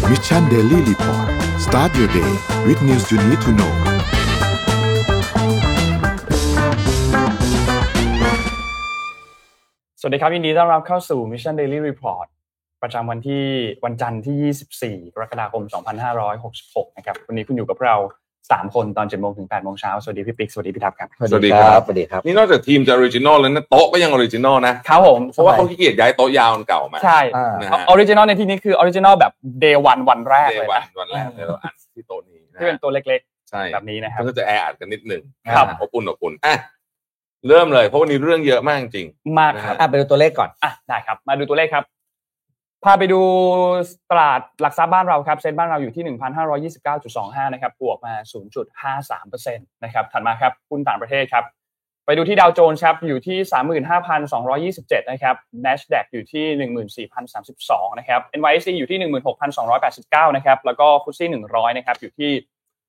Mission Daily Report start your day with news you need to know สวัสดีครับยินดีต้อนรับเข้าสู่ Mission Daily Report ประจำวันจันทร์ที่24กรกฎาคม2566นะครับวันนี้คุณอยู่กับเรา3คนตอน 7:00 นถึง 8:00 นเช้าสวัสดีพี่ปิ๊กสวัสดีพี่ทัพครับสวัสดีครับนี่นอกจากทีมจะออริจินอลแล้วนะโต๊ะก็ยังออริจินอลนะครับผมเพราะว่าเขาขี้เกียจย้ายโต๊ะยาวเก่ามาใช่ออริจินอลในที่นี้คือออริจินอลแบบ Day 1วันแรกเลยนะวันแรกเลยเราอัดที่โต๊ะนี้ที่เป็นตัวเล็กๆใช่แบบนี้นะครับก็จะแออัดกันนิดนึงอบอุ่นอ่ะเริ่มเลยเพราะวันนี้เรื่องเยอะมากจริงมากครับไปดูตัวเลขก่อนได้ครับมาดูตัวเลขครับพาไปดูตลาดหลักทรัพย์บ้านเราครับเซ็นบ้านเราอยู่ที่ 1,529.25 นะครับบวกมา 0.53% นะครับถัดมาครับหุ้นต่างประเทศครับไปดูที่ดาวโจนส์ครับอยู่ที่ 35,227 นะครับ NASDAQ อยู่ที่ 14,032 นะครับ NYSE อยู่ที่ 16,289 นะครับแล้วก็FTSE 100นะครับอยู่ที่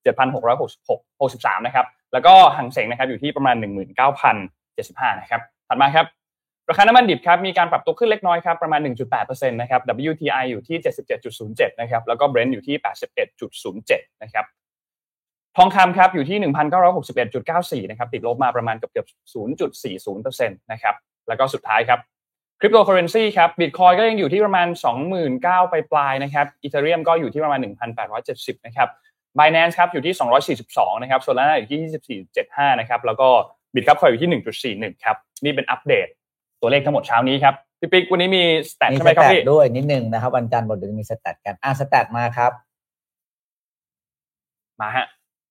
7,663 นะครับแล้วก็หังเส็งนะครับอยู่ที่ประมาณ 19,075 นะครับถัดมาครับราคาน้ำมันดิบครับมีการปรับตัวขึ้นเล็กน้อยครับประมาณ 1.8% นะครับ WTI อยู่ที่ 77.07 นะครับแล้วก็ Brent อยู่ที่ 81.07 นะครับทองคำครับอยู่ที่ 1,961.94 นะครับติดลบมาประมาณเกือบ 0.40% นะครับแล้วก็สุดท้ายครับคริปโตเคอเรนซีครับ Bitcoin ก็ยังอยู่ที่ประมาณ 29,000 ปลายๆนะครับ Ethereum ก็อยู่ที่ประมาณ 1,870 นะครับ Binance ครับอยู่ที่242นะครับ Solana อยู่ที่ 24.75 นะครับแล้วก็ Bitcoin อยู่ที่ 1.41 ครับนี่เป็นอัปเดตตัวเลขทั้งหมดเช้านี้ครับพี่ปิ๊กวันนี้มีสแตทใช่ไหมครับพี่ด้วยนิดนึงนะครับวันจันทร์บนเดี๋ยวมีสแตทกันสแตทมาครับมาฮะ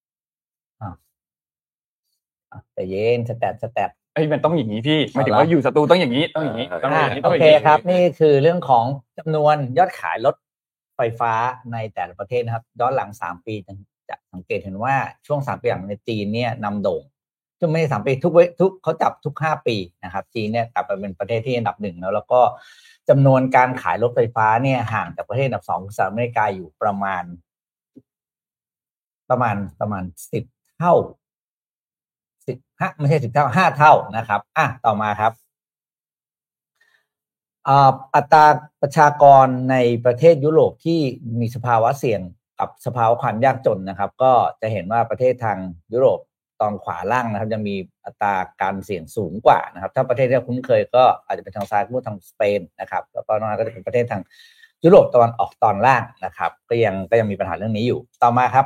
แต่เย็นสแตทมันต้องอย่างนี้พี่หมายถึงว่าอยู่สตูต้องอย่างนี้ต้องอย่างนี้โอเคครับนี่คือเรื่องของจำนวนยอดขายรถไฟฟ้าในแต่ละประเทศนะครับย้อนหลัง3ปีจะสังเกตเห็นว่าช่วง3ปีหลังในจีนเนี่ยนำโด่งซึ่งไม่ได้3ปีทุกเขาจับทุก5ปีนะครับจีนเนี่ยกลับมาเป็นประเทศที่อันดับ1แล้วก็จำนวนการขายรถไฟฟ้าเนี่ยห่างจากประเทศอันดับ2คือสหรัฐอเมริกาอยู่ประมาณ10เท่า10ไม่ใช่10เท่า5เท่านะครับต่อมาครับอัตราประชากรในประเทศยุโรปที่มีสภาวะเสี่ยงกับสภาวะความยากจนนะครับก็จะเห็นว่าประเทศทางยุโรปตอนขวาล่างนะครับยังมีอัตราการเสี่ยงสูงกว่านะครับถ้าประเทศที่เราคุ้นเคยก็อาจจะเป็นทางซ้ายทางสเปนนะครับแล้วก็นอกนั้นก็จะเป็นประเทศทางยุโรปตะวันออกตอนล่างนะครับก็ยังมีปัญหาเรื่องนี้อยู่ต่อมาครับ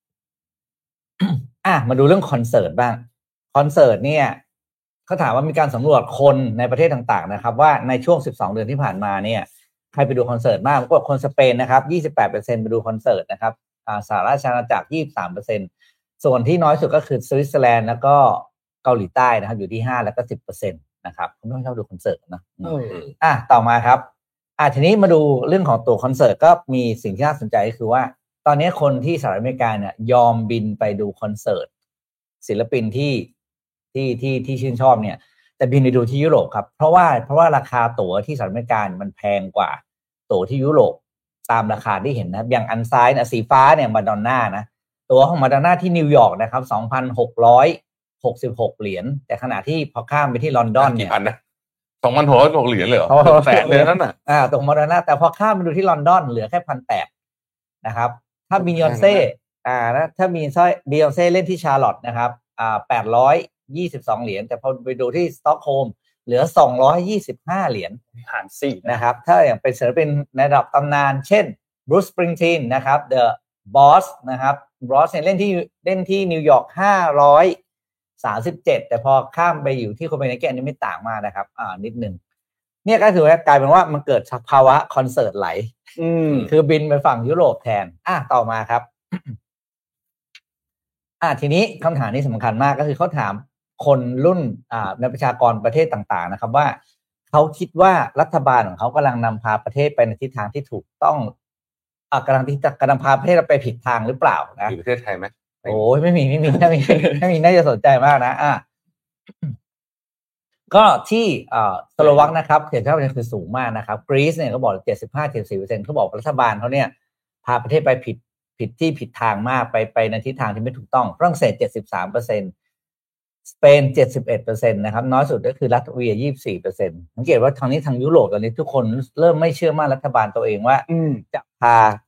มาดูเรื่องคอนเสิร์ตบ้างคอนเสิร์ตเนี่ยเขาถามว่ามีการสำรวจคนในประเทศต่างๆนะครับว่าในช่วง12เดือนที่ผ่านมาเนี่ยใครไปดูคอนเสิร์ตมากก็คนสเปนนะครับ 28% ไปดูคอนเสิร์ตนะครับสหราชอาณาจักร 23%ส่วนที่น้อยสุดก็คือสวิตเซอร์แลนด์แล้วก็เกาหลีใต้นะครับอยู่ที่5แล้วก็ 10% นะครับผมไม่ชอบดูคอนเสิร์ตนะต่อมาครับทีนี้มาดูเรื่องของตัวคอนเสิร์ตก็มีสิ่งที่น่าสนใจก็คือว่าตอนนี้คนที่สหรัฐอเมริกาเนี่ยยอมบินไปดูคอนเสิร์ตศิลปินที่ชื่นชอบเนี่ยแต่บินไปดูที่ยุโรปครับเพราะว่าราคาตั๋วที่สหรัฐอเมริกามันแพงกว่าตั๋วที่ยุโรปตามราคาที่เห็นนะอย่างอันซ้ายนะสีฟ้าเนี่ยมาดอนน่านะตั๋วของมาดอนน่าที่นิวยอร์กนะครับ 2,666 เหรียญแต่ขณะที่พอข้ามไปที่ลอนดอนเนี่ยกี่พันนะ 2,666 เหรียญเลยเหรอแสนเลยนั่นน่ะตั๋วมาดอนน่าแต่พอข้ามไปดูที่ลอนดอนเหลือแค่ 1,800 นะครับถ้าบียอนเซ่นะถ้ามีบียอนเซ่เล่นที่ชาร์ลอตนะครับ822 เหรียญแต่พอไปดูที่สต็อกโฮล์มเหลือ225 เหรียญหาร4 นะครับถ้าอย่างเป็นศิลปินในระดับตำนานเช่นบรูซ สปริงทีนนะครับ The Boss นะครับบอสเล่นที่นิวยอร์ก537แต่พอข้ามไปอยู่ที่โคเปนเฮเกนอันนี้ไม่ต่างมากนะครับนิดนึงเนี่ยก็ถือว่ากลายเป็นว่ามันเกิดสภาวะคอนเสิร์ตไหลคือบินไปฝั่งยุโรปแทนต่อมาครับ ทีนี้คำถามนี้สำคัญมากก็คือเขาถามคนรุ่นในประชากรประเทศต่างๆนะครับว่าเขาคิดว่ารัฐบาลของเขากำลังนำพาประเทศไปในทิศทางที่ถูกต้องกำลังพาประเทศไปผิดทางหรือเปล่านะอยู่ประเทศไทยไหมโอ้ยไม่มีน่าจะสนใจมากนะก็ที่สโลวักนะครับเสียงข้าวคือสูงมากนะครับกรีซเนี่ยเขาบอก 75-74% เขาบอกรัฐบาลเขาเนี่ยพาประเทศไปผิดที่ผิดทางมากไปในทิศทางที่ไม่ถูกต้องฝรั่งเศส 73% สเปน 71% นะครับน้อยสุดก็คือรัสเซีย 24% สังเกตว่าทางยุโรปตอนนี้ทุกคนเริ่มไม่เชื่อมั่นรัฐบาลตัวเองว่าจะพา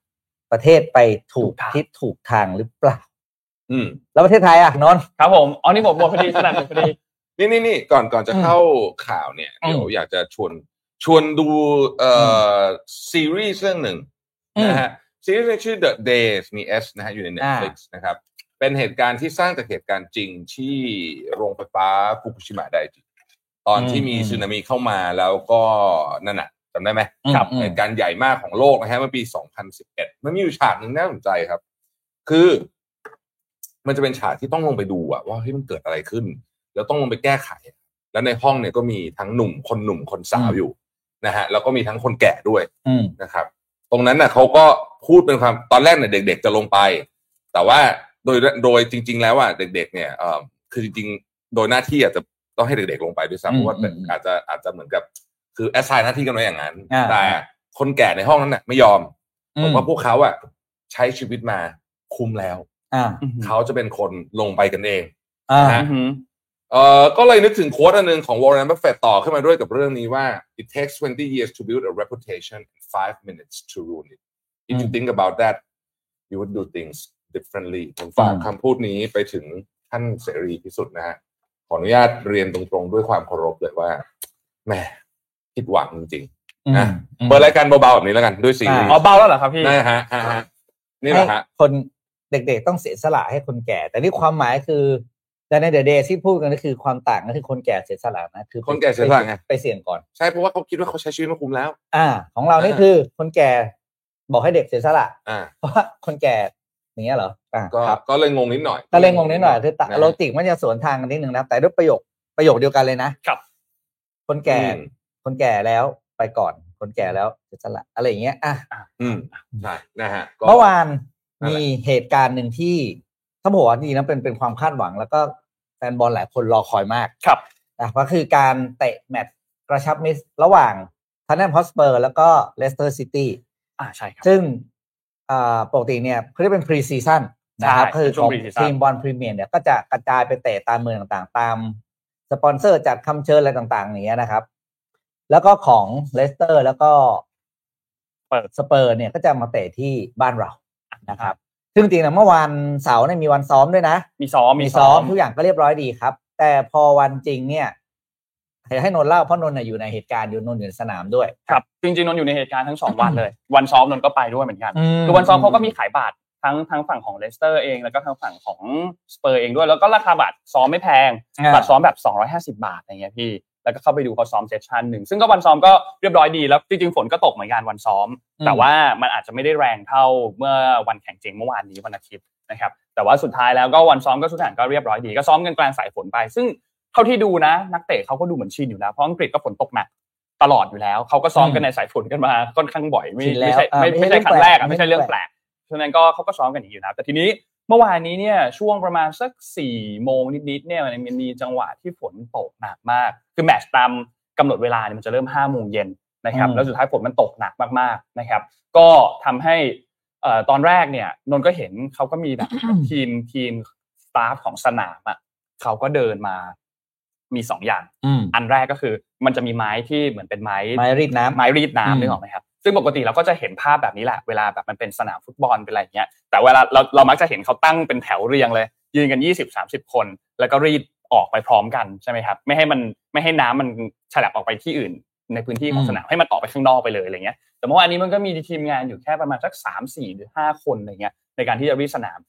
ประเทศไปถูกทิศถูกทางหรือเปล่ามแล้วประเทศไทยนนท์ครับผมอ๋อนี่ผมบอกพอดีสลับพอดีนี่ก่อนจะเข้าข่าวเนี่ยเดี๋ยวอยากจะชวนดูซีรีส์เรื่องหนึ่งนะฮะซีรีส์ชื่อ The Days มี S นะฮะอยู่ใน Netflix นะครับเป็นเหตุการณ์ที่สร้างจากเหตุการณ์จริงที่โรงไฟฟ้าฟุกุชิมะไดจิตอนที่มีสึนามิเข้ามาแล้วก็นั่นน่ะจำได้ไหมครับเหตุการณ์ใหญ่มากของโลกนะฮะเมื่อปี 2011มันมีอยู่ฉากหนึ่งน่าสนใจครับคือมันจะเป็นฉากที่ต้องลงไปดูว่าเฮ้ยมันเกิดอะไรขึ้นแล้วต้องลงไปแก้ไขแล้วในห้องเนี่ยก็มีทั้งหนุ่มคนสาวอยู่นะฮะแล้วก็มีทั้งคนแก่ด้วยนะครับตรงนั้นน่ะเขาก็พูดเป็นความตอนแรกเนี่ยเด็กๆจะลงไปแต่ว่าโดยจริงๆแล้วเด็กๆเนี่ยคือจริงๆโดยหน้าที่อาจจะต้องให้เด็กๆลงไปด้วยซ้ำเพราะว่าอาจจะเหมือนกับคือแอสไซน์หน้าที่กันไว้อย่างนั้นแต่คนแก่ในห้องนั้นน่ะไม่ยอมผมว่าพวกเขาใช้ชีวิตมาคุ้มแล้วเขาจะเป็นคนลงไปกันเองนะก็เลยนึกถึงโค้ดอันนึงของ Warren Buffett ต่อขึ้นมาด้วยกับเรื่องนี้ว่า it takes 20 years to build a reputation and 5 minutes to ruin it if you think about that you would do things differently ผมฝากคำพูดนี้ไปถึงท่านเสรีพิสุทธิ์นะฮะขออนุญาตเรียนตรงๆด้วยความเคารพเลยว่าแหมผิดหวังจริงๆนะเปิดรายการเบาๆแบบนี้แล้วกันด้วยซีรีส์เบาแล้วเหรอครับพี่นะฮะนี่แหละฮะคนเด็กๆต้องเสียสละให้คนแก่แต่นี่ความหมายคือแต่ในเดย์ที่พูดกันก็คือความต่างก็คือคนแก่เสียสละนะคือคนแก่เสียสละไงไปเสี่ยงก่อนใช่เพราะว่าเขาคิดว่าเขาใช้ชีวิตมาคุ้มแล้วของเรานี่คือคนแก่บอกให้เด็กเสียสละเพราะว่าคนแก่อย่างเงี้ยเหรอก็เลยงงนิดหน่อยคือโลจิกมันจะสวนทางกันนิดนึงนะแต่ด้วยประโยคเดียวกันเลยนะครับคนแก่แล้วไปก่อนคนแก่แล้วเสียสละอะไรอย่างเงี้ยใช่นะฮะเมื่อวานมีเหตุการณ์หนึ่งที่ถ้าบอกว่าดีนะเป็นความคาดหวังแล้วก็แฟนบอลหลายคนรอคอยมากครับก็คือการเตะแมตช์กระชับมิตรระหว่างท็อตแนมฮอตสเปอร์แล้วก็เลสเตอร์ซิตี้ใช่ครับซึ่งปกติเนี่ยเขาเรียกเป็นพรีซีซั่นนะครับคือของทีมบอลพรีเมียร์เนี่ยก็จะกระจายไปเตะตามเมืองต่างๆตามสปอนเซอร์จัดคำเชิญอะไรต่างๆอย่างเงี้ยนะครับแล้วก็ของเลสเตอร์แล้วก็สเปอร์เนี่ยก็จะมาเตะที่บ้านเรานะครับซึ่งจริงๆนะเมื่อวันเสาร์เนี่ยมีวันซ้อมด้วยนะมีซ้อมทุกอย่างก็เรียบร้อยดีครับแต่พอวันจริงเนี่ยให้นนท์เล่าเพราะนนท์อยู่ในเหตุการณ์นนท์อยู่ในสนามด้วยครับจริงๆนนท์อยู่ในเหตุการณ์ทั้ง2วันเลยวันซ้อมนนท์ก็ไปด้วยเหมือนกันคือวันซ้อมเขาก็มีขายบัตรทั้งฝั่งของเลสเตอร์เองแล้วก็ทั้งฝั่งของสเปอร์เองด้วยแล้วก็ราคาบัตรซ้อมไม่แพงบัตรซ้อมแบบ250 บาทอะไรเงี้ยพี่แล้วก็เข้าไปดูเขาซ้อมเซสชั่น1ซึ่งก็วันซ้อมก็เรียบร้อยดีแล้วจริงๆฝนก็ตกเหมือนกันวันซ้อมแต่ว่ามันอาจจะไม่ได้แรงเท่าเมื่อวันแข่งจริงเมื่อวานนี้วันอาทิตย์นะครับแต่ว่าสุดท้ายแล้วก็วันซ้อมก็ทุกอย่างก็เรียบร้อยดีก็ซ้อมกันกลางสายฝนไปซึ่งเท่าที่ดูนะนักเตะเขาก็ดูเหมือนชินอยู่แล้วเพราะอังกฤษก็ฝนตกหนักตลอดอยู่แล้วเขาก็ซ้อมกันในสายฝนกันมาค่อนข้างบ่อยไม่ใช่ครั้งแรกไม่ใช่เรื่องแปลกฉะนั้นก็เขาก็ซ้อมกันอยู่นะแต่ทีนี้เมื่อวานนี้เนี่ยช่วงประมาณสัก 4 โมงนิดๆเนี่ยมันมีจังหวะที่ฝนตกหนักมากคือแมตช์ตามกำหนดเวลาเนี่ยมันจะเริ่ม 5 โมงเย็นนะครับแล้วสุดท้ายฝนมันตกหนักมากๆนะครับก็ทำให้ตอนแรกเนี่ยนนท์ก็เห็นเขาก็มีแบบทีมสตาฟของสนามเขาก็เดินมามี2อย่างอันแรกก็คือมันจะมีไม้ที่เหมือนเป็นไม้รีดน้ำนึกออกไหมครับซึ่งปกติเราก็จะเห็นภาพแบบนี้แหละเวลาแบบมันเป็นสนามฟุตบอลเป็นอะไรอย่างเงี้ยแต่เวลาเรามักจะเห็นเขาตั้งเป็นแถวเรียงเลยยืนกัน 20-30 คนแล้วก็รีดออกไปพร้อมกันใช่ไหมครับไม่ให้น้ำมันฉลับออกไปที่อื่นในพื้นที่ของสนามให้มันออกไปข้างนอกไปเลยอะไรเงี้ยแต่เมื่อวานนี้มันก็มีทีมงานอยู่แค่ประมาณสัก 3-4 หรือ 5 คนอะไรเงี้ยในการที่จะรีดสนาม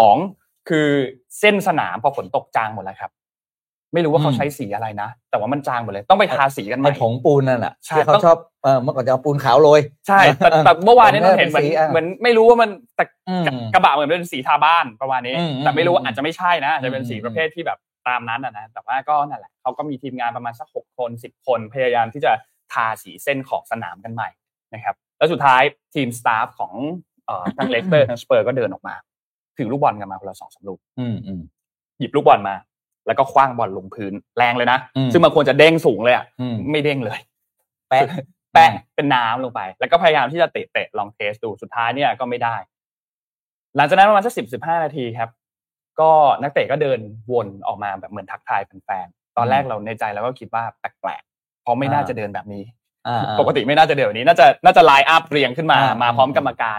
2คือเส้นสนามพอฝนตกจางหมดแล้วครับไม่รู้ว่าเขาใช้สีอะไรนะแต่ว่ามันจางหมดเลยต้องไปทาสีกันใหม่ผงปูนนั่นแหละที่เขาชอบเมื่อก่อนจะเอาปูนขาวโรยใช่แต่เมื่อวานนี้เราเห็นเหมือนไม่รู้ว่ามันแต่กระบะเหมือนเป็นสีทาบ้านประมาณนี้แต่ไม่รู้อาจจะไม่ใช่นะอาจจะเป็นสีประเภทที่แบบตามนั้นนะแต่ว่าก็นั่นแหละเขาก็มีทีมงานประมาณสัก6 คน10 คนพยายามที่จะทาสีเส้นขอบสนามกันใหม่นะครับแล้วสุดท้ายทีมสตาฟของทั้งเลสเตอร์ทั้งสเปอร์ก็เดินออกมาถือลูกบอลกันมาคนละ 2-3 ลูกหยิบลูกบอลมาแล้วก็คว้างบอลลงพื้นแรงเลยนะซึ่งมันควรจะเด้งสูงเลยไม่เด้งเลยแปะเป็นน้ำลงไปแล้วก็พยายามที่จะเตะลองเทสดูสุดท้ายเนี่ยก็ไม่ได้หลังจากนั้นประมาณสัก 10-15 นาทีครับก็นักเตะก็เดินวนออกมาแบบเหมือนทักทายแฟนๆตอนแรกเราในใจเราก็คิดว่าแปลกๆเพราะไม่น่าจะเดินแบบนี้ปกติไม่น่าจะเดินแบบนี้น่าจะไลน์อัพเรียงขึ้นมาพร้อมกรรมการ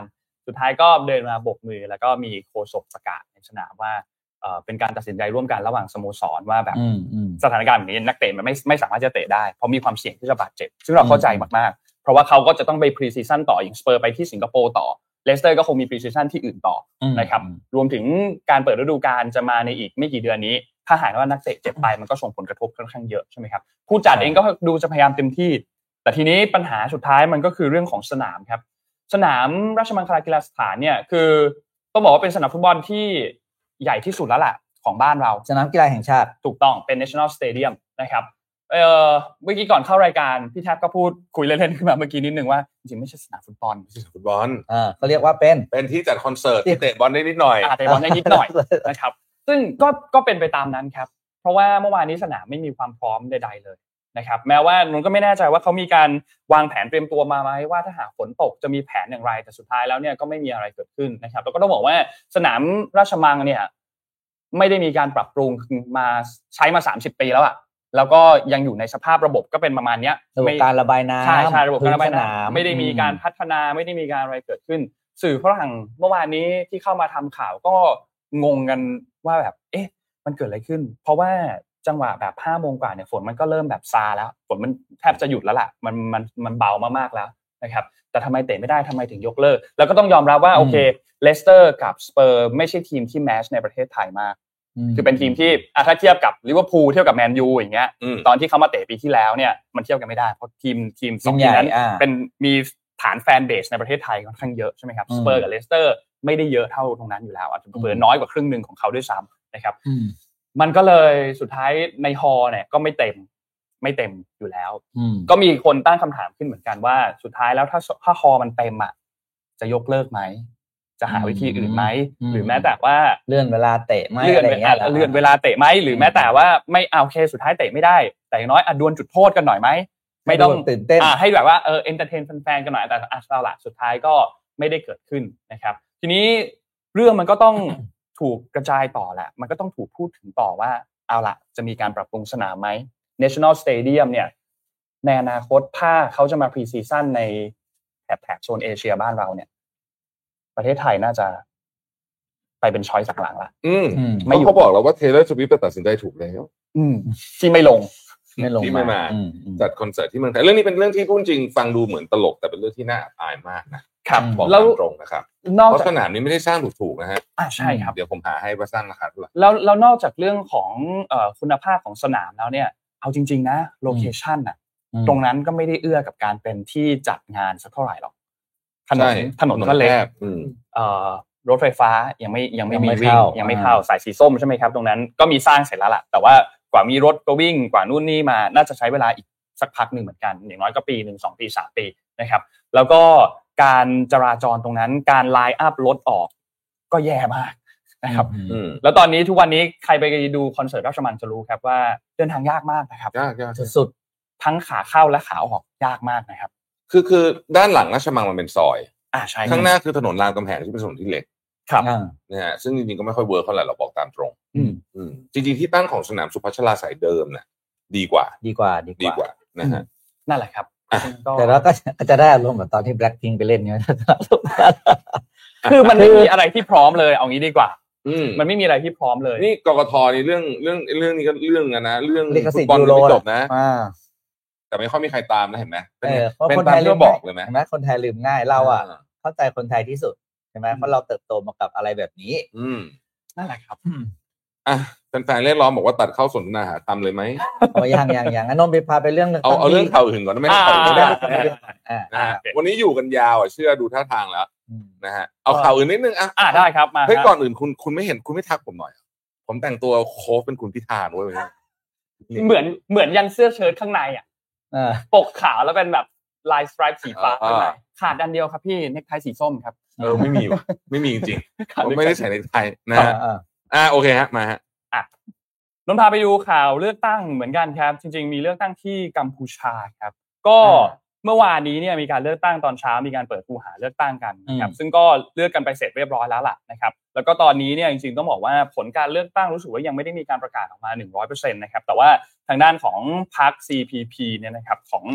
สุดท้ายก็เดินมาโบกมือแล้วก็มีโฆษกประกาศในสนามว่าเป็นการตัดสินใจร่วมกันระหว่างสโมสรว่าแบบสถานการณ์แบบนี้นักเตะมันไม่สามารถจะเตะได้เพราะมีความเสี่ยงที่จะบาดเจ็บซึ่งเราเข้าใจมากๆเพราะว่าเขาก็จะต้องไปพรีซีซั่นต่ออย่างสเปอร์ไปที่สิงคโปร์ต่อเลสเตอร์ก็คงมีพรีซีซั่นที่อื่นต่อนะครับรวมถึงการเปิดฤดูกาลจะมาในอีกไม่กี่เดือนนี้ถ้าหากว่านักเตะเจ็บไปมันก็ส่งผลกระทบค่อนข้างเยอะใช่ไหมครับผู้จัดเองก็ดูจะพยายามเต็มที่แต่ทีนี้ปัญหาสุดท้ายมันก็คือเรื่องของสนามครับสนามราชมังคลากีฬาสถานเนี่ยคือต้องบอกว่าเป็นสนามฟุตบอลที่ใหญ่ที่สุดแล้วล่ะของบ้านเราสนามกีฬาแห่งชาติถูกต้องเป็น National Stadium นะครับเมื่อกี้ก่อนเข้ารายการพี่แทบก็พูดคุยเล่นๆขึ้นมาเมื่อกี้นิดนึงว่าจริงๆไม่ใช่สนามฟุตบอลไม่ใช่สนามฟุตบอลเขาเรียกว่าเป็นที่จัดคอนเสิร์ตที่เตะบอลได้นิดหน่อยเตะบอลได้นิดหน่อยนะครับซึ่งก็เป็นไปตามนั้นครับเพราะว่าเมื่อวานนี้สนามไม่มีความพร้อมใดๆเลยนะครับแม้ว่านนก็ไม่แน่ใจว่าเขามีการวางแผนเตรียมตัวมาไหมว่าถ้าหากฝนตกจะมีแผนอย่างไรแต่สุดท้ายแล้วเนี่ยก็ไม่มีอะไรเกิดขึ้นนะครับแล้วก็ต้องบอกว่าสนามราชมังเนี่ยไม่ได้มีการปรับปรุงมาใช้มา30 ปีแล้วอ่ะแล้วก็ยังอยู่ในสภาพระบบก็เป็นประมาณนี้ระบบการระบายน้ำใช่ระบบการระบายน้ำไม่ได้มีการพัฒนาไม่ได้มีการอะไรเกิดขึ้นสื่อฝรั่งเมื่อวานนี้ที่เข้ามาทำข่าวก็งงกันว่าแบบมันเกิดอะไรขึ้นเพราะว่าจังหวะแบบ5 โมงกว่าเนี่ยฝนมันก็เริ่มแบบซาแล้วฝนมันแทบจะหยุดแล้วล่ะมันเบามากๆแล้วนะครับแต่ทำไมเตะไม่ได้ทำไมถึงยกเลิกแล้วก็ต้องยอมรับว่าโอเคเลสเตอร์กับสเปอร์ไม่ใช่ทีมที่แมชในประเทศไทยมากคือเป็นทีมที่ถ้าเทียบกับลิเวอร์พูลเทียบกับแมนยูอย่างเงี้ยตอนที่เขามาเตะปีที่แล้วเนี่ยมันเทียบกันไม่ได้เพราะทีม2ทีมนั้นเป็นมีฐานแฟนเบสในประเทศไทยค่อนข้างเยอะใช่ไหมครับสเปอร์กับเลสเตอร์ไม่ได้เยอะเท่าตรงนั้นอยู่แล้วอาจจะเพิ่มน้อยกว่าครึ่งนึงของเขาด้วยซ้ำนะครับมันก็เลยสุดท้ายในฮอลล์เนี่ยก็ไม่เต็มอยู่แล้วก็มีคนตั้งคำถามขึ้นเหมือนกันว่าสุดท้ายแล้วถ้าฮอลล์มันเต็มอ่ะจะยกเลิกไหมจะหาวิธีอื่นไหมหรือแม้แต่ว่าเลื่อนเวลาเตะไหมอะไรอย่างเงี้ยเลื่อนเวลาเตะไหมหรือแม้แต่ว่าไม่เอาเคสุดท้ายเตะไม่ได้แต่อย่างน้อยดวลจุดโทษกันหน่อยไหมไม่ต้องตื่นเต้นให้แบบว่าเอนเตอร์เทนแฟนๆกันหน่อยแต่เอาล่ะสุดท้ายก็ไม่ได้เกิดขึ้นนะครับทีนี้เรื่องมันก็ต้องถูกกระจายต่อแหละมันก็ต้องถูกพูดถึงต่อว่าเอาล่ะจะมีการปรับปรุงสนามไหม National Stadium เนี่ยในอนาคตถ้าเขาจะมาพรีซีซั่นในแถบโซนเอเชียบ้านเราเนี่ยประเทศไทยน่าจะไปเป็นช้อยส์หลังๆละไม่เขาบอกแล้วว่าเทเลอร์สวิฟต์ตัดสินใจถูกแล้วที่ไม่ลงที่ไม่มาจัดคอนเสิร์ตที่เมืองไทยเรื่องนี้เป็นเรื่องที่พูดจริงฟังดูเหมือนตลกแต่เป็นเรื่องที่น่าอายมากนะครับบอกตรงนะครับเพราะสนามนี้ไม่ได้สร้างถูกๆนะฮะใช่ครับเดี๋ยวผมหาให้ว่าสร้างราคาเท่าไหร่แล้วนอกจากเรื่องของคุณภาพของสนามแล้วเนี่ยเอาจริงๆนะโลเคชั่นน่ะตรงนั้นก็ไม่ได้เอื้อกับการเป็นที่จัดงานสักเท่าไหร่หรอกถนนก็เล็กรถไฟฟ้ายังไม่มีวิ่งยังไม่เข้าสายสีส้มใช่ไหมครับตรงนั้นก็มีสร้างเสร็จแล้วล่ะแต่ว่ากว่ามีรถก็วิ่งกว่านู่นนี่มาน่าจะใช้เวลาอีกสักพักนึงเหมือนกันอย่างน้อยก็ปีนึง2 ปี 3 ปีนะครับแล้วก็การจราจรตรงนั้นการไลน์อัพรถออกก็แย่มากนะครับแล้วตอนนี้ทุกวันนี้ใครไปดูคอนเสิร์ตราชมังจะรู้ครับว่าเดินทางยากมากนะครับยากสุดๆทั้งขาเข้าและขาออกยากมากนะครับคือด้านหลังราชมังมันเป็นซอยใช่ข้างหน้าคือถนนรามคำแหงที่เป็นถนนที่เล็กครับนะฮะซึ่งจริงๆก็ไม่ค่อยเวิร์คเท่าไหร่เราบอกตามตรงจริงๆที่ตั้งของสนามสุพัชราไสยเดิมน่ะดีกว่านะฮะนั่นแหละครับแต่แล้วก็จะได้อารมณ์แบบตอนที่ Blackpink ไปเล่นเนี่ยคือมันไม่มีอะไรที่พร้อมเลยเอางี้ดีกว่ามันไม่มีอะไรที่พร้อมเลยนี่กกท.นี่เรื่องนี้ก็เรื่องนะเรื่องฟุตบอลไม่จบนะแต่ไม่ค่อยมีใครตามนะเห็นไหมเป็นคนไทยลืมบอกเลยไหมคนไทยลืมง่ายเราอ่ะเข้าใจคนไทยที่สุดใช่ไหมเพราะเราเติบโตมากับอะไรแบบนี้นั่นแหละครับแฟนๆเรียกร้องบอกว่าตัดเข้าสนทนาหาธรรมเลยไหมอย่างนนท์ไปพาไปเรื่องเอาเรื่องข่าวอื่นก่อนได้ไหมข่าวอื่นได้วันนี้อยู่กันยาวเชื่อดูท่าทางแล้วนะฮะเอาข่าวอื่นนิดนึงได้ครับมาเฮ้ยก่อนอื่นคุณไม่เห็นคุณไม่ทักผมหน่อยผมแต่งตัวโค้ชเป็นคุณพิธาด้วยเหมือนยันเสื้อเชิ้ตข้างในปกขาวแล้วเป็นแบบลายสไตรป์สีฟ้าข้างในขาดอันเดียวครับพี่เนคไทสีส้มครับไม่มีว่ะไม่มีจริงๆผมไม่ได้ใส่เนคไทนะโอเคฮะมาฮะนนท์พาไปดูข่าวเลือกตั้งเหมือนกันครับจริงๆมีเลือกตั้งที่กัมพูชาครับก็เมื่อวานนี้เนี่ยมีการเลือกตั้งตอนเช้ามีการเปิดคูหาเลือกตั้งกันนะครับซึ่งก็เลือกกันไปเสร็จเรียบร้อยแล้วล่ะนะครับแล้วก็ตอนนี้เนี่ยจริงๆต้องบอกว่าผลการเลือกตั้งรู้สึกว่ายังไม่ได้มีการประกาศออกมา 100% นะครับแต่ว่าทางด้านของพรรค CPP เนี่ยนะครับของ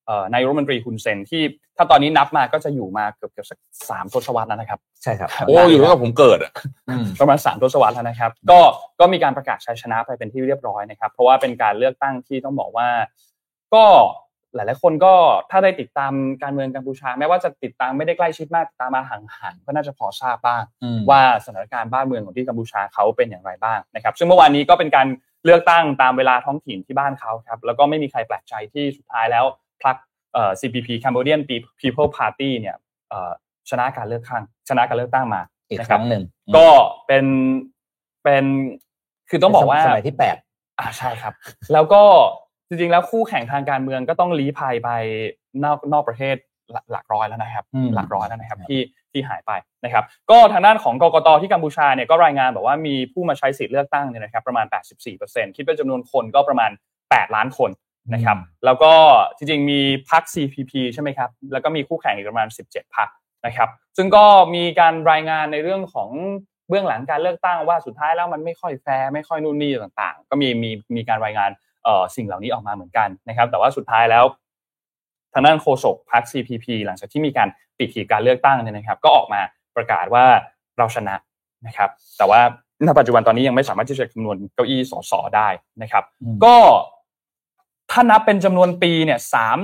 นายกรัฐมนตรีฮุนเซนที่ถ้าตอนนี้นับมาก็จะอยู่มาเกือบสัก3 ทศวรรษแล้วนะครับใช่ครับโอ้อยู่ตั้งแต่ผมเกิดอ่ะประมาณ3 ทศวรรษแล้วนะครับก็มีการประกาศชัยชนะไปเป็นที่เรียบร้อยนะครับเพราะว่าเป็นการเลือกตั้งที่ต้องบอกว่าก็หลายๆคนก็ถ้าได้ติดตามการเมืองกัมพูชาแม้ว่าจะติดตามไม่ได้ใกล้ชิดมากตามมาห่างๆก็น่าจะพอทราบบ้างว่าสถานการณ์บ้านเมืองของที่กัมพูชาเขาเป็นอย่างไรบ้างนะครับซึ่งเมื่อวานนี้ก็เป็นการเลือกตั้งตามเวลาท้องถิ่นที่บ้านเขาครับแล้วก็ไม่มีใครแปลกใจที่สุดท้ายแล้วพรรคCPP Cambodian People Party เนี่ยชนะการเลือกตั้งมาอีกครั้งหนึ่งก็เป็นคือต้องบอกว่าสมัยที่8 ใช่ครับแล้วก็จริงๆแล้วคู่แข่งทางการเมืองก็ต้องลี้ภัยไปนอกประเทศหลักร้อยแล้วนะครับหลักร้อยแล้วนะครับที่หายไปนะครับก็ทางด้านของกกต.ที่กัมพูชาเนี่ยก็รายงานบอกว่ามีผู้มาใช้สิทธิ์เลือกตั้งเนี่ยนะครับประมาณ 84% คิดเป็นจำนวนคนก็ประมาณ8 ล้านคนนะครับแล้วก็จริงๆมีพรรค CPP ใช่ไหมครับแล้วก็มีคู่แข่งอีกประมาณ17 พรรคนะครับซึ่งก็มีการรายงานในเรื่องของเบื้องหลังการเลือกตั้งว่าสุดท้ายแล้วมันไม่ค่อยแฟร์ไม่ค่อยนู่นนี่ต่างๆก็มีการรายงานสิ่งเหล่านี้ออกมาเหมือนกันนะครับแต่ว่าสุดท้ายแล้วทางด้านโฆษกพรรค CPP หลังจากที่มีการปิดหีบการเลือกตั้งเนี่ยนะครับก็ออกมาประกาศว่าเราชนะนะครับแต่ว่าณปัจจุบันตอนนี้ยังไม่สามารถที่จะคำนวณเก้าอี้สสได้นะครับก็ถ้านับเป็นจำนวนปีเนี่ย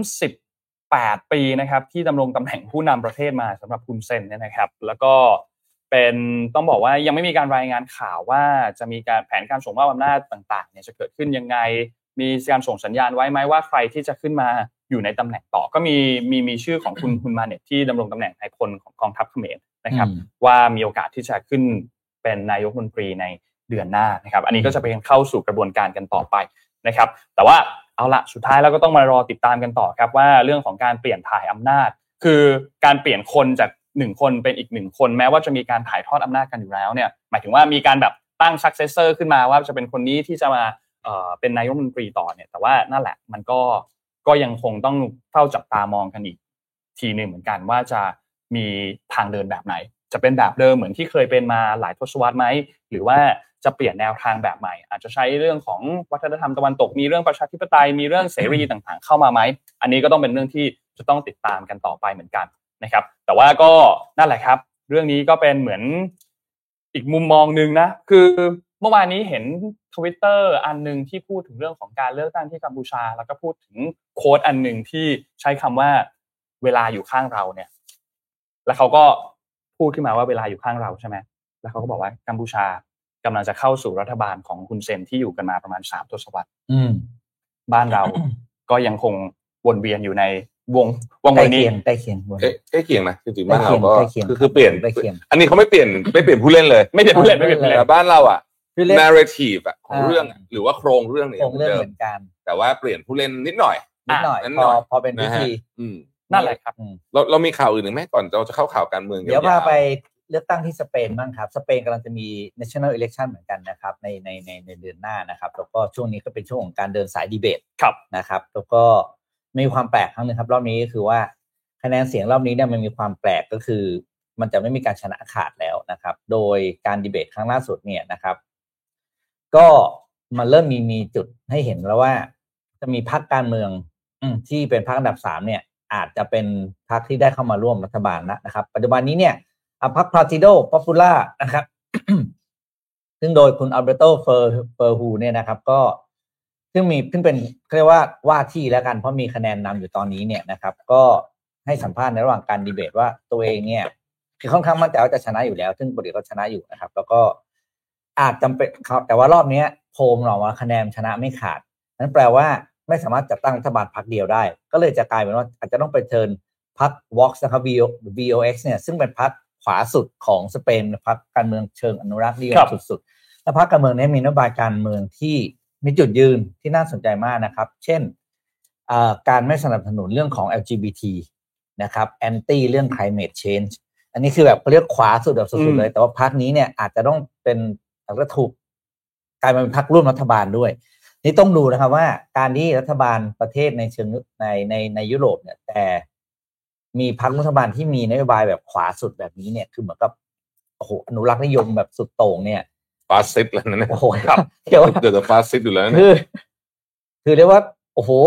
38 ปีนะครับที่ดำรงตำแหน่งผู้นำประเทศมาสำหรับฮุนเซนเนี่ยนะครับแล้วก็เป็นต้องบอกว่ายังไม่มีการรายงานข่าวว่าจะมีการแผนการส่งมอบอำนาจต่างๆเนี่ยจะเกิดขึ้นยังไงมีการส่งสัญญาณไว้ไหมว่าใครที่จะขึ้นมาอยู่ในตำแหน่งต่อก็มีชื่อของคุณฮุนมาเน็ตที่ดำรงตำแหน่งนายพลของกองทัพเขมรนะครับว่ามีโอกาสที่จะขึ้นเป็นนายกรัฐมนตรีในเดือนหน้านะครับอันนี้ก็จะเป็นเข้าสู่กระบวนการกันต่อไปนะครับแต่ว่าเอาละสุดท้ายแล้วก็ต้องมารอติดตามกันต่อครับว่าเรื่องของการเปลี่ยนถ่ายอำนาจคือการเปลี่ยนคนจาก1 คนเป็นอีก1 คนแม้ว่าจะมีการถ่ายทอดอำนาจกันอยู่แล้วเนี่ยหมายถึงว่ามีการแบบตั้ง successor ขึ้นมาว่าจะเป็นคนนี้ที่จะมาเป็นนายกรัฐมนตรีต่อเนี่ยแต่ว่านั่นแหละมันก็ยังคงต้องเฝ้าจับตามองกันอีกทีนึงเหมือนกันว่าจะมีทางเดินแบบไหนจะเป็นแบบเดิมเหมือนที่เคยเป็นมาหลายทศวรรษไหมหรือว่าจะเปลี่ยนแนวทางแบบใหม่อาจจะใช้เรื่องของวัฒนธรรมตะวันตกมีเรื่องประชาธิปไตยมีเรื่องเสรีต่างๆเข้ามาไหมอันนี้ก็ต้องเป็นเรื่องที่จะต้องติดตามกันต่อไปเหมือนกันนะครับแต่ว่าก็นั่นแหละครับเรื่องนี้ก็เป็นเหมือนอีกมุมมองนึงนะคือเมื่อวานนี้เห็น Twitter อันนึงที่พูดถึงเรื่องของการเลือกตั้งที่กัมพูชาแล้วก็พูดถึงโค้ดอันนึงที่ใช้คำว่าเวลาอยู่ข้างเราเนี่ยแล้วเขาก็พูดขึ้นมาว่าเวลาอยู่ข้างเราใช่ไหมแล้วเขาก็บอกว่ากัมพูชากำลังจะเข้าสู่รัฐบาลของฮุนเซนที่อยู่กันมาประมาณ3 ทศวรรษบ้านเรา ก็ยังคงวนเวียนอยู่ในวงนี้ใกล้เคียงนะจริงๆบ้านเราก็คือเปลี่ยนอันนี้เขาไม่เปลี่ยนผู้เล่นเลยไม่เปลี่ยนผู้เล่นแต่บ้านเราอ่ะ narrative อ่ะของเรื่องหรือว่าโครงเรื่องเนี่ยเหมือนกันแต่ว่าเปลี่ยนผู้เล่นนิดหน่อยพอเป็นวิธีนั่นแหละครับเรามีข่าวอื่นอีกไหมก่อนเราจะเข้าข่าวการเมืองเดี๋ยวพาไปเลือกตั้งที่สเปนบ้างครับสเปนกำลังจะมี national election เหมือนกันนะครับในเดือนหน้านะครับแล้วก็ช่วงนี้ก็เป็นช่วงของการเดินสายดีเบตนะครับแล้วก็มีความแปลกครั้งนึงครับรอบนี้ก็คือว่าคะแนนเสียงรอบนี้เนี่ยมันมีความแปลกก็คือมันจะไม่มีการชนะขาดแล้วนะครับโดยการดีเบตครั้งล่าสุดเนี่ยนะครับก็มันเริ่มมีจุดให้เห็นแล้วว่าจะมีพรรคการเมืองที่เป็นพรรคอันดับ3เนี่ยอาจจะเป็นพรรคที่ได้เข้ามาร่วมรัฐบาลนะครับปัจจุบันนี้เนี่ยพรรค Partido Popular นะครับ ซึ่งโดยคุณอัลเบโตเฟอร์ฮูเนี่ยนะครับก็ซึ่งเป็นเรียกว่าว่าที่แล้วกันเพราะมีคะแนนนำอยู่ตอนนี้เนี่ยนะครับก็ให้สัมภาษณ์ในระหว่างการดีเบตว่าตัวเองเนี่ยคือค่อนข้างมั่นใจว่าจะชนะอยู่แล้วซึ่งปกติก็ชนะอยู่นะครับแล้วก็อาจจำเป็นครับแต่ว่ารอบนี้โพลออกมาคะแนนชนะไม่ขาดนั้นแปลว่าไม่สามารถจัดตั้งรัฐบาลพรรคเดียวได้ก็เลยจะกลายเป็นว่าอาจจะต้องไปเชิญพรรค Vox นะครับ VOX เนี่ยซึ่งเป็นพรรคขวาสุดของสเปนพรรคการเมืองเชิงอนุรักษ์นิยมสุดๆและพรรคการเมืองนี้มีนโยบายการเมืองที่มีจุดยืนที่น่าสนใจมากนะครับเช่นการไม่สนับสนุนเรื่องของ LGBT นะครับแอนตี้เรื่อง climate change อันนี้คือแบบเขาเรียกขวาสุดแบบสุดๆเลยแต่ว่าพรรคนี้เนี่ยอาจจะต้องเป็นแล้วก็ถูกกลายมาเป็นพรรคร่วมรัฐบาลด้วยนี่ต้องดูนะครับว่าการที่รัฐบาลประเทศในเชิงในยุโรปเนี่ยแต่มีพรรครัฐบาลที่มีนโยบายแบบขวาสุดแบบนี้เนี่ยคือเหมือนกับโอ้โหอนุรักษ์นิยมแบบสุดโต่งเนี่ยฟาสซิสต์แล้วนะโอ้โหครับเดี๋ยวฟาสซิสต์อยู่แล้วคือเรียกว่าโอ้โห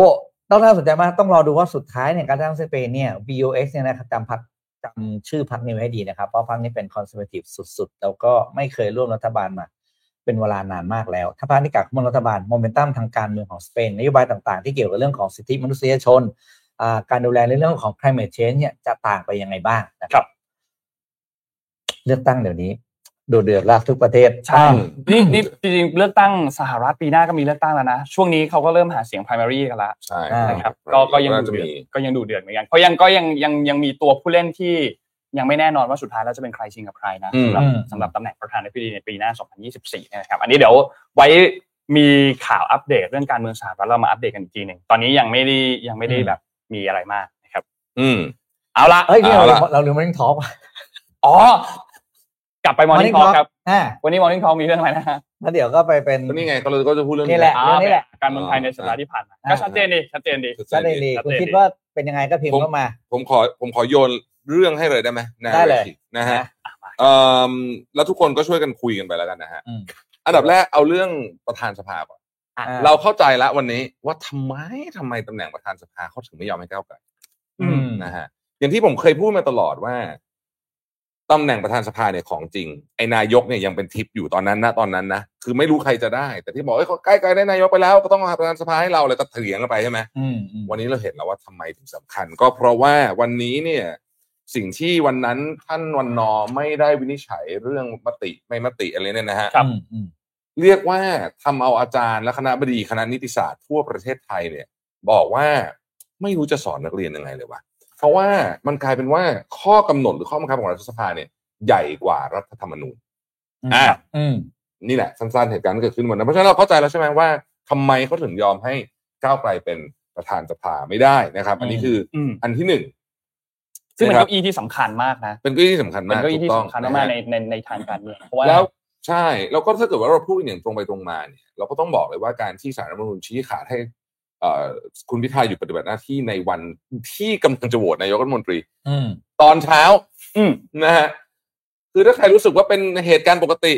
ต้องน่าสนใจมากต้องรอดูว่าสุดท้ายเนี่ยการตั้งสเปนเนี่ย VOX เนี่ยนะครับจำชื่อพรรคนี้ไว้ให้ดีนะครับเพราะพรรคนี้เป็นคอนเซอร์เวทีฟสุดๆแล้วก็ไม่เคยร่วมรัฐบาลมาเป็นเวลานานมากแล้วถ้าพรรคนี้กลับมารัฐบาลโมเมนตัมทางการเมืองของสเปนนโยบายต่างๆที่เกี่ยวกับเรื่องของสิทธิมนุษยชนการดูแลในเรื่องของ climate change เนี่ยจะต่างไปยังไงบ้างนะครับเลือกตั้งเดี๋ยวนี้ดูเดือดรากทุกประเทศใช่นี่จริงๆเลือกตั้งสหรัฐปีหน้าก็มีเลือกตั้งแล้วนะช่วงนี้เขาก็เริ่มหาเสียง primary กันแล้วใช่นะครับก็ยังดูเดือดเหมือนกันเพราะยังมีตัวผู้เล่นที่ยังไม่แน่นอนว่าสุดท้ายแล้วจะเป็นใครชิงกับใครนะสำหรับตำแหน่งประธานาธิบดีในปีหน้า2024นะครับอันนี้เดี๋ยวไว้มีข่าวอัปเดตเรื่องการเมืองสหรัฐเรามาอัปเดตกันอีกทีนึงตอนนี้ยังไม่ได้แบบมีอะไรมากนะครับเอาละเราลืมMorning Talk อ๋อกลับไป Morning Talk ครับวันนี้ Morning Talk มีเรื่องอะไรนะฮะแล้วเดี๋ยวก็ไปเป็นนี่ไงก็จะพูดเรื่องนี่แหละการเมืองไทยในสัปดาห์ที่ผ่านมาก็ชัดเจนดีคุณคิดว่าเป็นยังไงก็พิมพ์เข้ามาผมขอโยนเรื่องให้เลยได้ไหมได้เลยนะฮะแล้วทุกคนก็ช่วยกันคุยกันไปแล้วกันนะฮะอันดับแรกเอาเรื่องประธานสภาก่อนเราเข้าใจแล้ววันนี้ว่าทำไมตำแหน่งประธานสภาเขาถึงไม่ยอมให้ก้าวไกลนะฮะอย่างที่ผมเคยพูดมาตลอดว่าตำแหน่งประธานสภาเนี่ยของจริงไอ้นายกเนี่ยยังเป็นทิปอยู่ตอนนั้นนะคือไม่รู้ใครจะได้แต่ที่บอกเขาใกล้ๆได้นายกไปแล้วก็ต้องมาประธานสภาให้เราเลยก็เถียงกันไปใช่ไหมวันนี้เราเห็นแล้วว่าทำไมถึงสำคัญก็เพราะว่าวันนี้เนี่ยสิ่งที่วันนั้นท่านวันนอไม่ได้วินิจฉัยเรื่องมติอะไรเนี่ยนะฮะเรียกว่าทำเอาอาจารย์และคณะบดีคณะนิติศาสตร์ทั่วประเทศไทยเนี่ยบอกว่าไม่รู้จะสอนนักเรียนยังไงเลยวะเพราะว่ามันกลายเป็นว่าข้อกำหนดหรือข้อบังคับของรัฐสภาเนี่ยใหญ่กว่ารัฐธรรมนูญนี่แหละสั้นๆเหตุการณ์เกิดขึ้นวันนั้นเพราะฉะนั้นเราเข้าใจแล้วใช่ไหมว่าทำไมเขาถึงยอมให้ก้าวไกลเป็นประธานสภาไม่ได้นะครับอันนี้คืออันที่หนึ่งซึ่งเป็นเก้าอี้ที่สำคัญมากนะเป็นเก้าอี้ที่สำคัญมากเป็นเก้าอี้ที่สำคัญมากในทางการเมืองเพราะว่าแล้วใช่แล้วก็ถ้าเกิดว่าเราพูดอย่างตรงไปตรงมาเนี่ยเราก็ต้องบอกเลยว่าการที่ศาลรัฐธรรมนูญชี้ขาดให้คุณพิธาหยุดปฏิบัติหน้าที่ในวันที่กำลังจะโหวตนายกรัฐมนตรีตอนเช้านะฮะคือถ้าใครรู้สึกว่าเป็นเหตุการณ์ปกติ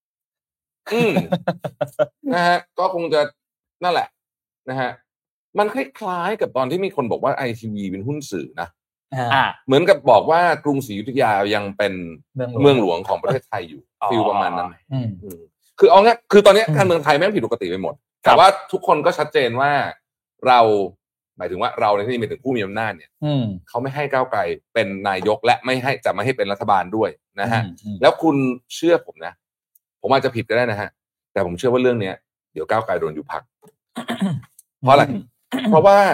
นะฮะก็คงจะนั่นแหละนะฮะมันคล้ายๆกับตอนที่มีคนบอกว่า ITV เป็นหุ้นสื่อนะเหมือนกับบอกว่ากรุงศรีอยุธยายังเป็นเมืองหลวงของประเทศไทยอยู่ฟีลประมาณนั้นคือเอางี้คือตอนนี้การเมืองไทยแม่งผิดปกติไปหมดแต่ว่าทุกคนก็ชัดเจนว่าเราหมายถึงว่าเราในที่นี้หมายถึงผู้มีอำนาจเนี่ยเขาไม่ให้ก้าวไกลเป็นนายกและไม่ให้เป็นรัฐบาลด้วยนะฮะแล้วคุณเชื่อผมนะผมอาจจะผิดก็ได้นะฮะแต่ผมเชื่อว่าเรื่องนี้เดี๋ยวก้าวไกลโดนยุบพรรคเพราะอะไรเพราะว่า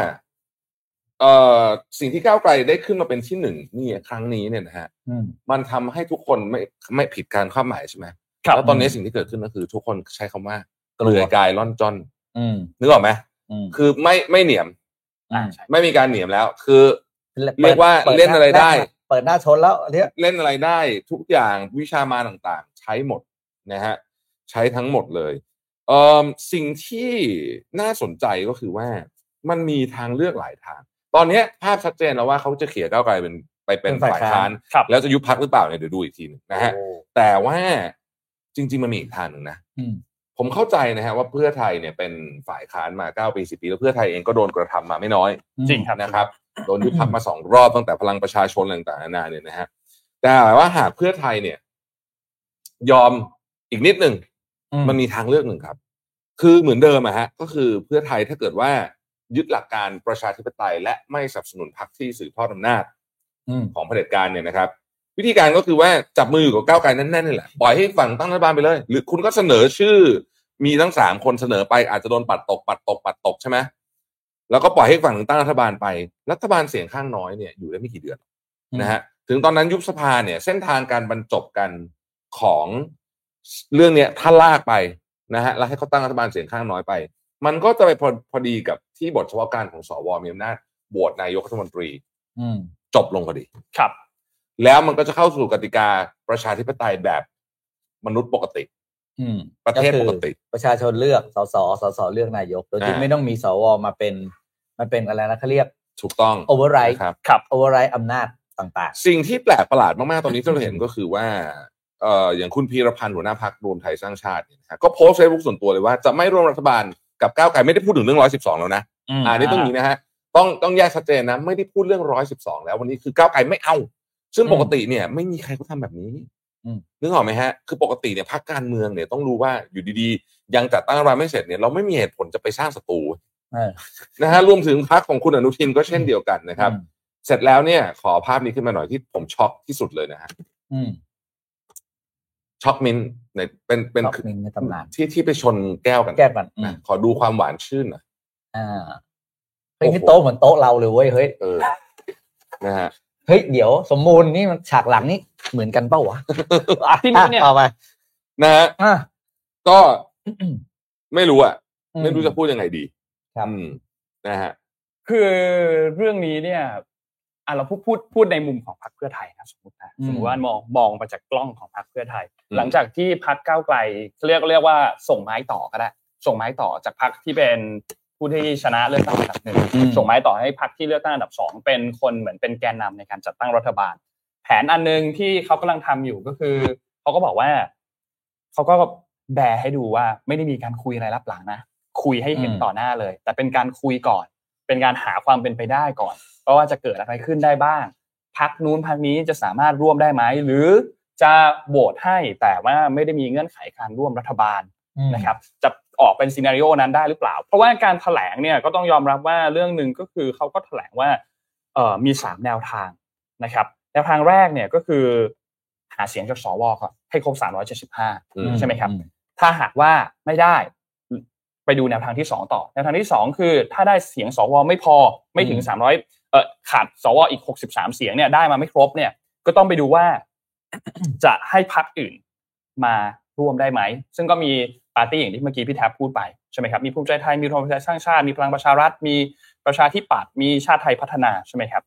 สิ่งที่ก้าวไกลได้ขึ้นมาเป็นที่หนึ่งนี่ครั้งนี้เนี่ยนะฮะมันทำให้ทุกคนไม่ผิดการคาดหมายใช่ไหมแล้วตอนนี้สิ่งที่เกิดขึ้นก็คือทุกคนใช้คำว่าเกลือกายล่อนจ้อนนึกออกไหมคือไม่เหนียมไม่มีการเหนียมแล้วคือเรียกว่าเล่นอะไรได้เปิดหน้าชนแล้วเล่นอะไรได้ทุกอย่างวิชามาต่างๆใช้หมดนะฮะใช้ทั้งหมดเลยสิ่งที่น่าสนใจก็คือว่ามันมีทางเลือกหลายทางตอนนี้ภาพชัดเจนแล้วว่าเขาจะเขี่ยก้าวไกลไปเป็นฝ่ายค้านแล้วจะยุบพรรคหรือเปล่าเนี่ยเดี๋ยวดูอีกทีนึงนะฮะแต่ว่าจริงๆมันมีอีกทางนึงนะผมเข้าใจนะฮะว่าเพื่อไทยเนี่ยเป็นฝ่ายค้านมา9 ปี 10 ปีแล้วเพื่อไทยเองก็โดนกระทำมาไม่น้อยจริงครับนะครับโดนยุบพรรคมา2 รอบตั้งแต่พลังประชาชนต่างๆนานาเนี่ยนะฮะแต่ว่าหากเพื่อไทยเนี่ยยอมอีกนิดนึงมันมีทางเลือกหนึ่งครับคือเหมือนเดิมอะฮะก็คือเพื่อไทยถ้าเกิดว่ายึดหลักการประชาธิปไตยและไม่สนับสนุนพรรคที่สืบทอดอำนาจของเผด็จการเนี่ยนะครับวิธีการก็คือว่าจับมือกับก้าวไกลแน่นๆนี่แหละปล่อยให้ฝั่งตั้งรัฐบาลไปเลยหรือคุณก็เสนอชื่อมีทั้ง3 คนเสนอไปอาจจะโดนปัดตกใช่ไหมแล้วก็ปล่อยให้ฝั่งตั้งรัฐบาลไปรัฐบาลเสียงข้างน้อยเนี่ยอยู่ได้ไม่กี่เดือนนะฮะถึงตอนนั้นยุบสภาเนี่ยเส้นทางการบรรจบกันของเรื่องเนี้ยถ้าลากไปนะฮะแล้วให้เขาตั้งรัฐบาลเสียงข้างน้อยไปมันก็จะไปพอดีกับที่บทเฉพาะการของสวมีอำนาจโหวตนายกรัฐมนตรีจบลงพอดีครับแล้วมันก็จะเข้าสู่กติกาประชาธิปไตยแบบมนุษย์ปกติประเทศปกติประชาชนเลือกสเลือกนายกโดยที่ไม่ต้องมีสวมาเป็นอะไรนะเขาเรียกถูกต้อง override ครับ override อำนาจต่างๆสิ่งที่แปลกประหลาดมากๆตอนนี้ที่เราเห็นก็คือว่าอย่างคุณพีรพันธ์หัวหน้าพรรครวมไทยสร้างชาติเนี่ยนะก็โพสต์เฟซบุ๊กส่วนตัวเลยว่าจะไม่ร่วมรัฐบาลกับก้าวไกลไม่ได้พูดถึงเรื่อง112แล้วนะนี่ต้องนี้นะฮะต้องแยกชัดเจนนะไม่ได้พูดเรื่อง112แล้ววันนี้คือก้าวไกลไม่เอาซึ่งปกติเนี่ยไม่มีใครเขาทำแบบนี้นึกออกไหมฮะคือปกติเนี่ยพรรคการเมืองเนี่ยต้องรู้ว่าอยู่ดีๆยังจัดตั้งรัฐบาลไม่เสร็จเนี่ยเราไม่มีเหตุผลจะไปสร้างศัตรูนะฮะรวมถึงพรรคของคุณอนุทินก็เช่นเดียวกันนะครับเสร็จแล้วเนี่ยขอภาพนี้ขึ้นมาหน่อยที่ผมช็อกที่สุดเลยนะฮะช็อกมินเนี่ยเป็นที่ไปชนแก้วกันขอดูความหวานชื่นหน่อยเฮ้ยนี่โต๊ะเหมือนโต๊ะเราเลยเว้ยเฮ้ยนะฮะเฮ้ยเดี๋ยวสมมูลนี่มันฉากหลังนี่เหมือนกันเปล่าวะที่นี่เนี่ยเอาไปนะฮะก็ไม่รู้อ่ะไม่รู้จะพูดยังไงดีครับนะฮะคือเรื่องนี้เนี่ยเราพูดในมุมของพรรคเพื่อไทยนะสมมติว่ามองไปจากกล้องของพรรคเพื่อไทยหลังจากที่พรรคก้าวไกลเรียกว่าส่งไม้ต่อก็ได้ส่งไม้ต่อจากพรรคที่เป็นผู้ที่ชนะเลือกตั้งอันดับ1ส่งไม้ต่อให้พรรคที่เลือกตั้งอันดับ2เป็นคนเหมือนเป็นแกนนำในการจัดตั้งรัฐบาลแผนอันนึงที่เขากำลังทำอยู่ก็คือเขาก็บอกว่าเขาก็แบร์ให้ดูว่าไม่ได้มีการคุยอะไรลับหลังนะคุยให้เห็นต่อหน้าเลยแต่เป็นการคุยก่อนเป็นการหาความเป็นไปได้ก่อนเพราะว่าจะเกิดอะไรขึ้นได้บ้างพรรคนู้นพรรคนี้จะสามารถร่วมได้ไหมหรือจะโหวตให้แต่ว่าไม่ได้มีเงื่อนไขการร่วมรัฐบาลนะครับจะออกเป็นซีนาริโอนั้นได้หรือเปล่าเพราะว่าการแถลงเนี่ยก็ต้องยอมรับว่าเรื่องนึงก็คือเขาก็แถลงว่ามี3แนวทางนะครับแนวทางแรกเนี่ยก็คือหาเสียงจากสวก่อนให้ครบ375ใช่มั้ยครับถ้าหากว่าไม่ได้ไปดูแนวทางที่2ต่อแนวทางที่2คือถ้าได้เสียงสวไม่พอไม่ถึง300ขาดสวอีก63เสียงเนี่ยได้มาไม่ครบเนี่ยก็ต้องไปดูว่าจะให้พรรคอื่นมาร่วมได้ไหมซึ่งก็มีปาร์ตี้อย่างที่เมื่อกี้พี่แท็บพูดไปใช่ไหมครับมีภูมิใจไทยมีรวมไทยสร้างชาติมีพลังประชารัฐมีประชาธิปัตย์มีชาติไทยพัฒนาใช่ไหมครับ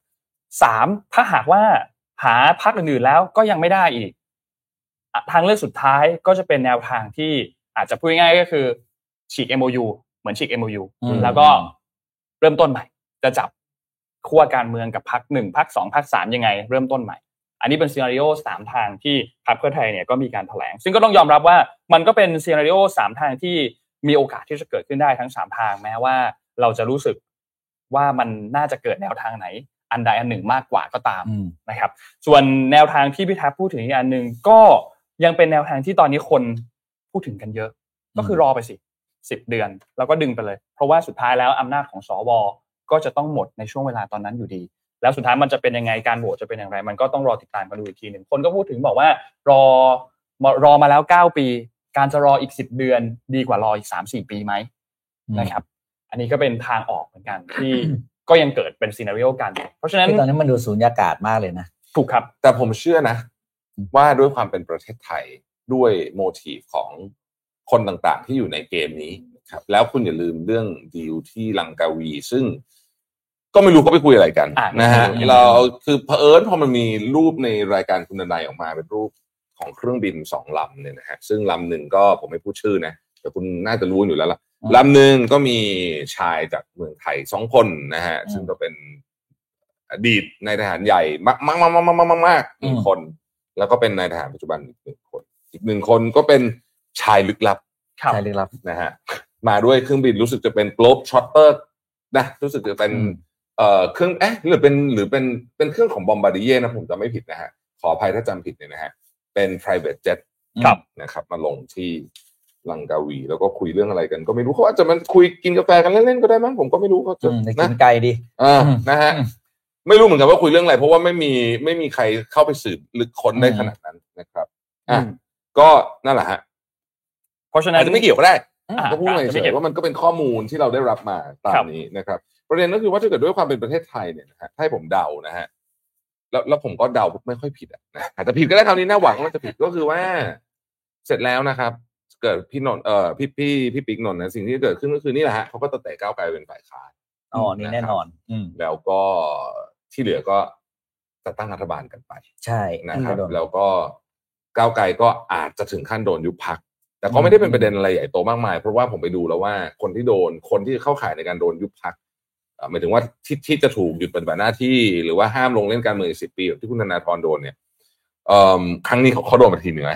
3ถ้าหากว่าหาพรรคอื่นๆแล้วก็ยังไม่ได้อีกทางเลือกสุดท้ายก็จะเป็นแนวทางที่อาจจะพูดง่ายๆก็คือฉีก MOU เหมือนฉีก MOU แล้วก็เริ่มต้นใหม่จะจับขั้วการเมืองกับพรรค1พรรค2พรรค3ยังไงเริ่มต้นใหม่อันนี้เป็นซีนาริโอ3ทางที่พรรคเพื่อไทยเนี่ยก็มีการแถลงซึ่งก็ต้องยอมรับว่ามันก็เป็นซีนาริโอ3ทางที่มีโอกาสที่จะเกิดขึ้นได้ทั้ง3ทางแม้ว่าเราจะรู้สึกว่ามันน่าจะเกิดแนวทางไหนอันใดอันหนึ่งมากกว่าก็ตามนะครับส่วนแนวทางที่พี่แท็บพูดถึงอีกอันนึงก็ยังเป็นแนวทางที่ตอนนี้คนพูดถึงกันเยอะก็คือรอไปสิ10เดือนแล้วก็ดึงไปเลยเพราะว่าสุดท้ายแล้วอำนาจของสวก็จะต้องหมดในช่วงเวลาตอนนั้นอยู่ดีแล้วสุดท้ายมันจะเป็นยังไงการโหวตจะเป็นอย่างไรมันก็ต้องรอติดตามกันดูอีกทีนึงคนก็พูดถึงบอกว่ารอมาแล้ว9ปีการจะรออีก10เดือนดีกว่ารออีก 3-4 ปีมั้ยนะครับอันนี้ก็เป็นทางออกเหมือนกันที่ก็ยังเกิดเป็นซีนาริโอกันเพราะฉะนั้นตอนนี้มันดูสูญญากาศมากเลยนะถูกครับแต่ผมเชื่อนะว่าด้วยความเป็นประเทศไทยด้วยโมทีฟของคนต่างๆที่อยู่ในเกมนี้ครับแล้วคุณอย่าลืมเรื่องดีลที่ลังกาวีซึ่งก็ไม่รู้เขาไปคุยอะไรกันนะฮะเราคือเผอิญพอมันมีรูปในรายการคุณนายออกมาเป็นรูปของเครื่องบิน2ลำเนี่ยนะฮะซึ่งลำหนึ่งก็ผมไม่พูดชื่อนะแต่คุณน่าจะรู้อยู่แล้วล่ะลำหนึ่งก็มีชายจากเมืองไทย2คนนะฮะซึ่งก็เป็นอดีตนายทหารใหญ่มากๆ1คนแล้วก็เป็นนายทหารปัจจุบันอีก1คนอีก1คนก็เป็นชายลึกลับชายลึกลับนะฮะมาด้วยเครื่องบินรู้สึกจะเป็น Globetrotter นะรู้สึกจะเป็นเครื่องหรือเป็นเครื่องของบอมบาร์ดิเย่นะผมจำไม่ผิดนะฮะขออภัยถ้าจำผิดเนี่ยนะฮะเป็น private jet นะครับมาลงที่ลังกาวีแล้วก็คุยเรื่องอะไรกันก็ไม่รู้เขาอาจจะมันคุยกินกาแฟกันเล่นๆก็ได้มั้งผมก็ไม่รู้เขาจะกินไกลดินะฮะไม่รู้เหมือนกันว่าคุยเรื่องอะไรเพราะว่าไม่มีใครเข้าไปสืบลึกค้นได้ขนาดนั้นนะครับก็นั่นแหละฮะเพราะฉะนั้นอาจจะไม่เกี่ยวก็ได้ก็พูดเฉยๆว่ามันก็เป็นข้อมูลที่เราได้รับมาตามนี้นะครับประเด็นก็คือว่าถ้าเกิดด้วยความเป็นประเทศไทยเนี่ยนะฮะให้ผมเดานะฮะแล้วผมก็เดาไม่ค่อยผิดนะอาจจะผิดก็ได้คราวนี้น่าหวังว่าจะผิดก็คือว่าเสร็จแล้วนะครับเกิดพี่นนท์พี่ปิ๊กนนท์นะสิ่งที่เกิดขึ้นก็คือนี่แหละฮะเขาก็เตะก้าวไกลเป็นฝ่ายค้านนี่แน่นอนแล้วก็ที่เหลือก็จะตั้งรัฐบาลกันไปใช่นะครับแล้วก็ก้าวไกลก็อาจจะถึงขั้นโดนยุบพรรคแต่ก็ไม่ได้เป็นประเด็นอะไรใหญ่โตมากมายเพราะว่าผมไปดูแล้วว่าคนที่เข้าข่ายในการโดนยุบพรรคหมายถึงว่าที่จะถูกหยุดปฏิบัติหน้าที่หรือว่าห้ามลงเล่นการเมือง10 ปีที่คุณธนาธรโดนเนี่ยครั้งนี้เขาโดนมาทีนึงนะ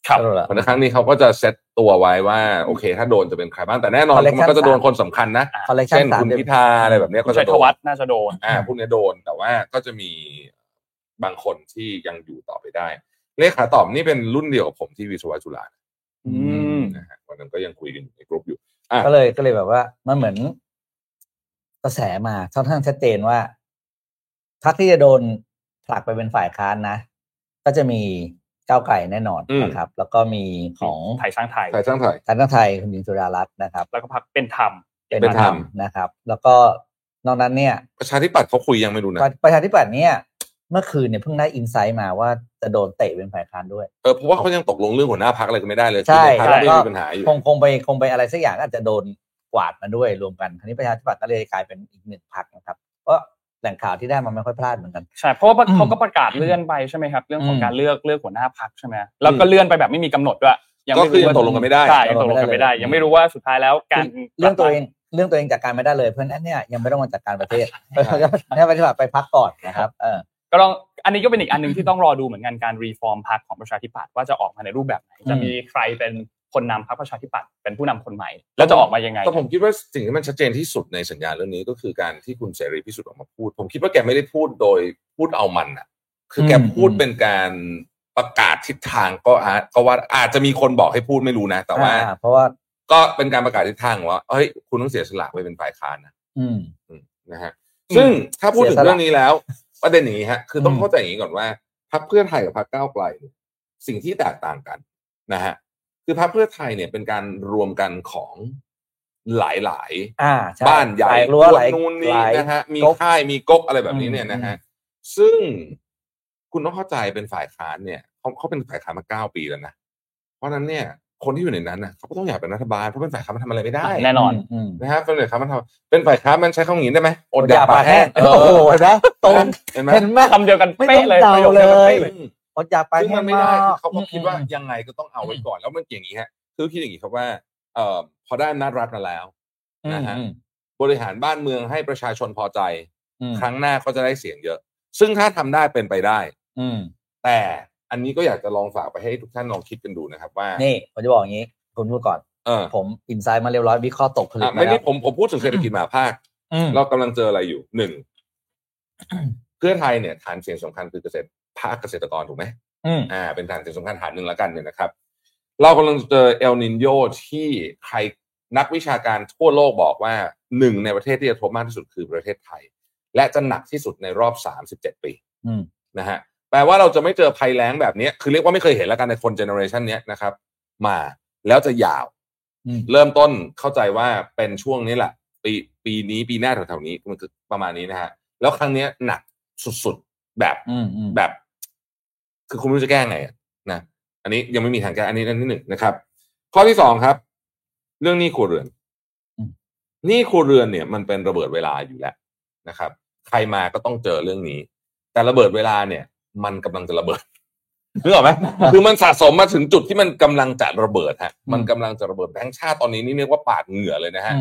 เพราะในครั้งนี้เขาก็จะเซตตัวไว้ว่าโอเคถ้าโดนจะเป็นใครบ้างแต่แน่นอนมันก็จะโดนคนสำคัญนะเช่นคุณพิธาอะไรแบบนี้ก็จะโดนน่าจะโดนพวกนี้โดนแต่ว่าก็จะมีบางคนที่ยังอยู่ต่อไปได้เลขาตอบนี่เป็นรุ่นเดียวกับผมที่วิศวะจุฬานะฮะวันนั้นก็ยังคุยกันในกลุ่มอยู่ก็เลยแบบว่ามันเหมือนกระแสมาค่อนข้างชัดเจนว่าพรรคที่จะโดนผลักไปเป็นฝ่ายค้านนะก็จะมีก้าวไกลแน่นอนนะครับแล้วก็มีของไทยสร้างไทยคุณหญิงสุดารัตน์นะครับแล้วก็พรรคเป็นธรรมนะครับแล้วก็นอกนั้นเนี่ยประชาธิปัตย์เขาคุยยังไม่รู้นะประชาธิปัตย์เนี่ยเมื่อคืนเนี่ยเพิ่งได้อินไซต์มาว่าจะโดนเตะเป็นฝ่ายค้านด้วยเพราะว่าเขายังตกลงเรื่องหัวหน้าพรรคอะไรกันไม่ได้เลยใช่แล้วก็ปัญหาอยู่คงไปอะไรสักอย่างอาจจะโดนกวาดมาด้วยรวมกันคราวนี้ประชาธิปัตย์ก็เลยกลายเป็นอีกหนึ่งพรรคนะครับเพราะแหล่งข่าวที่ได้มันไม่ค่อยพลาดเหมือนกันใช่เพราะว่าเขาก็ประกาศเลื่อนไปใช่ไหมครับเรื่องของการเลือกหัวหน้าพรรคใช่ไหมแล้วก็เลื่อนไปแบบไม่มีกำหนดด้วยก็คือยังตกลงกันไม่ได้ใช่ยังตกลงกันไม่ได้ยังไม่รู้ว่าสุดท้ายแล้วการเรื่องตัวเองจัดการไม่ได้เลยเพราะฉะนั้นเนี่ยยังไม่ต้องมาจัดการประเทศให้ประชาธิปัตย์ไปพักก่อนนะครับก็ลองอันนี้ก็เป็นอีกอันนึงที่ต้องรอดูเหมือนกันการรีฟอร์มพรรคของประชาธิปัตย์ว่าจะออกมาในรูปแบบไหนจะมีใครเป็นคนนำพรรคประชาธิปัตย์เป็นผู้นำคนใหม่แล้วจะออกมายังไงแต่ผมคิดว่าสิ่งที่มันชัดเจนที่สุดในสัญญาเรื่องนี้ก็คือการที่คุณเสรีพิสุทธิ์ออกมาพูดผมคิดว่าแกไม่ได้พูดโดยพูดเอามันอ่ะคือแกพูดเป็นการประกาศทิศทางก็ว่าอาจจะมีคนบอกให้พูดไม่รู้นะแต่ว่าเพราะว่าก็เป็นการประกาศทิศทางว่าเฮ้ยคุณต้องเสียสละไปเป็นฝ่ายค้านนะนะฮะซึ่งถ้าพูดถึงเรื่องนี้แล้วประเด็นอย่างนี้ฮะคือต้องเข้าใจอย่างนี้ก่อนว่าพรรคเพื่อไทยกับพรรคก้าวไกลสิ่งที่แตกต่างกันนะฮะคือพรรคเพื่อไทยเนี่ยเป็นการรวมกันของหลายๆบ้านใหญ่นู่นนี่นะฮะมีค่ายมีก๊กอะไรแบบนี้เนี่ยนะฮะซึ่งคุณต้องเข้าใจเป็นฝ่ายค้านเนี่ยเขาเป็นฝ่ายค้านมา9 ปีแล้วนะเพราะนั้นเนี่ยคนที่อยู่ในนั้นนะเขาก็ต้องอยากเป็นรัฐบาลเพราะเป็นฝ่ายค้านมันทำอะไรไม่ได้แน่นอนนะฮะเป็นฝ่ายค้านมันทำเป็นฝ่ายค้านมันใช้คำอย่างนี้ได้ไหมอดอยากปากแห้งโอ้โหเห็นไหมตรงเห็นไหมคำเดียวกันเป๊ะเลยประโยคเดียวกันเป๊ะเลยอดอยากปากแห้งไม่ได้เขาก็คิดว่ายังไงก็ต้องเอาไว้ก่อนแล้วมันอย่างนี้ฮะคือคิดอย่างนี้ครับว่าพอได้อำนาจรัฐมาแล้วนะฮะบริหารบ้านเมืองให้ประชาชนพอใจครั้งหน้าก็จะได้เสียงเยอะซึ่งถ้าทำได้เป็นไปได้แต่อันนี้ก็อยากจะลองฝากไปให้ทุกท่านลองคิดกันดูนะครับว่านี่ผมจะบอกอย่างนี้คุณพูดก่อนผมอินไซด์มาเรียบร้อยวิเคราะห์ตกผลึกไม่นี่ผมพูดถึงเศรษฐกิจมหาภาคเรากำลังเจออะไรอยู่1เพื่อไทยเนี่ยฐานเสียงสำคัญคือภาคเกษตรกรถูกไหมเป็นฐานเสียงสำคัญฐานหนึ่งแล้วกันเนี่ยนะครับเรากำลังเจอเอลนิโญที่ใครนักวิชาการทั่วโลกบอกว่า1ในประเทศที่จะกระทบมากที่สุดคือประเทศไทยและจะหนักที่สุดในรอบ37 ปีนะฮะแปลว่าเราจะไม่เจอภัยแล้งแบบนี้คือเรียกว่าไม่เคยเห็นแล้วกันในคนเจเนอเรชันนี้นะครับมาแล้วจะยาวเริ่มต้นเข้าใจว่าเป็นช่วงนี้แหละปีนี้ปีหน้าแถวๆนี้มันคือประมาณนี้นะฮะแล้วครั้งนี้หนักสุดๆแบบคือคุณไม่รู้จะแก้ไงนะอันนี้ยังไม่มีทางแก้อันนี้ที่1นะครับข้อที่2ครับเรื่องหนี้ครัวเรือนหนี้ครัวเรือนเนี่ยมันเป็นระเบิดเวลาอยู่แล้วนะครับใครมาก็ต้องเจอเรื่องนี้แต่ระเบิดเวลาเนี่ยมันกำลังจะระเบิดนึกออกไหมคือมันสะสมมาถึงจุดที่มันกำลังจะระเบิดฮะมันกำลังจะระเบิดแบงก์ชาติตอนนี้นี่เรียกว่าปาดเหงื่อเลยนะฮะ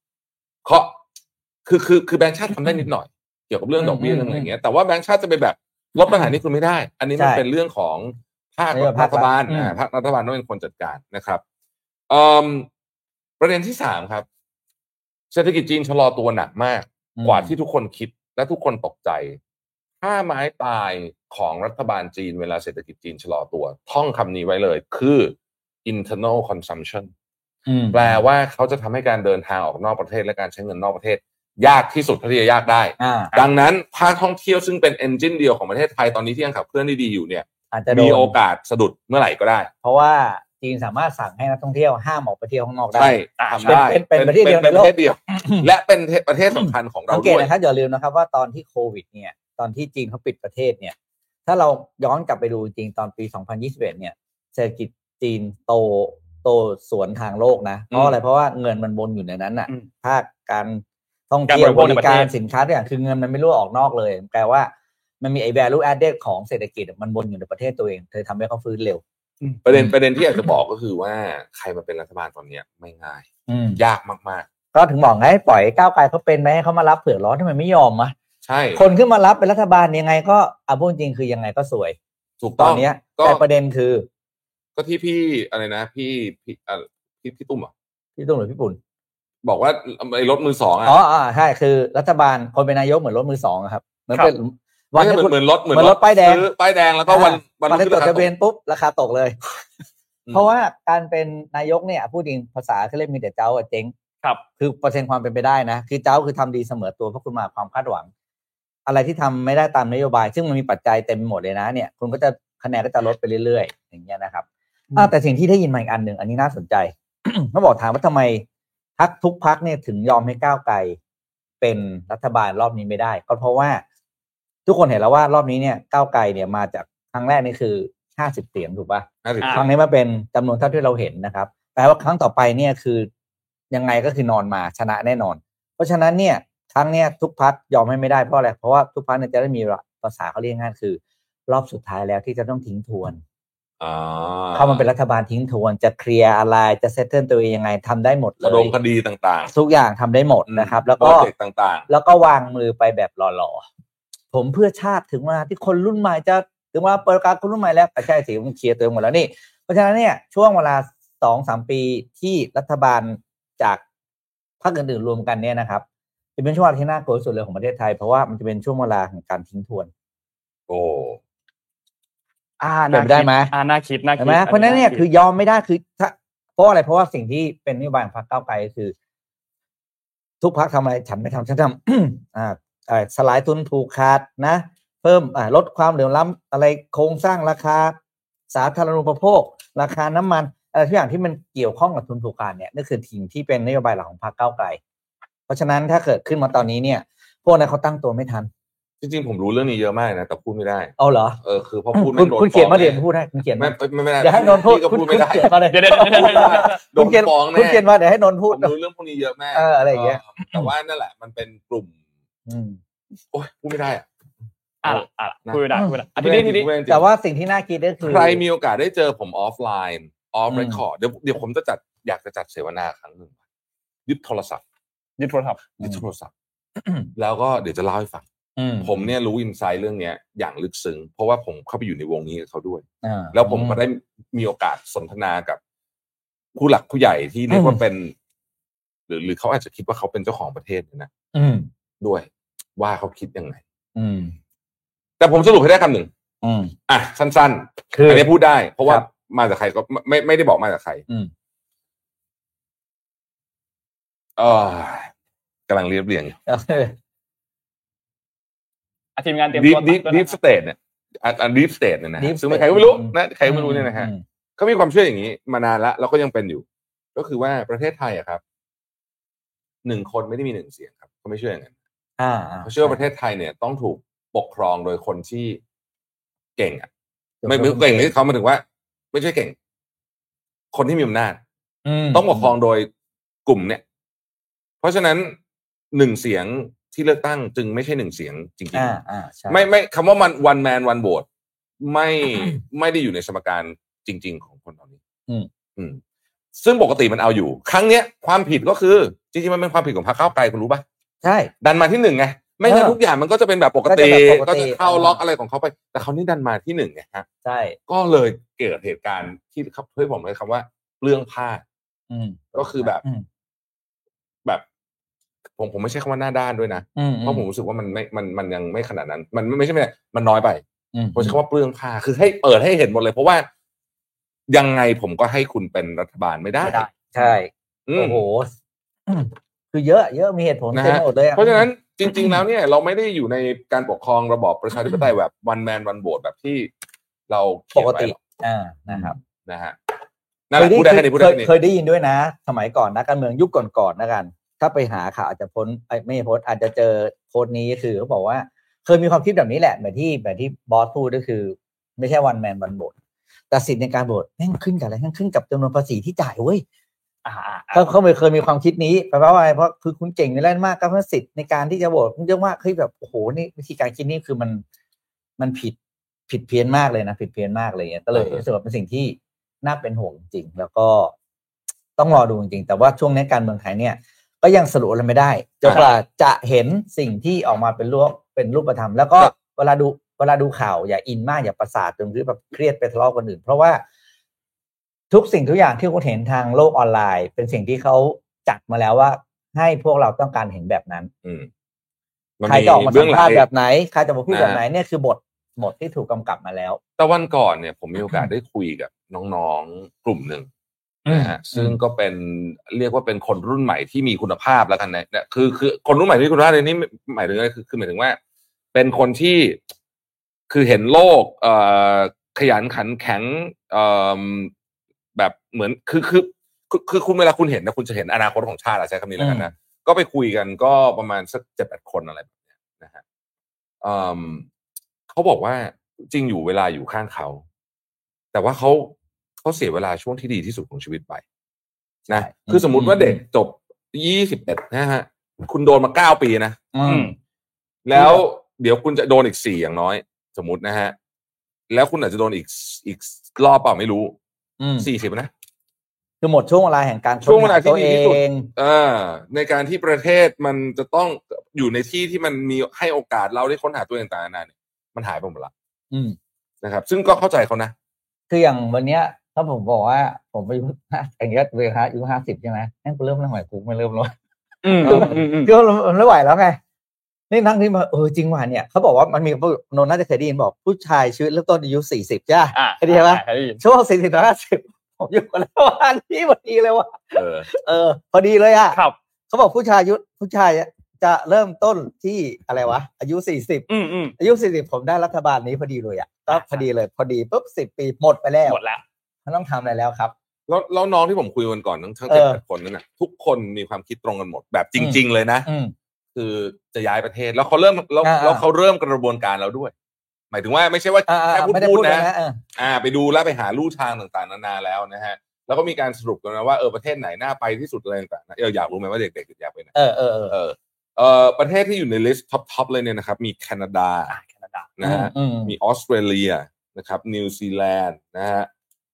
คือแบงก์ชาติทำได้นิดหน่อยเกี่ยวกับเรื่องดอกเบี้ยเรื่องอะไรอย่างเงี้ยแต่ว่าแบงก์ชาติจะไปแบบลดปัญหานี้คุณไม่ได้อันนี้มันเป็นเรื่องของภาครัฐบาลภาครัฐบาลต้องเป็นคนจัดการนะครับประเด็นที่3ครับเศรษฐกิจจีนชะลอตัวหนักมากกว่าที่ทุกคนคิดและทุกคนตกใจถ้าไม้ตายของรัฐบาลจีนเวลาเศรษฐกิจจีนชะลอตัวท่องคำนี้ไว้เลยคือ internal consumption แปลว่าเขาจะทำให้การเดินทางออกนอกประเทศและการใช้เงินนอกประเทศยากที่สุดเท่าที่จะยากได้ดังนั้นภาคท่องเที่ยวซึ่งเป็น engine เดียวของประเทศไทยตอนนี้ที่ยังขับเคลื่อนได้ดีอยู่เนี่ยมีโอกาสสะดุดเมื่อไหร่ก็ได้เพราะว่าจีนสามารถสั่งให้นักท่องเที่ยวห้ามออกไปเที่ยวข้างนอกได้ใช่ทำได้เป็นประเทศเดียวในโลกและเป็นประเทศสำคัญของเราด้วยสังเกตนะครับอย่าลืมนะครับว่าตอนที่โควิดเนี่ยตอนที่จีนเขาปิดประเทศเนี่ยถ้าเราย้อนกลับไปดูจริงตอนปี2021เนี่ยเศรษฐกิจจีนโตสวนทางโลกนะเพราะอะไรเพราะว่าเงินมันวนอยู่ในนั้นน่ะภาคการท่องเที่ยวบริการสินค้าทุกอย่างคือเงินมันไม่รั่วออกนอกเลยแปลว่ามันมีไอ้ value added ของเศรษฐกิจมันวนอยู่ในประเทศตัวเองเลยทำให้เขาฟื้นเร็วประเด็นที่อยากจะบอกก็คือว่าใครมาเป็นรัฐบาลตอนนี้ไม่ง่ายยากมากๆก็ถึงบอกไงปล่อยก้าวไกลเขาเป็นไหมให้เขามารับเผือกร้อนทำไมไม่ยอมอ่ะใช่คนขึ้นมารับเป็นรัฐบาลยังไงก็พูดจริงคือยังไงก็สวยถูกต้องตอนนี้แต่ประเด็นคือก็ที่พี่อะไรนะพี่ตุ้มอ่ะพี่ตุ้มหรือพี่ปุ่นบอกว่าไอ้รถมือสองอ่ะใช่คือรัฐบาลคนเป็นนายกเหมือนรถมือสองครับเหมือนเป็นวันที่เหมือนรถป้ายแดงแล้วก็วันที่จดทะเบียนปุ๊บราคาตกเลยเพราะว่าการเป็นนายกเนี่ยพูดจริงภาษาเขาเรียกมีแต่เจ้าเจ๊งครับคือเปอร์เซ็นต์ความเป็นไปได้นะคือเจ้าคือทำดีเสมอตัวเพราะคุณมาความคาดหวังอะไรที่ทำไม่ได้ตามนโยบายซึ่งมันมีปัจจัยเต็มไปหมดเลยนะเนี่ยคุณก็จะคะแนนก็จะลดไปเรื่อยๆอย่างเงี้ยนะครับแต่สิ่งที่ได้ยินมาอีกอันหนึ่งอันนี้น่าสนใจ เขาบอกถามว่าทำไมทุกพรรคเนี่ยถึงยอมให้ก้าวไกลเป็นรัฐบาลรอบนี้ไม่ได้ก็เพราะว่าทุกคนเห็นแล้วว่ารอบนี้เนี่ยก้าวไกลเนี่ยมาจากครั้งแรกนี่คือ50 เสียงถูกป่ะครั้งนี้มาเป็นจำนวนเท่าที่เราเห็นนะครับแปลว่าครั้งต่อไปเนี่ยคือยังไงก็คือนอนมาชนะแน่นอนเพราะฉะนั้นเนี่ยครั้งเนี้ยทุกพรรคยอมให้ไม่ได้เพราะอะไรเพราะว่าทุกพรรคเนี่ยจะได้มีภาษาเขาเรียกง่ายคือรอบสุดท้ายแล้วที่จะต้องทิ้งทวนเข้ามาเป็นรัฐบาลทิ้งทวนจะเคลียร์อะไรจะเซตเทิลตัวเองยังไงทำได้หมดเลยคดีต่างๆทุกอย่างทำได้หมดนะครับแล้วก็ต่างๆแล้วก็วางมือไปแบบหล่อๆผมเพื่อชาติถึงเวลาที่คนรุ่นใหม่จะถึงว่าเปิดการคนรุ่นใหม่แล้วใช่สิมันเคลียร์ตัวหมดแล้วนี่เพราะฉะนั้นเนี่ยช่วงเวลา 2-3 ปีที่รัฐบาลจากพรรคอื่นๆรวมกันเนี่ยนะครับจะเป็นช่วงเวลาที่น่ากลัวที่สุดเลยของประเทศไทยเพราะว่ามันจะเป็นช่วงเวลาของการทิ้งทวนโอ้เป็นได้ไหมน่าคิดเพราะนั้นเนี่ยคือยอมไม่ได้คือเพราะอะไรเพราะว่าสิ่งที่เป็นนโยบายของพรรคก้าวไกลคือทุกพรรคทำอะไรฉันไม่ทำฉันทำสลายทุนผูกขาดนะเพิ่มลดความเหลื่อมล้ำอะไรโครงสร้างราคาสาธารณูปโภคราคาน้ำมันอะไรทุกอย่างที่มันเกี่ยวข้องกับทุนผูกขาดเนี่ยนั่นคือสิ่งที่เป็นนโยบายหลักของพรรคก้าวไกลเพราะฉะนั้นถ้าเกิดขึ้นมาตอนนี้เนี่ยพวกนั้นเขาตั้งตัวไม่ทันจริงๆผมรู้เรื่องนี้เยอะมากนะแต่พูดไม่ได้เหรอคือพอพูดไม่โดนคุณเขียนมาเดี๋ยวพูดให้คุณเขียนไม่ได้เดี๋ยวให้นนท์พูดคุณไม่ได้เขียนมาเลยเดี๋ยวโดนฟ้องแน่คุณเขียนมาเดี๋ยวให้นนท์พูดผมรู้เรื่องพวกนี้เยอะมากอะไรอย่างเงี้ยแต่ว่านั่นแหละมันเป็นกลุ่มโอ๊ยพูดไม่ได้พูดไม่ได้ทีนี้แต่ว่าสิ่งที่น่าคิดก็คือใครมีโอกาสได้เจอผมออฟไลน์ออฟเรคคอร์ดเดี๋ยวผมจะอยากจะจัดเสวนาครั้งนึงยึดโทรศัพท์แล้วก็เดี๋ยวจะเล่าให้ฟังผมเนี่ยรู้อินไซต์เรื่องนี้อย่างลึกซึ้งเพราะว่าผมเข้าไปอยู่ในวงนี้กับเขาด้วยแล้วผมก็ได้มีโอกาสสนทนากับผู้หลักผู้ใหญ่ที่เรียกว่าเป็นหรือเขาอาจจะคิดว่าเขาเป็นเจ้าของประเทศนะด้วยว่าเขาคิดยังไงแต่ผมสรุปให้ได้คำหนึ่งสั้นๆอันนี้พูดได้เพราะว่ามาจากใครก็ไม่ได้บอกมาจากใครกำลังเรียบเรียงทีมงานเตรียมตัวดีฟสเตทเนี่ยดีฟสเตทเนี่ยนะซึ่งใครก็ไม่รู้นะใครก็ไม่รู้เนี่ยนะฮะเขามีความเชื่ออย่างนี้มานานแล้วแล้วก็ยังเป็นอยู่ก็คือว่าประเทศไทยครับ1 คนไม่ได้มี1 เสียงครับเขาไม่เชื่ออย่างนั้นเขาเชื่อว่าประเทศไทยเนี่ยต้องถูกปกครองโดยคนที่เก่งไม่เก่งที่เขามาถึงว่าไม่ใช่เก่งคนที่มีอำนาจต้องปกครองโดยกลุ่มเนี่ยเพราะฉะนั้น1 เสียงที่เลือกตั้งจึงไม่ใช่1 เสียงจริงๆไม่คำว่ามัน one man one vote ไม่ได้อยู่ในสมการจริงๆของคนเหล่านี้ซึ่งปกติมันเอาอยู่ครั้งเนี้ยความผิดก็คือจริงๆมันเป็นความผิดของพรรคก้าวไกลคุณรู้ป่ะใช่ดันมาที่1ไงไม่งั้นทุกอย่างมันก็จะเป็นแบบปกติก็จะเข้าล็อกอะไรของเขาไปแต่เขานี่ดันมาที่1ไงฮะใช่ก็เลยเกิดเหตุการณ์ที่เขาเฮ้ยผมเลยคำว่าเรื่องพลาดก็คือแบบผมไม่ใช่คำว่าหน้าด้านด้วยนะเพราะผมรู้สึกว่ามันยังไม่ขนาดนั้นมันไม่ใช่มันน้อยไปผมใช้คำว่าเปลืองผ้าคือให้เปิดให้เห็นหมดเลยเพราะว่ายังไงผมก็ให้คุณเป็นรัฐบาลไม่ได้ใช่โอ้โหคือเยอะมีเหตุผลเต็มหมดเลยเพราะฉะนั้นจริงๆแล้วเนี่ยเราไม่ได้อยู่ในการปกครองระบอบประชาธิปไตยแบบ one man one vote แบบที่เราปกตินะครับนะฮะนั่นแหละพูดได้แค่นี้เคยได้ยินด้วยนะสมัยก่อนนักการเมืองยุคก่อนๆนะกันถ้าไปหาข่าวอาจจะไม่พ้นอาจจะเจอโพสต์นี้คือเขาบอกว่าเคยมีความคิดแบบนี้แหละแบบที่บอสพูดก็คือไม่ใช่วันแมนวันโหวตแต่สิทธิ์ในการโหวตแม่งขึ้นกับอะไรขึ้นกับจำนวนภาษีที่จ่ายเว้ยเขาเคยมีความคิดนี้แปลว่าอะไรเพราะคือคุณเก่งในด้านมากก็เพราะสิทธิ์ในการที่จะโหวตคุณเยอะมากคือแบบโอ้โหนี่วิธีการคิดนี่คือมันผิดเพี้ยนมากเลยนะผิดเพี้ยนมากเลยก็เลยรู้สึกว่าเป็นสิ่งที่น่าเป็นห่วงจริงแล้วก็ต้องรอดูจริงแต่ว่าช่วงนี้การเมืองไทยเนี่ยก็ยังสรุปอะไรไม่ได้จนกว่าจะเห็นสิ่งที่ออกมาเป็นรูปธรรมแล้วก็เวลาดูข่าวอย่าอินมากอย่าประสาทจนคือแบบเครียดไปทะเลาะคนอื่นเพราะว่าทุกสิ่งทุกอย่างที่คุณเห็นทางโลกออนไลน์เป็นสิ่งที่เขาจัดมาแล้วว่าให้พวกเราต้องการเห็นแบบนั้นใครจะออกมาสัมภาษณ์แบบไหนใครจะมาพูดแบบไหนเนี่ยคือบทที่ถูกกำกับมาแล้วแต่วันก่อนเนี่ยผมมีโอกาสได้คุยกับน้องๆกลุ่มหนึ่งนะฮะซึ่งก็เป็นเรียกว่าเป็นคนรุ่นใหม่ที่มีคุณภาพแล้วกันนะคือคนรุ่นใหม่ที่คุณภาพในนี้หมายถึงอะไรคือหมายถึงว่าเป็นคนที่คือเห็นโลกขยันขันแข็งแบบเหมือนคือคุณเวลาคุณเห็นนะคุณจะเห็นอนาคตของชาติใช้คำนี้แล้วกันนะก็ไปคุยกันก็ประมาณสัก 7-8 คนอะไรแบบนี้นะฮะเขาบอกว่าจริงอยู่เวลาอยู่ข้างเขาแต่ว่าเขาเสียเวลาช่วงที่ดีที่สุดของชีวิตไปนะคือสมมุติว่าเด็กจบ21นะฮะคุณโดนมา9 ปีนะแล้วเดี๋ยวคุณจะโดนอีก4อย่างน้อยสมมุตินะฮะแล้วคุณอาจจะโดนอีกรอบเปล่าไม่รู้40นะคือหมดช่วงเวลาแห่งการช่วงเวลาที่ดีที่สุดในการที่ประเทศมันจะต้องอยู่ในที่ที่มันมีให้โอกาสเราได้ค้นหาตัวเองต่างๆนานาเนี่ยมันหายไปหมดละนะครับซึ่งก็เข้าใจเขานะคืออย่างวันเนี้ยถ้าผมบอกว่าผมไปอย่างเงี้ยเลยฮะอายุ50ใช่ไหมนั่นกูเริ่มเรื่องใหม่กูไม่เริ่มแล้วก็ไม่ไหวแล้วไงนี่ทั้งที่มาจริงว่ะเนี่ยเขาบอกว่ามันมีนนน่าจะเคยได้ยินบอกผู้ชายชีวิตเริ่มต้นอายุ40ใช่เคยได้ยินไหมช่วง40 ถึง 50ผมอยู่กันแล้ววันนี้พอดีเลยว่ะพอดีเลยอ่ะเขาบอกผู้ชายจะเริ่มต้นที่อะไรวะอายุ40อายุ40ผมได้รัฐบาลนี้พอดีเลยอ่ะก็พอดีเลยพอดีปุ๊บ10 ปีหมดไปแล้วไม่ต้องทำอะไรแล้วครับแล้วน้องที่ผมคุยกันก่อนทั้ง7 คนนั้นน่ะทุกคนมีความคิดตรงกันหมดแบบจริงๆเลยนะคือจะย้ายประเทศแล้วเขาเริ่มแล้วเขาเริ่มกระบวนการแล้วด้วยหมายถึงว่าไม่ใช่ว่าแค่พูดนะไปดูแล้วไปหาลู่ทางต่างๆนานาแล้วนะฮะแล้วก็มีการสรุปกันนะว่าประเทศไหนน่าไปที่สุดอะไรต่างๆอยากรู้ไหมว่าเด็กๆอยากไปไหนประเทศที่อยู่ในลิสต์ท็อปเลยเนี่ยนะครับมีแคนาดานะฮะมีออสเตรเลียนะครับนิวซีแลนด์นะฮะ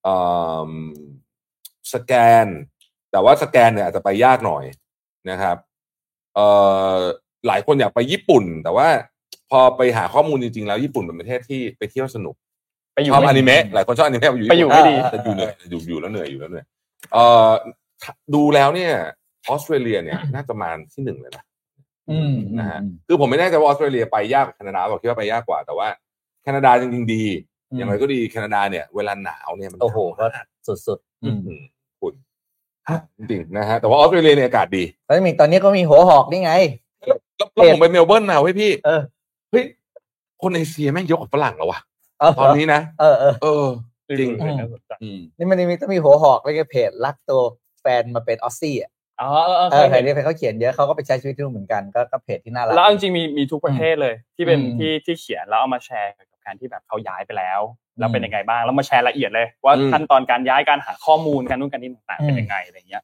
สแกนแต่ว่าสแกนเนี่ยอาจจะไปยากหน่อยนะครับหลายคนอยากไปญี่ปุ่นแต่ว่าพอไปหาข้อมูลจริงๆแล้วญี่ปุ่นเป็นประเทศที่ไปเที่ยวสนุกชอบอนิเมะหลายคนชอบอนิเมะไปอยู่ไม่ดีแต่อยู่เหนื่อยอยู่แล้วเหนื่อยดูแล้วเนี่ยออสเตรเลียเนี่ยน่าจะมาที่1เลยนะฮะคือผมไม่แน่ใจว่าออสเตรเลียไปยากกว่าแคนาดาบอกคิดว่าไปยากกว่าแต่ว่าแคนาดาจริงๆดีอย่างไรก็ดีแคนาดาเนี่ยเวลาหนาวเนี่ยมันโอ้โหก็สุดๆคุณจริงนะฮะแต่ว่าออสเตรเลียเนี่ยอากาศดีแล้วมีตอนนี้ก็มีหัวหอกนี่ไงแล้วผมไปเมลเบิร์นมาเว้ยพี่เฮ้ยคนเอเชียแม่งยกกับฝรั่งแล้ววะตอนนี้นะจริงนี่มันต้องมีหัวหอกแล้วก็เพจรักตัวแฟนมาเป็นออสซี่อ่ะเพจนี้เขาเขียนเยอะเขาก็ไปใช้ชีวิตที่นู่นเหมือนกันก็เพจที่น่ารักแล้วจริงๆมีทุกประเทศเลยที่เป็นที่เขียนแล้วเอามาแชร์กับการที่แบบเขาย้ายไปแล้วเป็นยังไงบ้างแล้วมาแชร์ละเอียดเลยว่าขั้นตอนการย้ายการหาข้อมูลการนู่นการนี่ต่างๆเป็นยังไงอะไรเงี้ย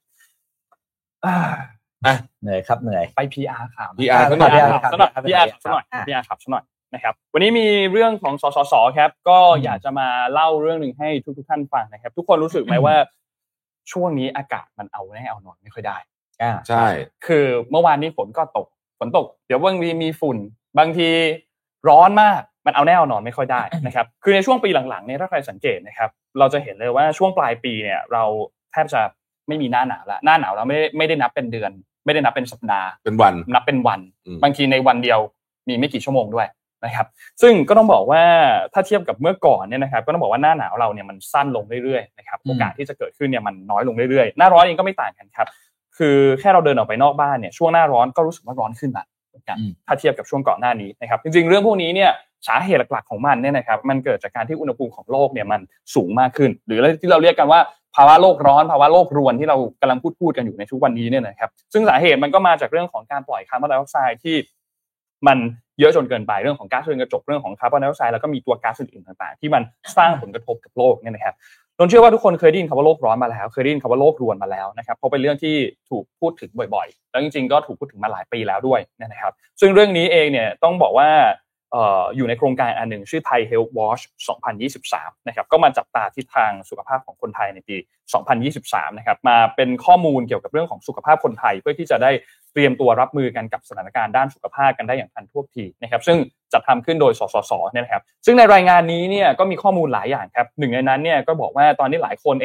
เหนื่อยครับเหนื่อยไป PR ข่าว PR สักหน่อย PR สักหน่อยนะครับวันนี้มีเรื่องของสสครับก็อยากจะมาเล่าเรื่องนึงให้ทุกท่านฟังนะครับทุกคนรู้สึกไหมว่าช่วงนี้อากาศมันเอาแน่เอานอนไม่ค่อยได้ใช่คือเมื่อวานนี้ฝนตกเดี๋ยวบางทีมีฝุ่นบางทีร้อนมากมันเอาแน่เอานอนไม่ค่อยได้นะครับคือในช่วงปีหลังๆเนี่ยถ้าใครสังเกตนะครับเราจะเห็นเลยว่าช่วงปลายปีเนี่ยเราแทบจะไม่มีหน้าหนาวแล้วหน้าหนาวเราไม่ได้นับเป็นเดือนไม่ได้นับเป็นสัปดาห์เป็นวันนับเป็นวันบางทีในวันเดียวมีไม่กี่ชั่วโมงด้วยนะครับซึ่งก็ต้องบอกว่าถ้าเทียบกับเมื่อก่อนเนี่ยนะครับก็ต้องบอกว่าหน้าหนาวเราเนี่ยมันสั้นลงเรื่อยๆนะครับโอกาสที่จะเกิดขึ้นเนี่ยมันน้อยลงเรื่อยๆหน้าร้อนเองก็ไม่ต่างกันครับคือแค่เราเดินออกไปนอกบ้านเนี่ยช่วงหน้าร้อนก็รู้สึกว่าร้อนขึ้นละกันถ้าเทียบกับช่วงก่อนหน้านี้นะครับจริงๆเรื่องพวกนี้เนี่ยสาเหตุหลักๆของมันเนี่ยนะครับมันเกิดจากการที่อุณหภูมิของโลกเนี่ยมันสูงมากขึ้นหรือที่เราเรียกกันว่าภาวะโลกร้อนภาวะโลกรวนที่เรากำลังพูดกันอยู่ในทุกวันนี้เนี่ยนะครับซึ่งสาเหตุมันก็มาจากเรื่องของการปล่อยคาร์บอนไดออกไซด์ที่มันเยอะจนเกินไปเรื่องของก๊าซเรือนกระจกเรื่องของคาร์บอนไดออกไซด์แล้วก็มีตัวก๊าซอื่นๆต่างๆที่มันสร้างผลกระทบกับโลกเนี่ยนะครับนนเชื่อว่าทุกคนเคยได้ยินคำว่าโลกร้อนมาแล้วเคยได้ยินคำว่าโลกรวนมาแล้วนะครับเพราะเป็นเรื่องที่ถูกพูดถึงบ่อยๆแล้วจริงๆก็ถูกพูดถึงมาหลายปีแล้วด้วยนะครับซึ่งเรื่องนี้เองเนี่ยต้องบอกว่าอยู่ในโครงการอันหนึ่งชื่อ Thai Health Watch 2023นะครับก็มาจับตาทิศทางสุขภาพของคนไทยในปี 2023นะครับมาเป็นข้อมูลเกี่ยวกับเรื่องของสุขภาพคนไทยเพื่อที่จะได้เตรียมตัวรับมือกันกับสถานการณ์ด้านสุขภาพกันได้อย่างทันท่วงทีนะครับซึ่งจัดทำขึ้นโดยสสสเนี่ยนะครับซึ่งในรายงานนี้เนี่ยก็มีข้อมูลหลายอย่างครับหนึ่งในนั้นเนี่ยก็บอกว่าตอนนี้หลายคนเอง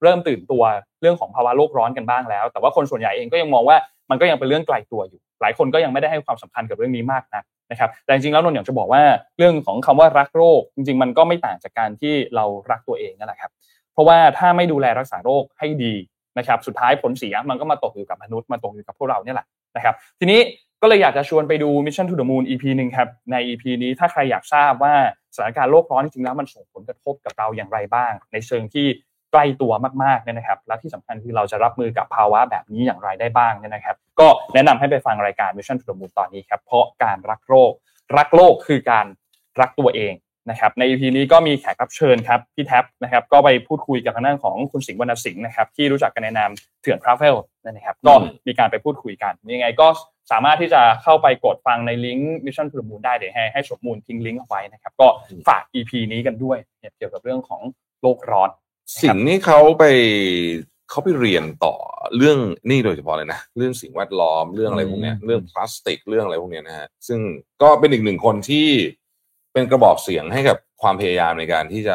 เริ่มตื่นตัวเรื่องของภาวะโลกร้อนกันบ้างแล้วแต่ว่าคนส่วนใหญ่เองก็ยังมองว่ามันก็ยังเป็นเรื่องไกลตัวอยู่หลายคนก็ยังไม่ได้ให้ความสำคัญกับเรื่องนี้มากนักนะครับแต่จริงๆแล้วนนท์อยากจะบอกว่าเรื่องของคำว่ารักโรคจริงๆมันก็ไม่ต่างจากการที่เรารักตัวเองนั่นแหละครับเพราะว่าถ้าไม่ดูแลรักษาโรคให้ดีนะครับสุดท้ายผลเสียมันก็มาตกอยู่กับมนุษย์มาตกอยู่กับพวกเราเนี่ยแหละนะครับทีนี้ก็เลยอยากจะชวนไปดู Mission to the Moon EP นึงครับใน EP นี้ถ้าใครอยากทราบว่าสถานการณ์โลกร้อนจริงๆแล้วมันส่งผลกระทบกับเราอย่างไรบ้างในเชิงที่ใกล้ตัวมากๆเนี่ยนะครับและที่สำคัญคือเราจะรับมือกับภาวะแบบนี้อย่างไรได้บ้างเนี่ยนะครับก็แนะนำให้ไปฟังรายการ Mission to the Moon ตอนนี้ครับเพราะการรักโลกคือการรักตัวเองนะครับใน EP นี้ก็มีแขกรับเชิญครับพี่แท็บนะครับก็ไปพูดคุยกับทางด้านของคุณสิงห์วรรณสิงห์นะครับที่รู้จักกันในนามเถื่อนทราเวลนะครับก็มีการไปพูดคุยกันยังไงก็สามารถที่จะเข้าไปกดฟังในลิงก์ Mission to the Moon ได้เดี๋ยวให้สมมูลทิ้งลิงก์เอาไว้นะครับก็ฝาก EP นี้กันด้วยเกี่ยวกับเรื่องของโลกร้อนสิ่งนี้เขาไปเรียนต่อเรื่องนี่โดยเฉพาะเลยนะเรื่องสิ่งแวดล้อมเรื่องอะไรพวกเนี้ยเรื่องพลาสติกเรื่องอะไรพวกเนี้ยนะฮะซึ่งก็เป็นอีกหนึ่งคนที่เป็นกระบอกเสียงให้กับความพยายามในการที่จะ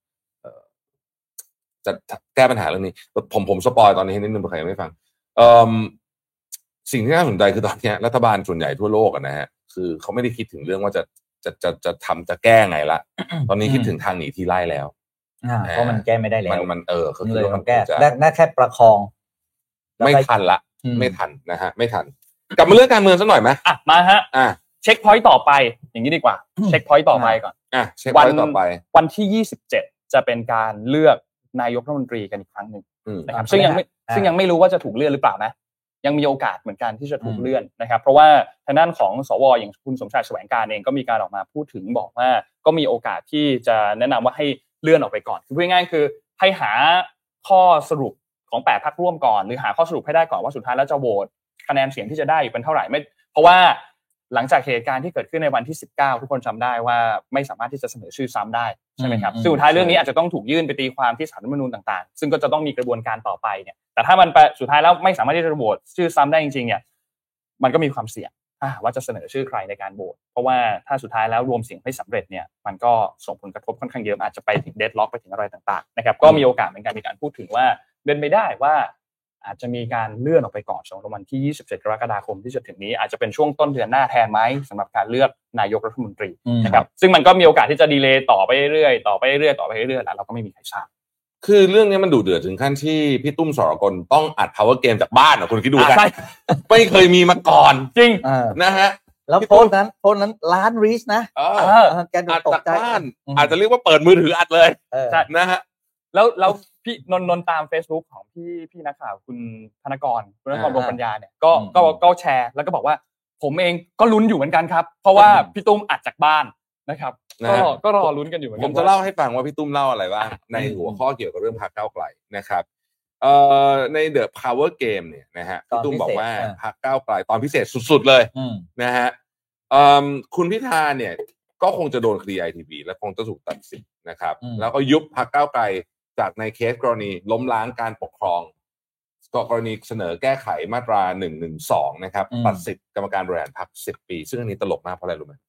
แก้ปัญหาเรื่องนี้ผมสปอยตอนนี้นิดนึงเผื่อใครยังไม่ฟังสิ่งที่น่าสนใจคือตอนนี้รัฐบาลส่วนใหญ่ทั่วโลกนะฮะคือเขาไม่ได้คิดถึงเรื่องว่าจะแก้ไงละตอนนี้คิดถึงทางหนีทีไล่แล้วเพราะมันแก้ไม่ได้แล้วมันคือเลยมันแก้น่าแค่ประคองไม่ทันละไม่ทันนะฮะไม่ทันกลับมาเรื่องการเมืองสักหน่อยไหมมาฮะเช็คพอยต์ต่อไปอย่างนี้ดีกว่าเช็คพอยต์ต่อไปก่อนเช็คพอยต์ต่อไปวันที่27จะเป็นการเลือกนายกรัฐมนตรีกันอีกครั้งนึงนะครับซึ่งยังไม่รู้ว่าจะถูกเลื่อนหรือเปล่านะยังมีโอกาสเหมือนกันที่จะถูกเลื่อนนะครับเพราะว่าทางด้านของสวอย่างคุณสมชายแสวงการเองก็มีการออกมาพูดถึงบอกว่าก็มีโอกาสที่จะแนะนำว่าให้เลื่อนออกไปก่อนคือพูดง่ายๆคือให้หาข้อสรุปของ8พรรคร่วมก่อนหรือหาข้อสรุปให้ได้ก่อนว่าสุดท้ายแล้วจะโหวตคะแนนเสียงที่จะได้เป็นเท่าไหร่ไม่เพราะว่าหลังจากเหตุการณ์ที่เกิดขึ้นในวันที่19ทุกคนจำได้ว่าไม่สามารถที่จะเสนอชื่อซ้ำได้ใช่ไหมครับสุดท้ายเรื่องนี้อาจจะต้องถูกยื่นไปตีความที่ศาลรัฐธรรมนูญต่างๆซึ่งก็จะต้องมีกระบวนการต่อไปเนี่ยแต่ถ้ามันสุดท้ายแล้วไม่สามารถที่จะโหวตชื่อซ้ำได้จริงๆเนี่ยมันก็มีความเสี่ยงว่าจะเสนอชื่อใครในการโหวตเพราะว่าถ้าสุดท้ายแล้วรวมเสียงไม่สำเร็จเนี่ยมันก็ส่งผลกระทบค่อนข้างเยอะอาจจะไปถึงเดดล็อกไปถึงอะไรต่างๆนะครับก็มีโอกาสเหมือนกันมีการพูดถึงว่าเป็นไปได้ว่าอาจจะมีการเลื่อนออกไปก่อนในวันที่27กรกฎาคมที่จะถึงนี้อาจจะเป็นช่วงต้นเดือนหน้าแทนไหมสำหรับการเลือกนายกรัฐมนตรีนะครับซึ่งมันก็มีโอกาสที่จะดีเลย์ต่อไปเรื่อยๆแล้วเราก็ไม่มีใครทราบคือเรื่องนี้มันดุเดือดถึงขั้นที่พี่ตุ้มสรกลต้องอัด power game จากบ้านคุณคิดดูกันไม่เคยมีมาก่อนจริงนะฮะแล้วโพสต์นั้นล้านรีชนะแกดูตกใจอาจจะเรียกว่าเปิดมือถืออัดเลยนะฮะแล้วพี่นนตาม Facebook ของพี่นักข่าวคุณธนกรดวงปัญญาเนี่ยก็แชร์แล้วก็บอกว่าผมเองก็ลุ้นอยู่เหมือนกันครับเพราะว่าพี่ตุ้มอัดจากบ้านนะครับก็รอลุ้นกันอยู่เหมือนกันผมจะเล่าให้ฟังว่าพี่ตุ้มเล่าอะไรบ้างในหัวข้อเกี่ยวกับเรื่องพรรคก้าวไกลนะครับใน The Power Game เนี่ยนะฮะพี่ตุ้มบอกว่าพรรคก้าวไกลตอนพิเศษสุดๆเลยนะฮะคุณพิธาเนี่ยก็คงจะโดนคดี ITV และคงจะถูกตัดสิทธิ์นะครับแล้วก็ยุบพรรคก้าวไกลจากในเคสกรณีล้มล้างการปกครองกรณีเสนอแก้ไขมาตรา112นะครับตัดสิทธิ์กรรมการบริหารพรรค10 ปีซึ่งอันนี้ตลกมากเพราะอะไรรู้ไหม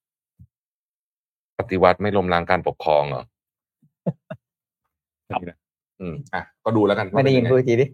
ปฏิวัติไม่ล้มล้างการปกครองเหรอก็ดูแล้วกันไม่ได้ยินพูดทีดิ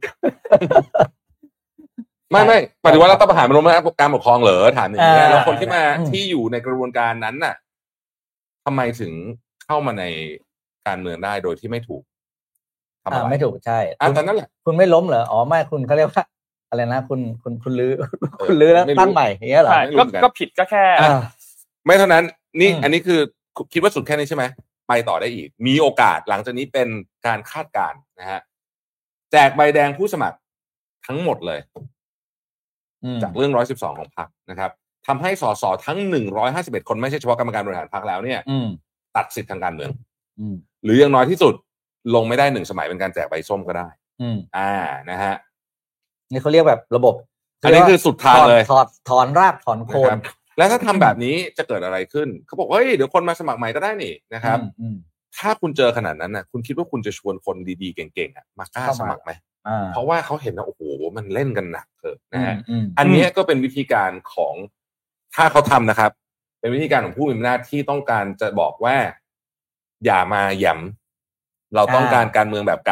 ไม่ปฏิวัติรัฐประหารมันล้มล้างการปกครองเหรอถามอย่างนี้แล้วคนที่อยู่ในกระบวนการนั้นน่ะทำไมถึงเข้ามาในการเมืองได้โดยที่ไม่ถูกทำอะไรไม่ถูกใช่ตอนนั้นแหละคุณไม่ล้มเหรอไม่คุณเขาเรียกว่าอะไรนะคุณลื้อแล้วตั้งใหม่อย่างเงี้ยเหรอก็ผิดก็แค่ไม่เท่านั้นนี่อันนี้คือคิดว่าสุดแค่นี้ใช่ไหมไปต่อได้อีกมีโอกาสหลังจากนี้เป็นการคาดการณ์นะฮะแจกใบแดงผู้สมัครทั้งหมดเลยจากเรื่อง112ของพรรคนะครับทำให้สสทั้ง151คนไม่ใช่เฉพาะกรรมการบริหารพรรคแล้วเนี่ยตัดสิทธิ์ทางการเมืองหรืออย่างน้อยที่สุดลงไม่ได้1 สมัยเป็นการแจกใบส้มก็ได้นะฮะนี่เขาเรียกแบบระบบอันนี้คือสุดทางเลยถอนรากถอนโคนแล้วถ้าทำแบบนี้จะเกิดอะไรขึ้นเขาบอกเฮ้ยเดี๋ยวคนมาสมัครใหม่ก็ได้นี่นะครับถ้าคุณเจอขนาดนั้นนะคุณคิดว่าคุณจะชวนคนดีๆเก่งๆมากล้าสมัครไหมเพราะว่าเขาเห็นว่าโอ้โหมันเล่นกันหนักนะฮะอันนี้ก็เป็นวิธีการของถ้าเขาทำนะครับเป็นวิธีการของผู้มีอำนาจที่ต้องการจะบอกว่าอย่ามาแหย่มเราต้องการการเมืองแบบเก่า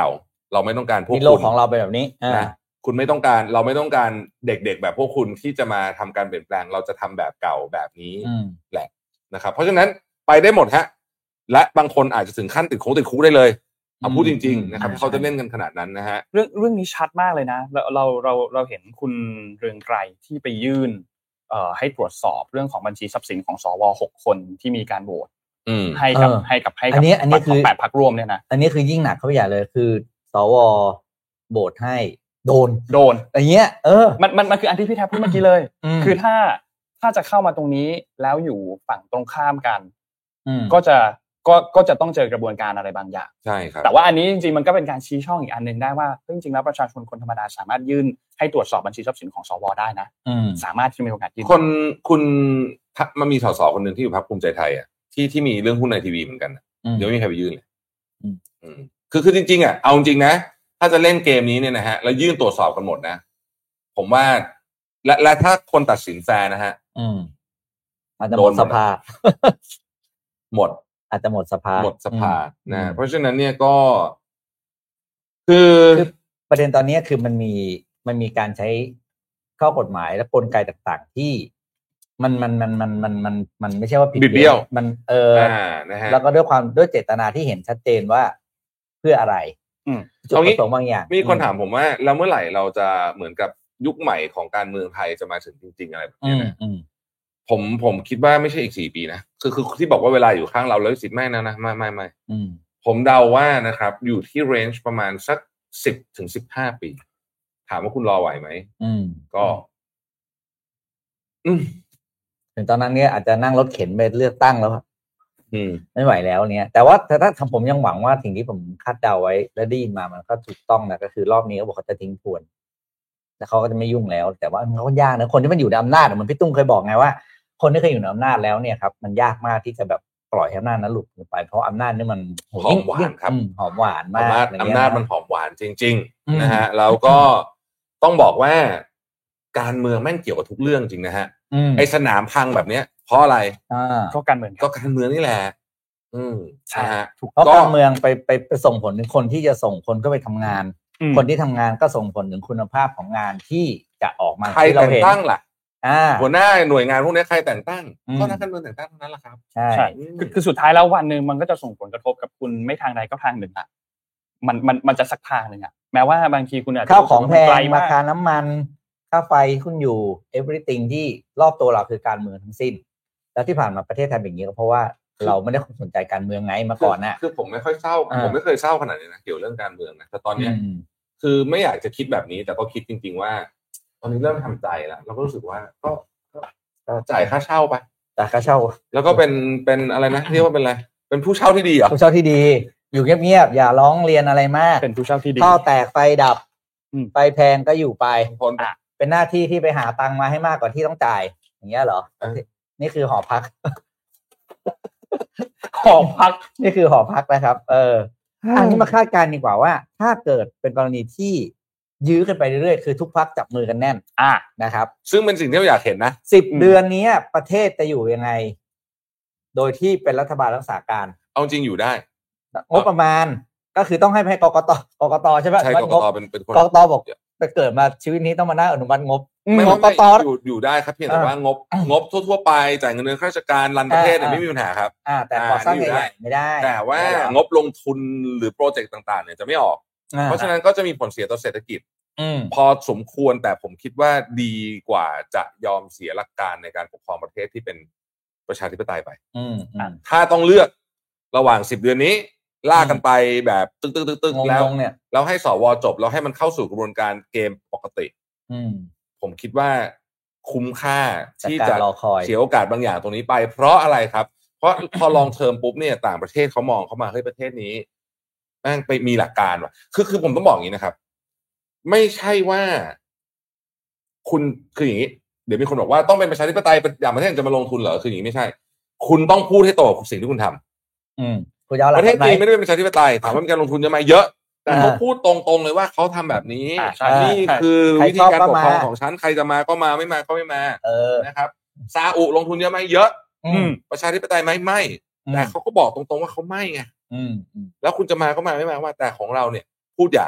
เราไม่ต้องการพวกโลคุกณของเราเป็นแบบนี้นะคุณไม่ต้องการเราไม่ต้องการเด็กๆแบบพวกคุณที่จะมาทำการเปลี่ยนแปลงเราจะทำแบบเก่าแบบนี้แหละนะครับเพราะฉะนั้นไปได้หมดฮะและบางคนอาจจะถึงขั้นติดคุกได้เลยเอาพูดจริงๆนะครับเขาจะเล่นกันขนาดนั้นนะฮะเรื่องนี้ชัดมากเลยนะเราเห็นคุณเรืองไกรที่ไปยื่นให้ตรวจสอบเรื่องของบัญชีทรัพย์สินของสว6คนที่มีการโหวตให้กับอันนี้คือ 8พรรคร่วมเนี่ยนะอันนี้คือยิ่งหนักเข้าไปใหญ่เลยคือสวโหวตให้โดนอย่างเงี้ยมันคืออันที่พี่แทบพูดเมื่อกี้เลยคือถ้าจะเข้ามาตรงนี้แล้วอยู่ฝั่งตรงข้ามกันก็จะต้องเจอกระบวนการอะไรบางอย่างใช่ครับแต่ว่าอันนี้จริงๆมันก็เป็นการชี้ช่องอีกอันนึงได้ว่าจริงๆแล้วประชาชนคนธรรมดาสามารถยื่นให้ตรวจสอบบัญชีทรัพย์สินของสวได้นะสามารถที่มีโอกาสยื่นคุณมันมีสสคนนึงที่อยู่พรรคภูมิใจไทยอ่ะที่มีเรื่องหุ้นในทีวีเหมือนกันเดี๋ยวไม่มีใครไปยื่นเลยคือจริงๆอ่ะเอาจริงนะถ้าจะเล่นเกมนี้เนี่ยนะฮะแล้วยื่นตรวจสอบกันหมดนะผมว่าและถ้าคนตัดสินแฟร์นะฮะอาจจะหมดสภาอาจจะหมดสภานะเพราะฉะนั้นเนี่ยก็คือประเด็นตอนนี้คือมันมีการใช้ข้อกฎหมายและกลไกต่างๆที่มันไม่ใช่ว่าผิดเบี้ยวมันนะฮะแล้วก็ด้วยเจตนาที่เห็นชัดเจนว่าเพื่ออะไรจุดประสงค์บางอย่างมีคนถามผมว่าแล้วเมื่อไหร่เราจะเหมือนกับยุคใหม่ของการเมืองไทยจะมาถึงจริงๆอะไรแบบนี้นะผมคิดว่าไม่ใช่อีก4 ปีนะคือที่บอกว่าเวลาอยู่ข้างเราแล้ว10ไม่นะไม่ผมเดาว่านะครับอยู่ที่เรนจ์ประมาณสัก10 ถึง 15 ปีถามว่าคุณรอไหวไหมก็ถึงตอนนั้นเนี่ยอาจจะนั่งรถเข็นไปเลือกตั้งแล้วไม่ไหวแล้วเนี่ยแต่ว่าถ้าผมยังหวังว่าสิ่งที่ผมคาดเดาไว้และได้ยินมามันก็ถูกต้องนะก็คือรอบนี้เขาบอกเขาจะทิ้งทวนแล้วเขาก็จะไม่ยุ่งแล้วแต่ว่ามันก็ยากนะคนที่มันอยู่ในอำนาจเหมือนพี่ตุ้งเคยบอกไงว่าคนที่เคยอยู่ในอำนาจแล้วเนี่ยครับมันยากมากที่จะแบบปล่อยให้อำนาจนั้นหลุดไปเพราะอำนาจนี่มันหอมหวานครับหอมหวานมากอำนาจมันหอมหวานจริงๆนะฮะแล้วก็ต้องบอกว่าการเมืองแม่งเกี่ยวกับทุกเรื่องจริงนะฮะไอ้สนามพังแบบเนี้ยเพราะอะไรก็การเมืองนี่แหละใช่ฮะเพราะการเมืองไปส่งผลถึงคนที่จะส่งคนก็ไปทำงานคนที่ทำงานก็ส่งผลถึงคุณภาพของงานที่จะออกมาใครแต่งตั้งล่ะหัวหน้าหน่วยงานพวกนี้ใครแต่งตั้งก็นักการเมืองแต่งตั้งเท่านั้นแหละครับใช่คือสุดท้ายแล้ววันนึงมันก็จะส่งผลกระทบกับคุณไม่ทางใดก็ทางหนึ่งอ่ะมันจะสักทางนึงอ่ะแม้ว่าบางทีคุณอาจจะข้าวของแพงราคาน้ำมันค่าไฟคุณอยู่ everything ที่รอบตัวเราคือการเมืองทั้งสิ้นแล้วที่ผ่านมาประเทศไทยเป็นอย่างนี้ก็เพราะว่าเราไม่ได้สนใจการเมืองไงมาก่อนน่ะคือผมไม่ค่อยเศร้าผมไม่เคยเศร้าขนาดนี้นะเกี่ยวเรื่องการเมืองนะแต่ตอนนี้คือไม่อยากจะคิดแบบนี้แต่ก็คิดจริงๆว่าตอนนี้เริ่มทำใจแล้วเราก็รู้สึกว่าก็จ่ายค่าเช่าไปจ่ายค่าเช่าแล้วก็เป็นอะไรนะเรียกว่าเป็นอะไรเป็นผู้เช่าที่ดีเหรอผู้เช่าที่ดีอยู่เงียบๆอย่าร้องเรียนอะไรมากเป็นผู้เช่าที่ดีท่อแตกไฟดับไฟแพงก็อยู่ไปเป็นหน้าที่ที่ไปหาตังค์มาให้มากกว่าที่ต้องจ่ายอย่างเงี้ยเหรอนี่คือหอพักนี่คือหอพักนะครับอันนี้มาคาดการณ์ดีกว่าว่าถ้าเกิดเป็นกรณีที่ยื้อกันไปเรื่อยๆคือทุกพรรคจับมือกันแน่นนะครับซึ่งเป็นสิ่งที่เราอยากเห็นนะ 10 เดือนนี้ประเทศจะอยู่ยังไงโดยที่เป็นรัฐบาลรักษาการเอาจริงอยู่ได้งบประมาณก็คือต้องให้กกตใช่ไหมใช่กกตเป็นคนกกตบอกไปเกิดมาชีวิตนี้ต้องมานั่งอนุมัติงบกกตอยู่ได้ครับเพียงแต่ว่างบทั่วๆไปจ่ายเงินเดือนข้าราชการรันประเทศเนี่ยไม่มีปัญหาครับแต่ก่อสร้างใหญ่ไม่ได้แต่ว่างบลงทุนหรือโปรเจกต์ต่างๆเนี่ยจะไม่ออกเพราะฉะนั้นก็จะมีผลเสียต่อเศรษฐกิจพอสมควรแต่ผมคิดว่าดีกว่าจะยอมเสียหลักการในการปกครองประเทศที่เป็นประชาธิปไตยไปถ้าต้องเลือกระหว่าง10 เดือนนี้ลากกันไปแบบตึกๆๆแล้วให้สวจบแล้วให้มันเข้าสู่กระบวนการเกมปกติผมคิดว่าคุ้มค่าที่จะเสียโอกาสบางอย่างตรงนี้ไปเพราะอะไรครับเพราะพอลองเทอมปุ๊บเนี่ยต่างประเทศเขามองเข้ามาเฮ้ยประเทศนี้แม่งไปมีหลักการว่ะคือผมต้องบอกอย่างนี้นะครับไม่ใช่ว่าคุณคืออย่างนี้เดี๋ยวมีคนบอกว่าต้องเป็นประชาธิปไตยอย่างประเทศจะมาลงทุนเหรอคืออย่างนี้ไม่ใช่คุณต้องพูดให้โตกับสิ่งที่คุณทำประเทศจีนไม่ได้เป็นประชาธิปไตยถามว่ามีการลงทุนเยอะไหมเยอะแต่เขาพูดตรงๆเลยว่าเขาทำแบบนี้นี่คือวิธีการปกครองของฉันใครจะมาก็มาไม่มาก็ไม่มานะครับซาอุลงทุนเยอะไหมเยอะประชาธิปไตยไม่แต่เขาก็บอกตรงๆว่าเขาไม่ไงแล้วคุณจะมาก็มาไม่มาว่าแต่ของเราเนี่ยพูดอย่าง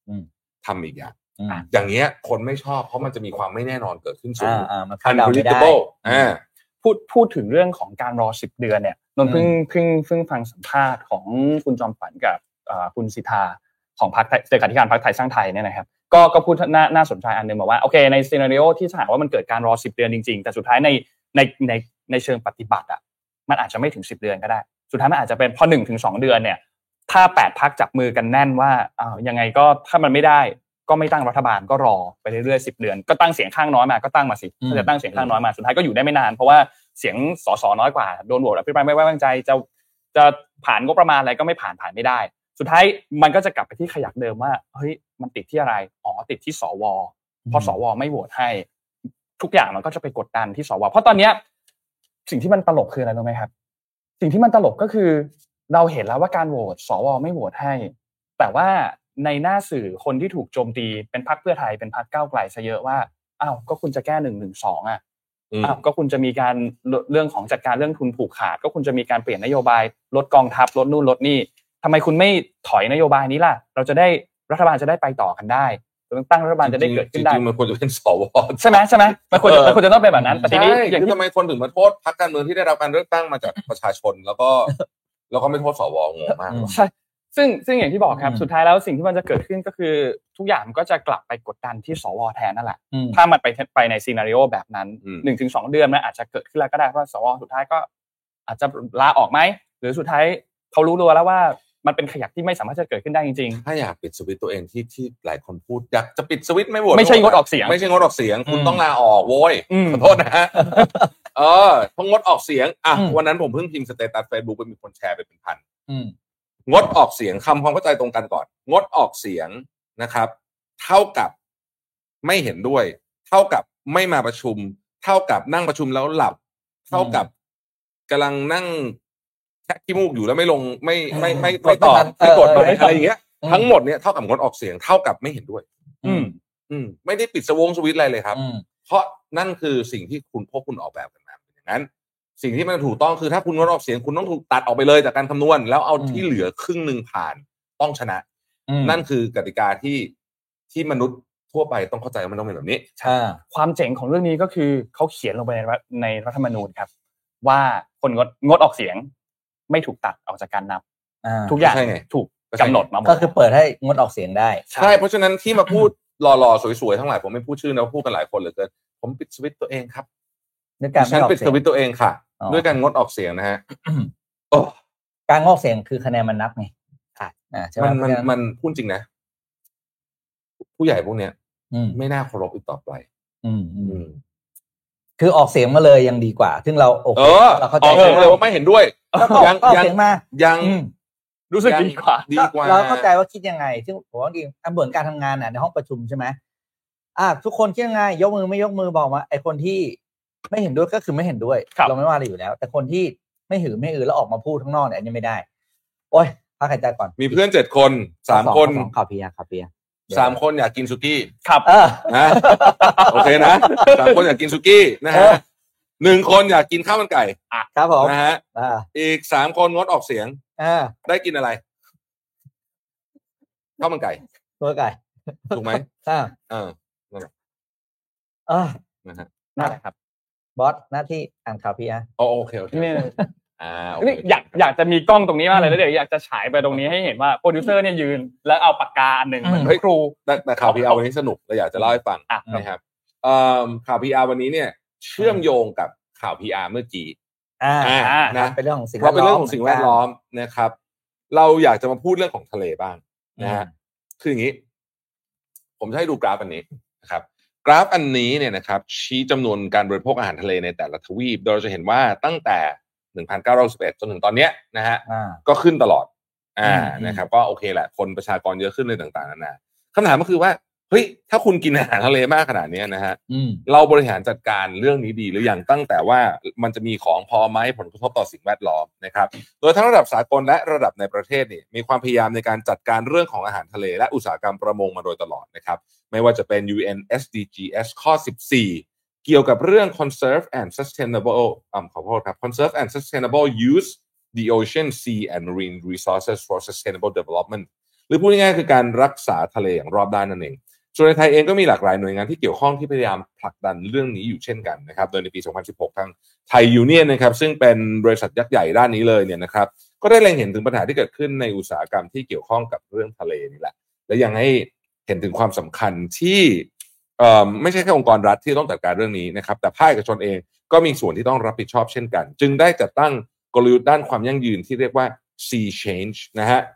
ทำอีกอย่างเงี้ยคนไม่ชอบเพราะมันจะมีความไม่แน่นอนเกิดขึ้นสูง unpredictable พูดถึงเรื่องของการรอ10 เดือนเนี่ยนนท์เพิ่งฟังสัมภาษณ์ของคุณจอมขวัญกับคุณสิทธาของพรรคเลขาธิการพรรคไทยสร้างไทยเนี่ยนะครับก็พูดน่าสนใจอันนึงบอกว่าโอเคในซีนาริโอที่หากว่ามันเกิดการรอ10 เดือนจริงๆแต่สุดท้ายในเชิงปฏิบัติอ่ะมันอาจจะไม่ถึง10 เดือนก็ได้สุดท้ายมันอาจจะเป็นพอ 1-2 เดือนเนี่ยถ้า8พรรคจับมือกันแน่นว่ายังไงก็ถ้ามันไม่ได้ก็ไม่ตั้งรัฐบาลก็รอไปเรื่อยๆ10 เดือนก็ตั้งเสียงข้างน้อยมาก็ตั้งมาสิถ้าจะตั้งเสียงข้างน้อยมาสุดท้ายก็อยู่ได้ไม่นานเพราะว่าเสียงสสน้อยกว่าโดนโหวตอภิปรายไม่ไว้วางใจจะผ่านงบประมาณอะไรก็ไม่ผ่านไม่ได้สุดท้ายมันก็จะกลับไปที่ขยักเดิมว่าเฮ้ยมันติดที่อะไรติดที่สวพอสวไม่โหวตให้ทุกอย่างมันก็จะไปกดดันที่สวเพราะตอนเนี้ยสิ่งที่มันตลกคืออะไรรู้ไหมครับสิ่งที่มันตลกก็คือเราเห็นแล้วว่าการโหวตสวไม่โหวตให้แต่ว่าในหน้าสื่อคนที่ถูกโจมตีเป็นพรรคเพื่อไทยเป็นพรรคก้าวไกลซะเยอะว่าก็คุณจะแก้112ก็คุณจะมีการเรื่องของจัดการเรื่องทุนผูกขาดก็คุณจะมีการเปลี่ยนนโยบายลดกองทัพลดนู่นลดนี่ทำไมคุณไม่ถอยนโยบายนี้ล่ะเราจะได้รัฐบาลจะได้ไปต่อกันได้ตั้งรัฐบาลจะได้เกิดขึ้นได้จริงๆมันควรจะเป็นสวใช่ไหมมันควรจะต้องเป็นแบบนั้นแต่ทีนี้อย่างที่ทำไมคนถึงมาโทษพรรคการเมืองที่ได้รับการเลือกตั้งมาจากประชาชนแล้วก็ไม่โทษสวงงมากใช่ซึ่งอย่างที่บอกครับสุดท้ายแล้วสิ่งที่มันจะเกิดขึ้นก็คือทุกอย่างก็จะกลับไปกดดันที่สวแทนนั่นแหละถ้ามันไปในซีนาริโอแบบนั้น 1-2 เดือนมันอาจจะเกิดขึ้นแล้วก็ได้เพราะสวสุดท้ายก็อาจจะลาออกไหมหรือสุดท้ายเขารู้ตัวแล้วว่ามันเป็นขยักที่ไม่สามารถจะเกิดขึ้นได้จริงๆถ้าอยากปิดสวิตช์ตัวเองที่หลายคนพูดอยากจะปิดสวิตช์ไม่โหวตไม่ใช่งดออกเสียงคุณต้องลาออกโว้ยขอโทษนะฮะเพราะงดออกเสียงวันนั้นผมเพิ่งพิมพ์สเตตัส Facebook ไปมีคนแชร์ไปเป็นพันงดออกเสียงความเข้าใจตรงกันก่อนงดออกเสียงนะครับเท่ากับไม่เห็นด้วยเท่ากับไม่มาประชุมเท่ากับนั่งประชุมแล้วหลับเท่ากับกำลังนั่งแค่ขี้มูกอยู่แล้วไม่ลงไม่ตอบไม่กดอะไรอย่างเงี้ยทั้งหมดเนี่ยเท่ากับงดออกเสียงเท่ากับไม่เห็นด้วยไม่ได้ปิดสวิตช์อะไรเลยครับเพราะนั่นคือสิ่งที่คุณออกแบบกันมาเป็นอย่างนั้นสิ่งที่มันถูกต้องคือถ้าคุณงดออกเสียงคุณต้องถูกตัดออกไปเลยจากการคำนวณแล้วเอาที่เหลือครึ่งนึงผ่านต้องชนะนั่นคือกติกาที่มนุษย์ทั่วไปต้องเข้าใจว่ามันต้องเป็นแบบนี้ความเจ๋งของเรื่องนี้ก็คือเขาเขียนลงไปในรัฐธรรมนูญครับว่าคนงดออกเสียงไม่ถูกตัดออกจากการนับทุกอย่างถูกกำหนดมาหมดก็คือเปิดให้งดออกเสียงได้ใช่เพราะฉะนั้นที่มาพูดหล่อๆสวยๆทั้งหลายผมไม่พูดชื่อนะพูดกันหลายคนเหลือเกินผมปิดสวิตช์ตัวเองครับฉันปิดสวิตช์ตัวเองค่ะด้วยการงดออกเสียงนะฮะการงดออกเสียงคือคะแนนมันนับไงใช่มันพูดจริงนะผู้ใหญ่พวกเนี้ยไม่น่าเคารพอีกต่อไปคือออกเสียงมาเลยยังดีกว่าซึ่งเราโอเคเราเข้าใจเลยว่าไม่เห็นด้วยยังเสียงมายังรู้สึกดีกว่าเราเข้าใจว่าคิดยังไงซึ่งผมว่าจริงเหมือนการทำงานในห้องประชุมใช่ไหมทุกคนคิดยังไงยกมือไม่ยกมือบอกมาไอ้คนที่ไม่เห็นด้วยก็คือไม่เห็นด้วยเราไม่ว่าอะไรอยู่แล้วแต่คนที่ไม่หือไม่อือแล้วออกมาพูดข้างนอกเนี่ยอันนี้ไม่ได้โอ้ยพักหายใจก่อนมีเพื่อน7คน3คนข่าวเพีย 3คนอยากกินสุกี้ครับนะโอเคนะ3คนอยากกินสุกี้นะฮะ1คนอยากกินข้าวมันไก่ครับผมนะฮะอีก3คนงดออกเสียงได้กินอะไรข้าวมันไก่ตัวไก่ถูกไหมนั่นแหละนั่นแหละครับบอสหน้าที่อ่านข่าวพีอาร์โอเคนี่อยากจะมีกล้องตรงนี้มากเลยแล้วเดี๋ยวอยากจะฉายไปตรงนี้ให้เห็นว่าโปรดิวเซอร์เนี่ยยืนแล้วเอาปากกาอันหนึ่งเหมือนครูแต่ข่าวพีอาร์วันนี้สนุกเราอยากจะเล่าให้ฟังนะครับข่าวพีอาร์วันนี้เนี่ยเชื่อมโยงกับข่าวพีอาร์เมื่อกี้นะเป็นเรื่องของสิ่งแวดล้อมเพราะเป็นเรื่องของสิ่งแวดล้อมนะครับเราอยากจะมาพูดเรื่องของทะเลบ้างนะฮะคืออย่างนี้ผมจะให้ดูกราฟอันนี้นะครับกราฟอันนี้เนี่ยนะครับชี้จำนวนการบริโภคอาหารทะเลในแต่ละทวีปโดยเราจะเห็นว่าตั้งแต่1911จนถึงตอนเนี้ยนะฮะก็ขึ้นตลอดนะครับก็โอเคแหละคนประชากรเยอะขึ้นเลยต่างๆนานาคำถามก็คือว่าเฮ้ยถ้าคุณกินอาหารทะเลมากขนาดนี้นะฮะเราบริหารจัดการเรื่องนี้ดีหรือยังตั้งแต่ว่ามันจะมีของพอไหมผลกระทบต่อสิ่งแวดล้อมนะครับโดยทั้งระดับสากลและระดับในประเทศนี่มีความพยายามในการจัดการเรื่องของอาหารทะเลและอุตสาหกรรมประมงมาโดยตลอดนะครับไม่ว่าจะเป็น UN SDGs ข้อ14เกี่ยวกับเรื่อง conserve and sustainable ขอโทษครับ conserve and sustainable use the ocean sea and marine resources for sustainable development หรือพูดง่ายๆคือการรักษาทะเลอย่างรอบด้านนั่นเองส่วนในไทยเองก็มีหลากหลายหน่วยงานที่เกี่ยวข้องที่พยายามผลักดันเรื่องนี้อยู่เช่นกันนะครับโดยในปี 2016 ทางไทยยูเนี่ยนนะครับซึ่งเป็นบริษัทยักษ์ใหญ่ด้านนี้เลยเนี่ยนะครับก็ได้เล็งเห็นถึงปัญหาที่เกิดขึ้นในอุตสาหกรรมที่เกี่ยวข้องกับเรื่องทะเลนี่แหละและยังให้เห็นถึงความสำคัญที่ไม่ใช่แค่องค์กรรัฐที่ต้องจัดการเรื่องนี้นะครับแต่ภาคเอกชนเองก็มีส่วนที่ต้องรับผิดชอบเช่นกันจึงได้จัดตั้งกลยุทธ์ด้านความยั่งยืนที่เรียกว่า Sea Change นะฮะ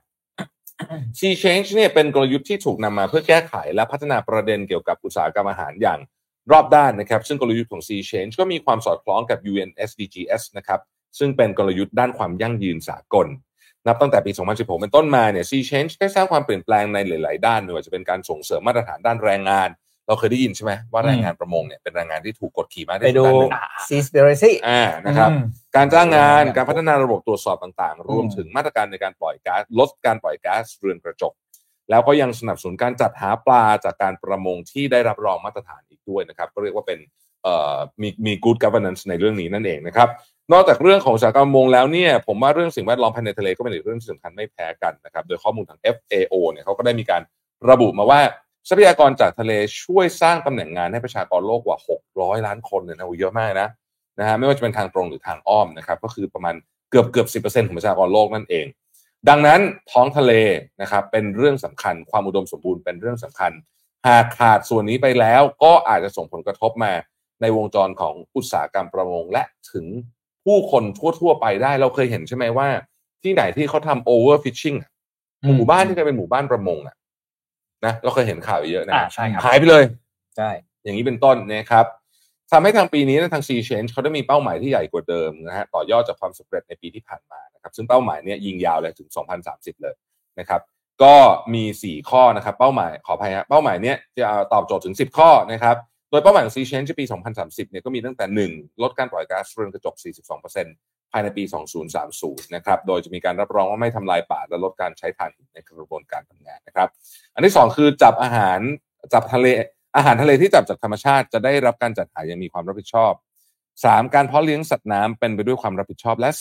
Sea Change เนี่ยเป็นกลยุทธ์ที่ถูกนำมาเพื่อแก้ไขและพัฒนาประเด็นเกี่ยวกับอุตสาหกรรมอาหารอย่างรอบด้านนะครับซึ่งกลยุทธ์ของ Sea Change ก็มีความสอดคล้องกับ UN SDGs นะครับซึ่งเป็นกลยุทธ์ด้านความยั่งยืนสากลนับตั้งแต่ปี 2016 เป็นต้นมาเนี่ย Sea Change ได้สร้างความเปลี่ยนแปลงในหลายๆด้านไม่ว่าจะเป็นการส่งเสริมมาตรฐานด้านแรงงานเราเคยได้ยินใช่ไหมว่าแรงงานประมงเนี่ยเป็นแรงงานที่ถูกกดขี่มากที่สุดไปดู Seaspiracy นะครับการจ้างงานการพัฒนาระบบตรวจสอบต่างๆรวมถึงมาตรการในการปล่อยก๊าซลดการปล่อยก๊าซเรือนกระจกแล้วก็ยังสนับสนุนการจัดหาปลาจากการประมงที่ได้รับรองมาตรฐานอีกด้วยนะครับก็เรียกว่าเป็นมี good governance ในเรื่องนี้นั่นเองนะครับนอกจากเรื่องของอุตสาหกรรมประมงแล้วเนี่ยผมว่าเรื่องสิ่งแวดล้อมภายในทะเลก็เป็นอีกเรื่องที่สำคัญไม่แพ้กันนะครับโดยข้อมูลทาง FAO เนี่ยเขาก็ได้มีการระบุมาว่าทรัพยากรจากทะเลช่วยสร้างตำแหน่งงานให้ประชากรโลกกว่า600ล้านคนเลยนะเยอะมากนะฮะไม่ว่าจะเป็นทางตรงหรือทางอ้อมนะครับก็คือประมาณเกือบ 10% ของประชากรโลกนั่นเองดังนั้นท้องทะเลนะครับเป็นเรื่องสำคัญความอุดมสมบูรณ์เป็นเรื่องสำคัญหากขาดส่วนนี้ไปแล้วก็อาจจะส่งผลกระทบมาในวงจรของอุตสาหกรรมประมงและถึงผู้คนทั่วๆไปได้เราเคยเห็นใช่ไหมว่าที่ไหนที่เขาทำ overfishing หมู่บ้านที่เคยเป็นหมู่บ้านประมงนะเราเคยเห็นข่าวเยอะนะใช่ครับหายไปเลยใช่อย่างนี้เป็นต้นนะครับทำให้ทางปีนี้ทาง Sea Change เขาได้มีเป้าหมายที่ใหญ่กว่าเดิมนะฮะต่อยอดจากความสำเร็จในปีที่ผ่านมานะครับซึ่งเป้าหมายนี้ยิงยาวเลยถึง 2030 เลยนะครับก็มี4ข้อนะครับเป้าหมายขออภัยฮะเป้าหมายนี้จะตอบโจทย์ถึง10ข้อนะครับโดยเป้าหมายของ Sea Change ในปี 2030 เนี่ยก็มีตั้งแต่1ลดการปล่อยก๊าซเรือนกระจก 42% ภายในปี 2030 นะครับโดยจะมีการรับรองว่าไม่ทำลายป่าและลดการใช้ถ่านหินในกระบวนการทำงานนะครับอันที่2คือจับอาหารทะเลที่จับจากธรรมชาติจะได้รับการจัดหาอย่างมีความรับผิดชอบ3การเพาะเลี้ยงสัตว์น้ำเป็นไปด้วยความรับผิดชอบและ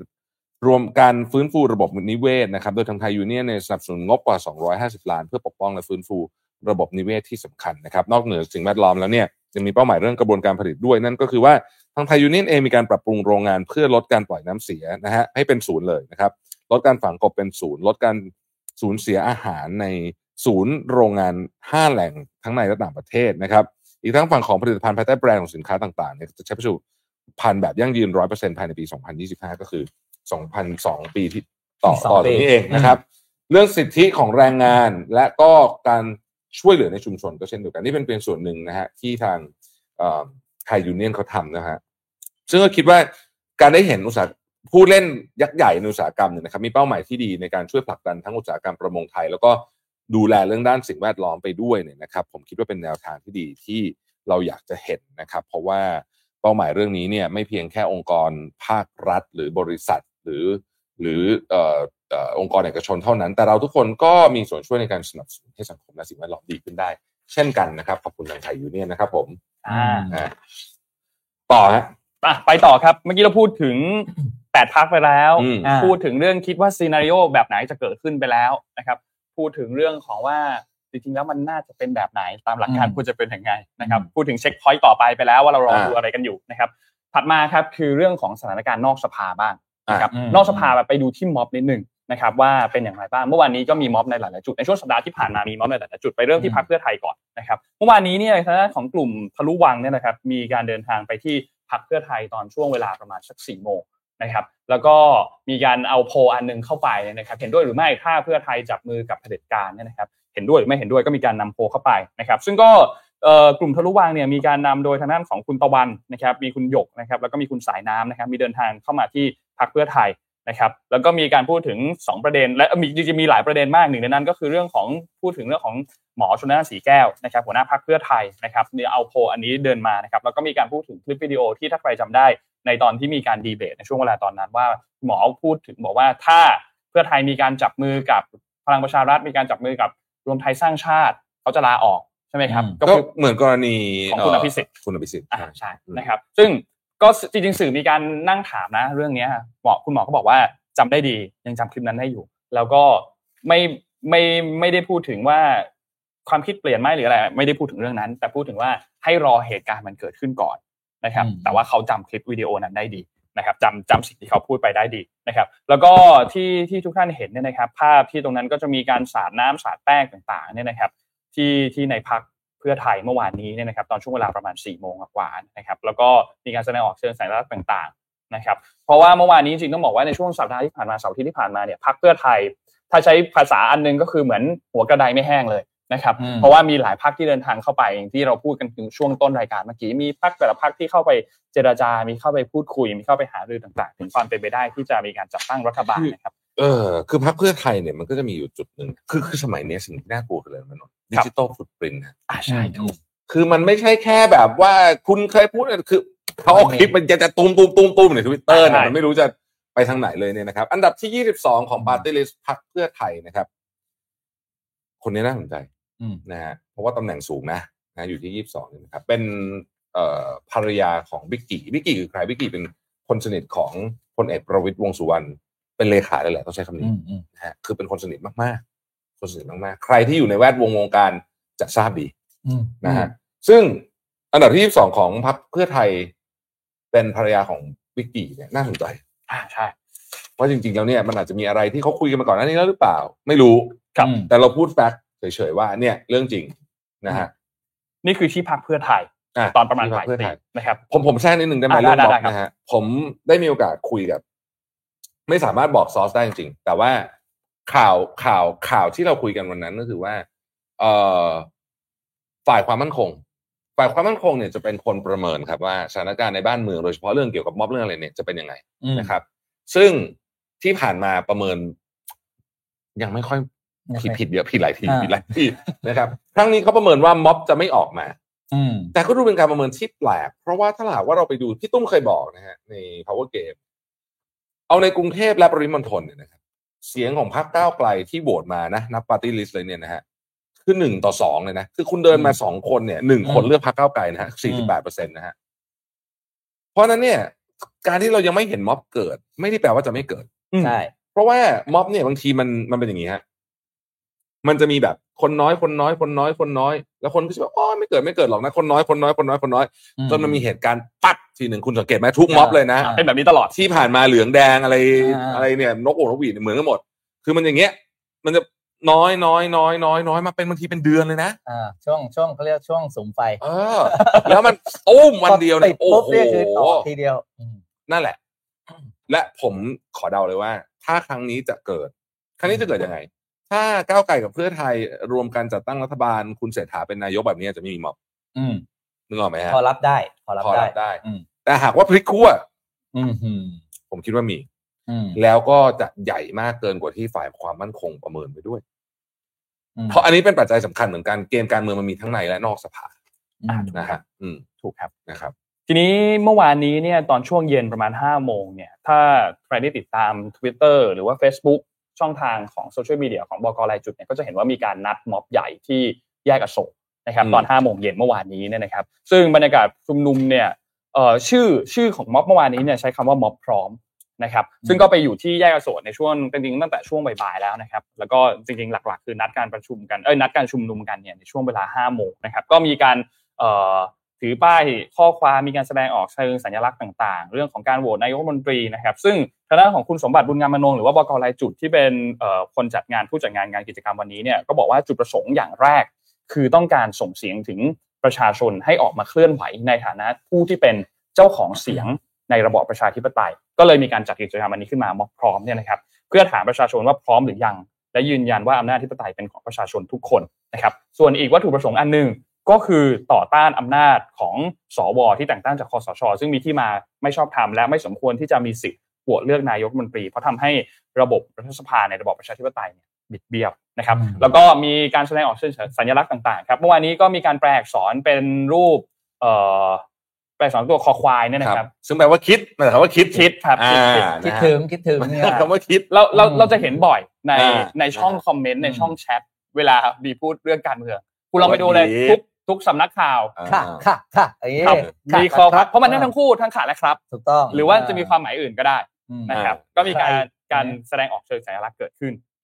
4รวมการฟื้นฟูระบบนิเวศนะครับโดยทางไทยยูเนี่ยนสนับสนุนงบกว่า250ล้านเพื่อปกป้องและฟื้นฟูระบบนิเวศที่สำคัญนะครับนอกเหนือสิ่งแวดล้อมแล้วเนี่ยยังมีเป้าหมายเรื่องกระบวนการผลิตด้วยนั่นก็คือว่าทางไทยยูเนี่ยนเองมีการปรับปรุงโรงงานเพื่อลดการปล่อยน้ำเสียนะฮะให้เป็นศูนย์เลยนะครับลดการฝังกลบเป็นศูนย์ลดการสูญเสียอาหารในศูนย์โรงงาน5แหล่งทั้งในและต่างประเทศนะครับอีกทั้งฝั่งของผลิตภัณฑ์ภายใต้แบรนด์ของสินค้าต่างๆเนี่ยจะใช้ผลิตภัณฑ์แบบยั่งยืน 100% ภายในปี 2025 ก็คือ 2002 ปีที่ต่อจากนี้เองนะครับเรื่องสิทธิของแรงงานและก็การช่วยเหลือในชุมชนก็เช่นเดียวกันนี่เป็นเพียงส่วนหนึ่งนะฮะที่ทางไทยยูเนี่ยนเขาทำนะฮะซึ่งก็คิดว่าการได้เห็นผู้เล่นยักษ์ใหญ่ในอุตสาหกรรมเนี่ยนะครับมีเป้าหมายที่ดีในการช่วยผลักดันทั้งอุตสาหกรรมประมงไทยแล้วก็ดูแลเรื่องด้านสิ่งแวดล้อมไปด้วยเนี่ยนะครับผมคิดว่าเป็นแนวทางที่ดีที่เราอยากจะเห็นนะครับเพราะว่าเป้าหมายเรื่องนี้เนี่ยไม่เพียงแค่องค์กรภาครัฐหรือบริษัทหรือองค์กรเอกชนเท่านั้นแต่เราทุกคนก็มีส่วนช่วยในการสนับสนุนให้สังคมและสิ่งแวดล้อมดีขึ้นได้เช่นกันนะครับขอบคุณทางไทยยูเนี่ยนนะครับผมต่อฮะไปต่อครับเมื่อกี้เราพูดถึง8พรรคไปแล้วพูดถึงเรื่องคิดว่าซีนาริโอแบบไหนจะเกิดขึ้นไปแล้วนะครับพูดถึงเรื่องของว่าจริงๆแล้วมันน่าจะเป็นแบบไหนตามหลักการควรจะเป็นยังไงนะครับพูดถึงเช็คพอยต์ต่อไปแล้วว่าเรารอดูอะไรกันอยู่นะครับถัดมาครับคือเรื่องของสถานการณ์นอกสภาบ้างนะครับนอกสภาไปดูที่ม็อบนิดนึงนะครับว่าเป็นอย่างไรบ้างเมื่อวานนี้ก็มีม็อบในหลายๆจุดในช่วงสัปดาห์ที่ผ่านมามีม็อบในหลายๆจุดไปเริ่มที่พรรคเพื่อไทยก่อนนะครับเมื่อวานนี้เนี่ยทางด้านของกลุ่มทะลุวังเนี่ยนะครับมีการเดินทางไปที่พรรคเพื่อไทยตอนช่วงเวลาประมาณสัก 4 โมงนะครับแล้วก็มีการเอาโพลอันนึงเข้าไปนะครับเห็นด้วยหรือไม่ถ้าเพื่อไทยจับมือกับเผด็จการเนี่ยนะครับเห็นด้วยหรือไม่เห็นด้วยก็มีการนำโพลเข้าไปนะครับซึ่งก็กลุ่มทะลุวังเนี่ยมีการนำโดยทางด้านของคุณตะวันนะครับมีคุณหยกนะครับแล้วก็มีคุณสายน้ำนะครับมีเดินทางเข้ามาที่พรรคเพื่อไทยนะครับแล้วก็มีการพูดถึง2ประเด็นและจริงๆมีหลายประเด็นมากหนึ่งในนั้นก็คือเรื่องของพูดถึงเรื่องของหมอชลน่านสีแก้วนะครับหัวหน้าพรรคเพื่อไทยนะครับเนี่ยเอาโพลอันนี้เดินมานะครับแล้วก็มีการพูดถึงคลิปวิดีโอที่ถ้าใครจำได้ในตอนที่มีการดีเบตในช่วงเวลาตอนนั้นว่าหมอพูดถึงบอกว่าถ้าเพื่อไทยมีการจับมือกับพลังประชารัฐมีการจับมือกับรวมไทยสร้างชาติเขาจะลาออกใช่ไหมครับก็เหมือนกรณีของคุณอภิสิทธิ์ใช่นะครับซึ่งก็จริงๆสื่อมีการนั่งถามนะเรื่องนี้คุณหมอก็บอกว่าจำได้ดียังจำคลิปนั้นได้อยู่แล้วก็ไม่ได้พูดถึงว่าความคิดเปลี่ยนไหมหรืออะไรไม่ได้พูดถึงเรื่องนั้นแต่พูดถึงว่าให้รอเหตุการณ์มันเกิดขึ้นก่อนนะครับแต่ว่าเขาจำคลิปวิดีโอนั้นได้ดีนะครับจำสิ่งที่เขาพูดไปได้ดีนะครับแล้วก็ที่ทุกท่านเห็นเนี่ยนะครับภาพที่ตรงนั้นก็จะมีการสาดน้ำสาดแป้งต่างๆเนี่ยนะครับที่ในพรรคเพื่อไทยเมื่อวานนี้เนี่ยนะครับตอนช่วงเวลาประมาณ 4:00 นกว่านะครับแล้วก็มีการแสดงออกเชิงสัญลักษณ์ต่างๆนะครับเพราะว่าเมื่อวานนี้จริงๆต้องบอกว่าในช่วงสัปดาห์ที่ผ่านมาเสาร์อาทิตย์ที่ผ่านมาเนี่ยพรรคเพื่อไทยถ้าใช้ภาษาอันนึงก็คือเหมือนหัวกระไดไม่แห้งเลยนะครับเพราะว่ามีหลายพรรคที่เดินทางเข้าไปอย่างที่เราพูดกันถึงช่วงต้นรายการเมื่อกี้มีพรรคแต่ละพรรคที่เข้าไปเจรจามีเข้าไปพูดคุยมีเข้าไปหารือต่างๆถึงความเป็นไปได้ที่จะมีการจัดตั้งรัฐบาลนะครับคือพรรคเพื่อไทยเนี่ยมันก็จะมีอยู่จุดนึงคือสมัยนี้สิ่งที่น่ากลัวคืออะไรมันดิจิตอลฟุตปรินท์ใช่ถูกคือมันไม่ใช่แค่แบบว่าคุณเคยพูดคือเขาเอาคลิปมันจะตูมใน Twitter เนี่ยมันไม่รู้จะไปทางไหนเลยเนี่ยนะครับอันดับที่22ของปาร์ตี้ลิสต์พรรคเพื่อไทยนะครับคนนี้น่าสนใจนะฮะเพราะว่าตำแหน่งสูงนะอยู่ที่22นี่นะครับเป็นภรรยาของบิ๊กกี้คือใครบิ๊กกี้เป็นคนสนิทของพลเอกประวิตรวงษ์สุวรรณเป็นเลขาเลยแหละต้องใช้คำนี้นะฮะคือเป็นคนสนิทมากๆคนสนิทมากๆใครที่อยู่ในแวดวงการจะทราบดีนะฮะซึ่งอันดับที่22ของพรรคเพื่อไทยเป็นภรรยาของบิ๊กกี้เนี่ยน่าสนใจใช่ว่าจริงๆแล้วเนี่ยมันอาจจะมีอะไรที่เขาคุยกันมาก่อนหน้านี้แล้วหรือเปล่าไม่รู้แต่เราพูดแฟกต์เฉยๆว่าเนี่ยเรื่องจริงนะฮะนี่คือที่พรรคเพื่อไทยตอนประมาณปลายปีนะครับผมแทรกนิดนึงได้ไหมเรื่องม็อบนะฮะผมได้มีโอกาสคุยกับไม่สามารถบอกซอสได้จริงๆแต่ว่าข่าวที่เราคุยกันวันนั้นก็คือว่าฝ่ายความมั่นคงเนี่ยจะเป็นคนประเมินครับว่าสถานการณ์ในบ้านเมืองโดยเฉพาะเรื่องเกี่ยวกับม็อบเรื่องอะไรเนี่ยจะเป็นยังไงนะครับซึ่งที่ผ่านมาประเมินยังไม่ค่อยผิดเยอะผิดหลายทีนะครับครั้งนี้เขาประเมินว่าม็อบจะไม่ออกมาแต่ก็ดูเป็นการประเมินที่แปลกเพราะว่าถ้าหากว่าเราไปดูพี่ตุ้มเคยบอกนะฮะใน Power Game เอาในกรุงเทพและปริมณฑลเนี่ยนะครับเสียงของพรรคก้าวไกลที่โหวตมานะนับปาร์ตี้ลิสต์เลยเนี่ยนะฮะคือ1-2เลยนะคือคุณเดินมา2คนเนี่ย1คนเลือกพรรคก้าวไกลนะฮะ 48% นะฮะเพราะนั้นเนี่ยการที่เรายังไม่เห็นม็อบเกิดไม่ได้แปลว่าจะไม่เกิดใช่เพราะว่าม็อบเนี่ยบางทีมันเป็นอย่างนี้ฮะมันจะมีแบบคนน้อยแล้วคนก็จะบอกอ๋อไม่เกิดหรอกนะคนน้อยจนมันมีเหตุการณ์ปั๊บทีหนึ่งคุณสังเกตไหมทุกม็อบเลยนะเป็นแบบนี้ตลอดที่ผ่านมาเหลืองแดงอะไรเนี่ยนกโอ นกหวีดเหมือนกันหมดคือมันอย่างเงี้ยมันจะน้อยมาเป็นบางทีเป็นเดือนเลยนะช่วงเขาเรียกช่วงสุมไฟแล้วมันตุ้มวันเดียวเนี่ยโอ้โหทีเดียวนั่นแหละและผมขอเดาเลยว่าถ้าครั้งนี้จะเกิดยังไงถ้าก้าวไกลกับเพื่อไทยรวมกันจัดตั้งรัฐบาลคุณเศรษฐาเป็นนายกแบบนี้จะไม่มีม็อบนึกออกไหมฮะพอรับได้แต่หากว่าพลิกขั้วผมคิดว่ามีแล้วก็จะใหญ่มากเกินกว่าที่ฝ่ายความมั่นคงประเมินไปด้วยเพราะอันนี้เป็นปัจจัยสำคัญเหมือนกันเกมการเมืองมันมีทั้งในและนอกสภานะฮะถูกครับนะครับทีนี้เมื่อวานนี้เนี่ยตอนช่วงเย็นประมาณ 5:00 นเนี่ยถ้าใครได้ติดตาม Twitter หรือว่า Facebook ช่องทางของโซเชียลมีเดียของบก.รายจุดเนี่ยก็จะเห็นว่ามีการนัดม็อบใหญ่ที่แยกอโศกนะครับตอน 5:00 นเมื่อวานนี้เนี่ยนะครับซึ่งบรรยากาศชุมนุมเนี่ยชื่อของม็อบเมื่อวานนี้เนี่ยใช้คำว่าม็อบพร้อมนะครับซึ่งก็ไปอยู่ที่แยกอโศกในช่วงจริงๆตั้งแต่ช่วงบ่ายๆแล้วนะครับแล้วก็จริงๆหลักๆคือนัดการชุมนุมกันเนี่ยในช่วงเวลา 5:00 นนะครับก็มีการถือป้ายข้อความมีการแสดงออกเชิงสัญลักษณ์ต่างๆเรื่องของการโหวตนายกรัฐมนตรีนะครับซึ่งทางด้านของคุณสมบัติบุญงามมนงหรือว่าบก.รายจุดที่เป็นคนจัดงานผู้จัดงานกิจกรรมวันนี้เนี่ยก็บอกว่าจุดประสงค์อย่างแรกคือต้องการส่งเสียงถึงประชาชนให้ออกมาเคลื่อนไหวในฐานะผู้ที่เป็นเจ้าของเสียงในระบอบประชาธิปไตยก็เลยมีการจัดกิจกรรมวันนี้ขึ้นมาม็อบพร้อมเนี่ยนะครับเพื่อถามประชาชนว่าพร้อมหรือยังและยืนยันว่าอำนาจอธิปไตยเป็นของประชาชนทุกคนนะครับส่วนอีกวัตถุประสงค์อันนึงก็คือต่อต้านอำนาจของสวที่แต่งตั้งจากคสช.ซึ่งมีที่มาไม่ชอบธรรมและไม่สมควรที่จะมีสิทธิ์โหวตเลือกนายกรัฐมนตรีเพราะทำให้ระบบรัฐสภาในระบอบประชาธิปไตยเนี่ยบิดเบี้ยวนะครับแล้วก็มีการแสดงออกเชิงสัญลักษณ์ต่างๆครับเมื่อวานนี้ก็มีการแปลอักษรเป็นรูปแปลอักษรตัวคอควายเนี่ยนะครับซึ่งแปลว่าคิดหมายความว่าคิดครับคิดถึงเนี่ยคำว่าคิดเราจะเห็นบ่อยในช่องคอมเมนต์ในช่องแชทเวลามีพูดเรื่องการเมืองคุณลองไปดูเลยทุกสำนักข่าวค่ะมีข้อเพราะมันได้ทั้งคู่ทั้งค่ะและครับถูกต้องหรือว่าจะมีความหมายอื่นก็ได้นะครับก็มีการแสดงออกเชิงสัญลักษณ์เกิดขึ้น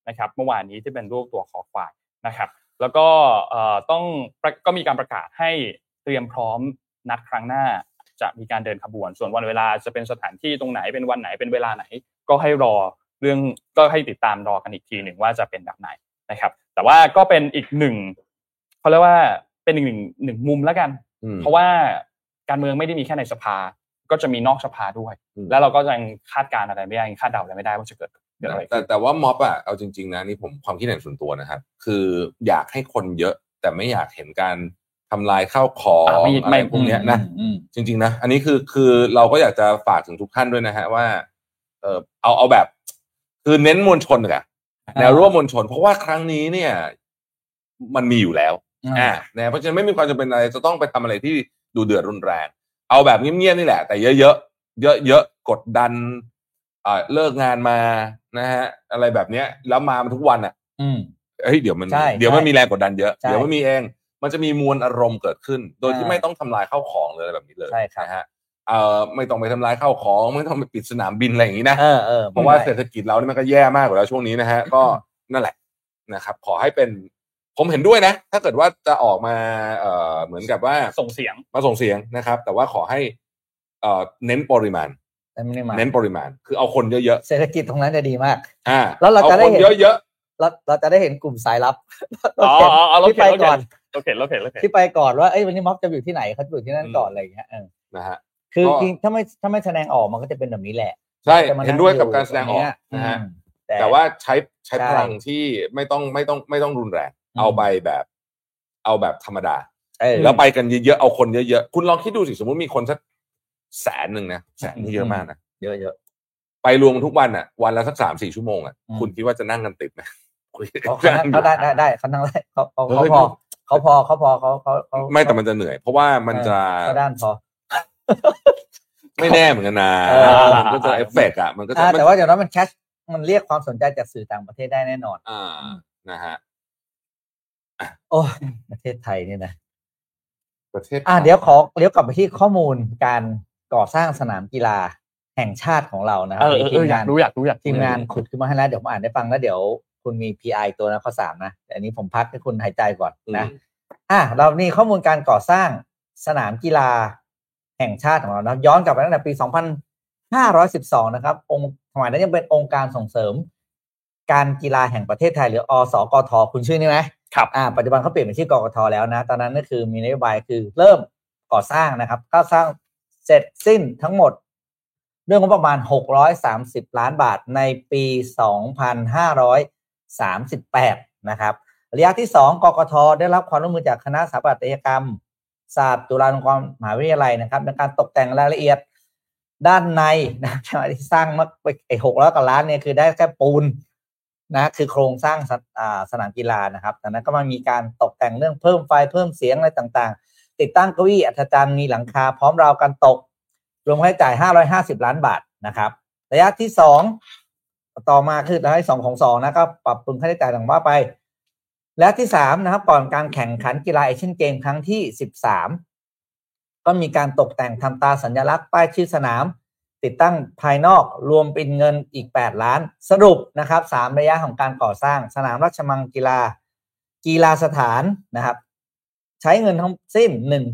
นะครับเมื่อวานนี้ที่เป็นรูปตัวคอควายนะครับแล้วก็ก็มีการประกาศให้เตรียมพร้อมนัดครั้งหน้าจะมีการเดินขบวนส่วนวันเวลาจะเป็นสถานที่ตรงไหนเป็นวันไหนเป็นเวลาไหนก็ให้รอเรื่องก็ให้ติดตามรอกันอีกทีหนึ่งว่าจะเป็นแบบไหนนะครับแต่ว่าก็เป็นอีกหนึ่งเขาเรียกว่าเป็นอีกหนึ่งมุมแล้วกันเพราะว่าการเมืองไม่ได้มีแค่ในสภาก็จะมีนอกสภาด้วยแล้วเราก็ยังคาดการณ์อะไรไม่ได้คาดเดาอะไรไม่ได้ว่าจะเกิดอะไรแต่ว่าม็อบอ่ะเอาจริงๆนะนี่ผมความคิดเห็นส่วนตัวนะครับคืออยากให้คนเยอะแต่ไม่อยากเห็นการทำลายข้าวของอะไรพวกนี้นะจริงๆนะอันนี้คือเราก็อยากจะฝากถึงทุกท่านด้วยนะฮะว่าเอาแบบคือเน้นมวลชนอะแนวร่วมมวลชนเพราะว่าครั้งนี้เนี่ยมันมีอยู่แล้วนะเพราะฉะนั้นไม่มีความจำเป็นอะไรจะต้องไปทำอะไรที่ดูเดือดรุนแรงเอาแบบเงียบๆนี่แหละแต่เยอะกดดันเลิกงานมานะฮะอะไรแบบเนี้ยแล้วมาทุกวันอ่ะเดี๋ยวมันมีแรงกดดันเยอะเดี๋ยวมันมีเองมันจะมีมวลอารมณ์เกิดขึ้นโดยที่ไม่ต้องทำลายข้าวของเลยอะไรแบบนี้เลยนะฮะไม่ต้องไปทำลายข้าวของไม่ต้องไปปิดสนามบินอะไรอย่างนี้นะเพราะว่าเศรษฐกิจเรานี่มันก็แย่มากอยู่แล้วช่วงนี้นะฮะก็นั่นแหละนะครับขอให้เป็นผมเห็นด้วยนะถ้าเกิดว่าจะออกมาเหมือนกับว่าส่งเสียงนะครับแต่ว่าขอให้เน้นปริมาณคือเอาคนเยอะๆเศรษฐกิจตรงนั้นจะดีมากแล้วเราจะได้เห็นเยอะๆเราจะได้เห็นกลุ่มสายลับที่ไปก่อนเราเห็นที่ไปก่อนว่าวันนี้ม็อบจะอยู่ที่ไหนเขาอยู่ที่นั่นก่อนอะไรอย่างเงี้ยนะฮะคือจริงถ้าไม่แสดงออกมันก็จะเป็นแบบนี้แหละใช่เห็นด้วยกับการแสดงออกนะฮะแต่ว่าใช้พลังที่ไม่ต้องรุนแรงเอาแบบธรรมดาแล้วไปกันเยอะๆเอาคนเยอะๆคุณลองคิดดูสิสมมติมีคนสัก100,000นะ100,000นี่เยอะมากนะเยอะๆไปรวมทุกวันอ่ะวันละสัก 3-4 ชั่วโมงอ่ะคุณคิดว่าจะนั่งกันติดไหมเขาได้เขานั่งได้เขาพอไม่แต่มันจะเหนื่อยเพราะว่ามันจะด้านพอไม่แน่เหมือนกันนะมันก็จะเอฟเฟกต์อ่ะมันก็จะแต่ว่าอย่างนั้นมันเรียกความสนใจจากสื่อต่างประเทศได้แน่นอนนะฮะโอ้ประเทศไทยนี่นะเดี๋ยวเลี้ยวกลับไปที่ข้อมูลการก่อสร้างสนามกีฬาแห่งชาติของเรานะครับอยากรู้ทีมงานขุดขึ้นมาให้แล้วเดี๋ยวผมอ่านได้ฟังแล้วเดี๋ยวคุณมี PI ตัวนะข้อ3นะแต่อันนี้ผมพักให้คุณหายใจก่อนนะเรานี่ข้อมูลการก่อสร้างสนามกีฬาแห่งชาติของเรานะย้อนกลับไปตั้งแต่ปี2512นะครับสมัยนั้นยังเป็นองค์การส่งเสริมการกีฬาแห่งประเทศไทยหรืออสกท.คุณชื่อนี่ไหมครับปัจจุบันเขาเปลี่ยนเป็นชื่อกกท.แล้วนะตอนนั้นก็คือมีนโยบายคือเริ่มก่อสร้างนะครับก็สร้างเสร็จสิ้นทั้งหมดเรื่องงบประมาณ630ล้านบาทในปี2538นะครับระยะที่2กกท.ได้รับความร่วมมือจากคณะสถาปัตยกรรมศาสตร์จุฬาลงกรณ์มหาวิทยาลัยนะครับในการตกแต่งรายละเอียดด้านในนะที่สร้างมา600 กว่าล้านเนี่ยคือได้แค่ปูนนะคือโครงสร้างสนามกีฬานะครับจากนั้นก็มามีการตกแต่งเรื่องเพิ่มไฟเพิ่มเสียงอะไรต่างๆติดตั้งเก้าอี้อัศจรรย์มีหลังคาพร้อมราวกันตกรวมค่าใช้จ่าย550ล้านบาทนะครับระยะที่2ต่อมาคือระยะที่2ของ2นะก็ปรับปรุงค่าใช้จ่ายต่างว่าไปและที่3นะครับก่อนการแข่งขันกีฬาเอเชียนเกมครั้งที่13ก็มีการตกแต่งทำตาสัญลักษณ์ป้ายชื่อสนามติดตั้งภายนอกรวมเป็นเงินอีก8ล้านสรุปนะครับ3ระยะของการก่อสร้างสนามราชมังกีฬาสถานนะครับใช้เงินทั้งสิ้น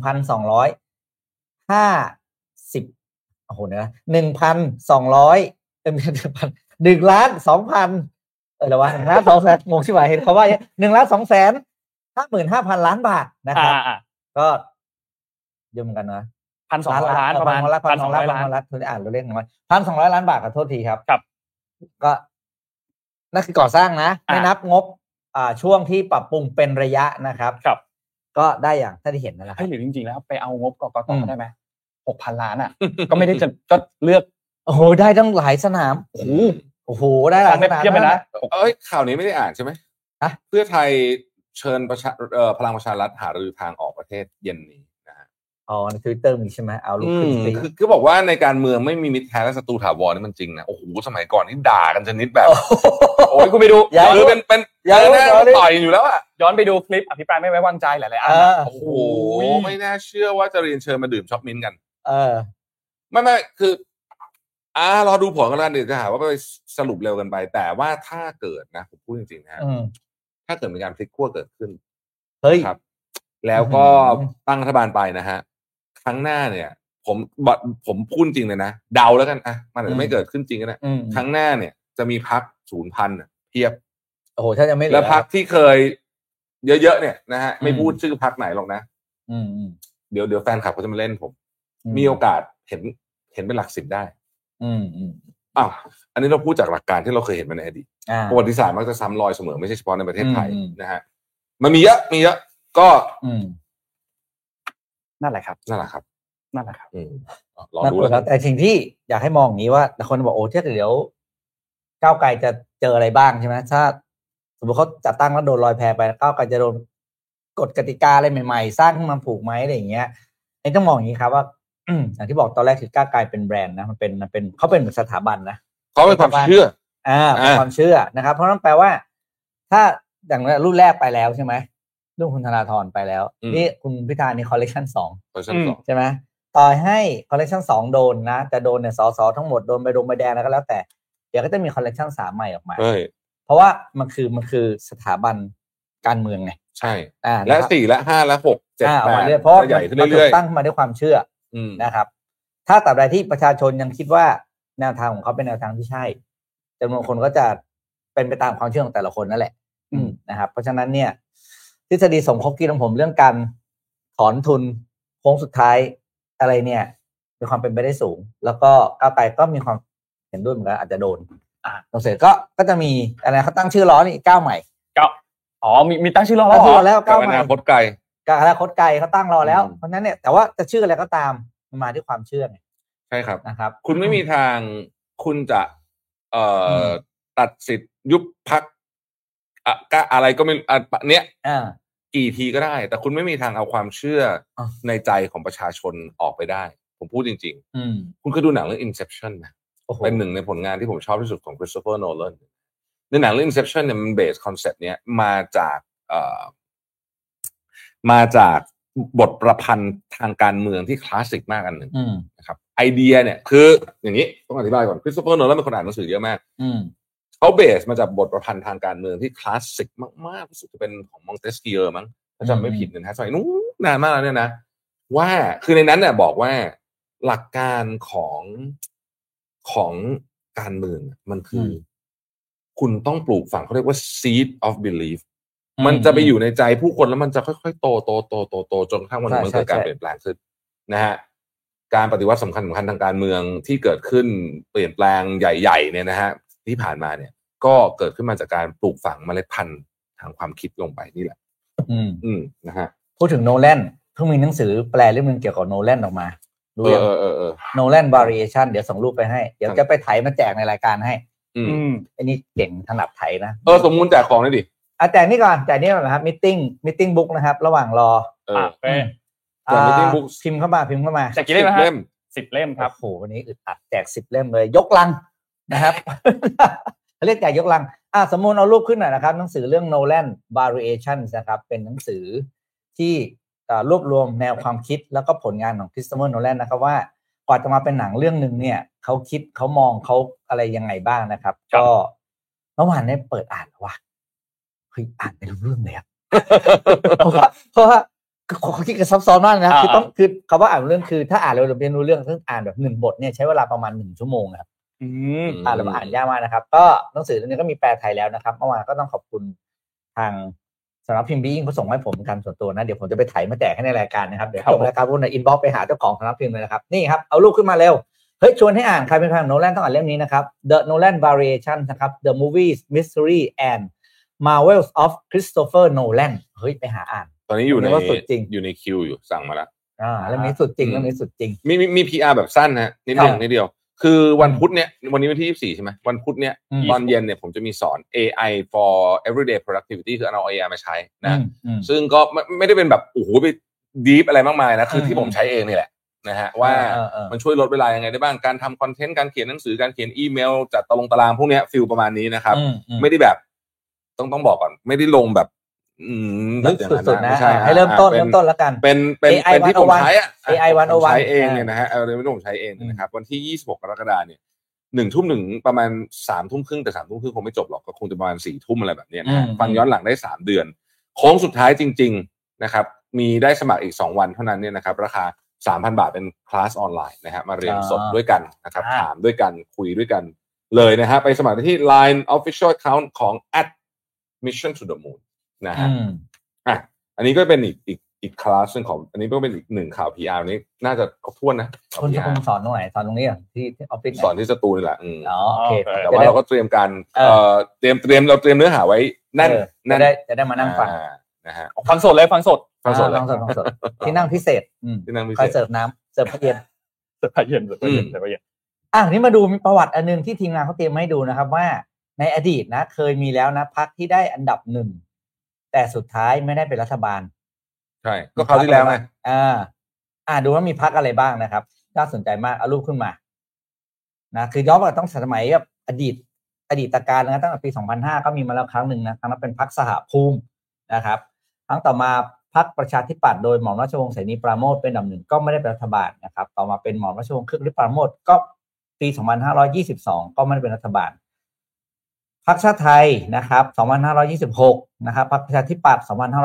1,250 โอ้โหเนี่ย 1,200 1,200,000ระวังนะ200,000งงชิบหายเห็นเขาว่า 1,255,000 ล้านบาทนะครับก็เยอะเหมือนกันนะ 1,200 ล้านประมาณ 1,200 ล้านคุณอ่านเราเล่นกันว่า 1,200 ล้านบาทขอโทษทีครับก็นั่นคือก่อสร้างนะไม่นับงบช่วงที่ปรับปรุงเป็นระยะนะครับก็ได้อย่างถ้าที่เห็นนั่นแหละหรือจริงๆแล้วไปเอางบกกต.ได้ไหม 6,000 ล้านก็ไม่ได้จะก็เลือกโอ้โหได้ตั้งหลายสนามโอ้โหได้หลายสนามเทียบไปนะข่าวนี้ไม่ได้อ่านใช่ไหมเพื่อไทยเชิญพลังประชารัฐหารือทางออกประเทศเย็นนี้ใน Twitter มีใช่ไหมเอาลูกขึ้นสิคือบอกว่าในการเมืองไม่มีมิตรแท้และศัตรูถาวรนี่มันจริงนะโอ้โหสมัยก่อนนี่ด่ากันชนิดแบบโอ้ยกูไปดูหรือเป็นต่อยอยู่แล้วอ่ะย้อนไปดูคลิปอภิปรายไม่ไว้วางใจหลายๆอันโอ้โหไม่น่าเชื่อว่าจะเรียนเชิญมาดื่มช็อกมิ้นกันไม่คือรอดูผลกันแล้วเดี๋ยวจะหาว่าไปสรุปเร็วกันไปแต่ว่าถ้าเกิดนะผมพูดจริงๆนะฮะถ้าเกิดมีการพลิกขั้วเกิดขึ้นเฮ้ยครับแล้วก็ตั้งรัฐบาลไปนะฮะครั้งหน้าเนี่ยผมพูดจริงเลยนะเดาแล้วกันมันอาจจะไม่เกิดขึ้นจริงก็ได้ครั้งหน้าเนี่ยจะมีพรรค0,000เทียบโอ้โหถ้าจะไม่เหลือแล้วพรรคที่เคยเยอะๆเนี่ยนะฮะไม่พูดชื่อพรรคไหนหรอกนะเดี๋ยวแฟนคลับเขาจะมาเล่นผมมีโอกาสเห็นเป็นหลัก10ได้อันนี้เราพูดจากหลักการที่เราเคยเห็นมาในอดีตประวัติศาสตร์มักจะซ้ำรอยเสมอไม่ใช่เฉพาะในประเทศไทยนะฮะมันมีเยอะก็นั่นแหละครับรอดูแล้วแต่สิ่งที่อยากให้มองอย่างนี้ว่าคนบอกโอ้เดี๋ยวก้าวไกลจะเจออะไรบ้างใช่ไหมถ้าสมมติเขาจัดตั้งแล้วโดนลอยแพไปก้าวไกลจะโดนกฎกติกาอะไรใหม่ๆสร้างขึ้นมาผูกไหมอะไรอย่างเงี้ยไอ้ต้องมองอย่างนี้ครับว่าอย่างที่บอกตอนแรกคือก้าวไกลเป็นแบรนด์นะมันเป็นเขาเป็นสถาบันนะเขาเป็นความเชื่อเป็นความเชื่อนะครับเพราะนั่นแปลว่าถ้าอย่างรุ่นแรกไปแล้วใช่ไหมรุ่นคุณธนาธรไปแล้วนี่คุณพิธานี่คอลเลคชั่น2ใช่ไหมต่อให้คอลเลคชั่น2โดนนะแต่โดนเนี่ยส.ทั้งหมดโดนใบแดงแล้วก็แล้วแต่เดี๋ยวก็จะมีคอลเลคชั่น3ใหม่ออกมาเพราะว่ามันคือสถาบันการเมืองไงใช่และ4และ5และ6 7 8 เพราะใหญ่ขึ้นเรื่อยๆตั้งมาด้วยความเชื่อนะครับถ้าตราบใดที่ประชาชนยังคิดว่าแนวทางของเขาเป็นแนวทางที่ใช่จำนวนคนก็จะเป็นไปตามความเชื่อของแต่ละคนนั่นแหละนะครับเพราะฉะนั้นเนี่ยทฤษฎีสมคบคิดของผมเรื่องการถอนทุนโค้งสุดท้ายอะไรเนี่ยมีความเป็นไปได้สูงแล้วก็ก้าวไกลก็มีความเห็นด้วยเหมือนกันอาจจะโดนตรงเสร็จก็จะมีอะไรเขาตั้งชื่อล้อนี่ก้าวใหม่มีตั้งชื่อล้อแล้วก้าวใหม่อนาคตไกลเขาตั้งรอแล้วเพราะนั้นเนี่ยแต่ว่าจะชื่ออะไรก็ตามมันมาด้วยความเชื่อไงใช่ครับนะครับคุณไม่มีทางคุณจะตัดสิทธิ์ยุบพรรคอะไรก็ไม่เนี้ยกี่ทีก็ได้แต่คุณไม่มีทางเอาความเชื่อในใจของประชาชนออกไปได้ผมพูดจริงๆคุณเคยดูหนังเรื่อง Inception นะเป็นหนึ่งในผลงานที่ผมชอบที่สุดของ Christopher Nolan ในหนังเรื่อง Inception เนี่ยมันเบสคอนเซ็ปต์เนี้ยมาจากบทประพันธ์ทางการเมืองที่คลาสสิกมากอันหนึ่งนะครับไอเดียเนี่ยคืออย่างนี้ต้องอธิบายก่อน Christopher Nolan เป็นคนอ่านหนังสือเยอะมากเขาเบสมาจากบทประพันธ์ทางการเมืองที่คลาสสิกมากๆรู้สึกจะเป็นของมองเตสกิเออร์มั้งถ้าจำไม่ผิดนะสมัยนู้นนานมากแล้วเนี่ยนะว่าคือในนั้นเนี่ยบอกว่าหลักการของการเมืองมันคือคุณต้องปลูกฝังเขาเรียกว่า seed of belief มันจะไปอยู่ในใจผู้คนแล้วมันจะค่อยๆโตจนกระทั่งวันนึงมันเกิดการเปลี่ยนแปลงขึ้นนะฮะการปฏิวัติสำคัญทางการเมืองที่เกิดขึ้นเปลี่ยนแปลงใหญ่ๆเนี่ยนะฮะที่ผ่านมาเนี่ยก็เกิดขึ้นมาจากการปลูกฝังเมล็ดพันธุ์ทางความคิดลงไปนี่แหละนะฮะพูดถึงโนแลนเพิ่งมีหนังสือแปลเล่มนึงเกี่ยวกับโนแลนออกมาดูยังโนแลน variation เดี๋ยวส่งรูปไปให้เดี๋ยวจะไปไถมาแจกในรายการให้อันนี้เก่งถนัดไถนะสมมุติแจกของได้ดิแจกนี่ก่อนแจกนี่ก่อนนะครับmeeting book นะครับระหว่างรอ meeting book พิมพ์เข้ามาแจกกี่เล่มนะครับ10 เล่มครับโอ้โหวันนี้อึดอัดแจก10 เล่มเลยยกลังนะครับเรียกแจกยกลังสมมุติเอารูปขึ้นหน่อยนะครับหนังสือเรื่อง Nolan Variations นะครับเป็นหนังสือที่รวบรวมแนวความคิดแล้วก็ผลงานของคริสโตเฟอร์โนแลนนะครับว่ากว่าจะมาเป็นหนังเรื่องนึงเนี่ยเขาคิดเขามองเขาอะไรยังไงบ้างนะครับก็เมื่อวานนี้เปิดอ่านแล้วว่ะเฮ้ยอ่านไม่รู้เรื่องเลยเพราะว่าเขาคิดกันซับซ้อนมากนะคือคำว่าอ่านเรื่องคือถ้าอ่านเราเรียนรู้เรื่องอ่านแบบ1 บทเนี่ยใช้เวลาประมาณ1 ชั่วโมงครับเราอ่านยากมากนะครับก็หนังสือเล่มนี้ก็มีแปลไทยแล้วนะครับเมื่อวานก็ต้องขอบคุณทางสำนักพิมพ์บีอิงเขาส่งให้ผมกันส่วนตัวนะเดี๋ยวผมจะไปไถมาแจกให้ในรายการนะครับเดี๋ยวจบรายการพูดในอินบ็อกซ์ไปหาเจ้าของสำนักพิมพ์เลยนะครับนี่ครับเอารูปขึ้นมาเร็วเฮ้ยชวนให้อ่านใครเป็นแฟนโนแลนต้องอ่านเล่มนี้นะครับ The Nolan Variation นะครับ The Movies Mystery and Marvels of Christopher Nolan เฮ้ยไปหาอ่านตอนนี้อยู่ในคิวอยู่สั่งมาแล้วเล่มนี้สุดจริงเล่มนี้สุดจริงมี PR แบบสั้นนะนิดเดียวคือวันพุธเนี่ยวันนี้วันที่24ใช่ไหมวันพุธเนี่ยตอนเย็นเนี่ยผมจะมีสอน AI for everyday productivity คือเอา AI มาใช้นะซึ่งก็ไม่ได้เป็นแบบโอ้โหไปดีฟอะไรมากมายนะคือที่ผมใช้เองนี่แหละนะฮะว่ามันช่วยลดเวลายังไงได้บ้างการทำคอนเทนต์การเขียนหนังสือการเขียนอีเมลจัดตารางพวกนี้ฟิลประมาณนี้นะครับไม่ได้แบบต้องบอกก่อนไม่ได้ลงแบบสุดๆนะให้เริ่มต้นแล้วกันเป็นที่ผมใช้AI 101ใช้เองเนี่ยนะฮะเอาเรื่องที่ผมใช้เองนะครับวันที่26 กรกฎาคมเนี่ย 1 ทุ่มถึงประมาณ3 ทุ่มครึ่งแต่3 ทุ่มครึ่งคงไม่จบหรอกก็คงจะประมาณ4 ทุ่มอะไรแบบนี้นะฟังย้อนหลังได้3 เดือนโค้งสุดท้ายจริงๆนะครับมีได้สมัครอีก2 วันเท่านั้นเนี่ยนะครับราคา 3,000 บาทเป็นคลาสออนไลน์นะฮะมาเรียนสดด้วยกันนะครับถามด้วยกันคุยด้วยกันเลยนะฮะไปสมัครได้ที่ Line Official Account ของ @Mission to the Moon นะฮะอันนี้ก็เป็นอีกคลาสนึงของอันนี้ก็เป็นอีก1ข่าว PR นี้น่าจะครบถ้วนนะคุณจะสอนตรงไหนสอนตรงนี้อ่ะที่ออฟฟิศสอนที่สตูนี่แหละอ๋อโอเคแต่ว่าเราก็เตรียมการเตรียมเราเตรียมเนื้อหาไว้แน่นจะได้มานั่งฟังนะฮะฟังสดเลยฟังสดที่นั่งพิเศษคอยเสิร์ฟน้ำเสิร์ฟเย็นนี่มาดูมีประวัติอันนึงที่ทีมงานเขาเตรียมให้ดูนะครับว่าในอดีตนะเคยมีแล้วนะพรรคที่ได้อันดับ1แต่สุดท้ายไม่ได้เป็นรัฐบาลใช่ก็คราวที่แล้วไงดูว่ามีพรรคอะไรบ้างนะครับน่าสนใจมากเอารูปขึ้นมานะคือย้อนไปต้องสมัยแบบอดีตการนะตั้งแต่ปี2005ก็มีมาแล้วครั้งหนึ่งนะครั้งนั้นเป็นพรรคสหภูมินะครับครั้งต่อมาพรรคประชาธิปัตย์โดยหม่อมราชวงศ์เสนีปราโมชเป็นอันดับ1ก็ไม่ได้เป็นรัฐบาลนะครับต่อมาเป็นหม่อมราชวงศ์คึกฤทธิ์ปราโมชก็ปี2522ก็ไม่ได้เป็นรัฐบาลพรรคชาติไทยนะครับ2526นะครับพรรคประชาธิปัตย์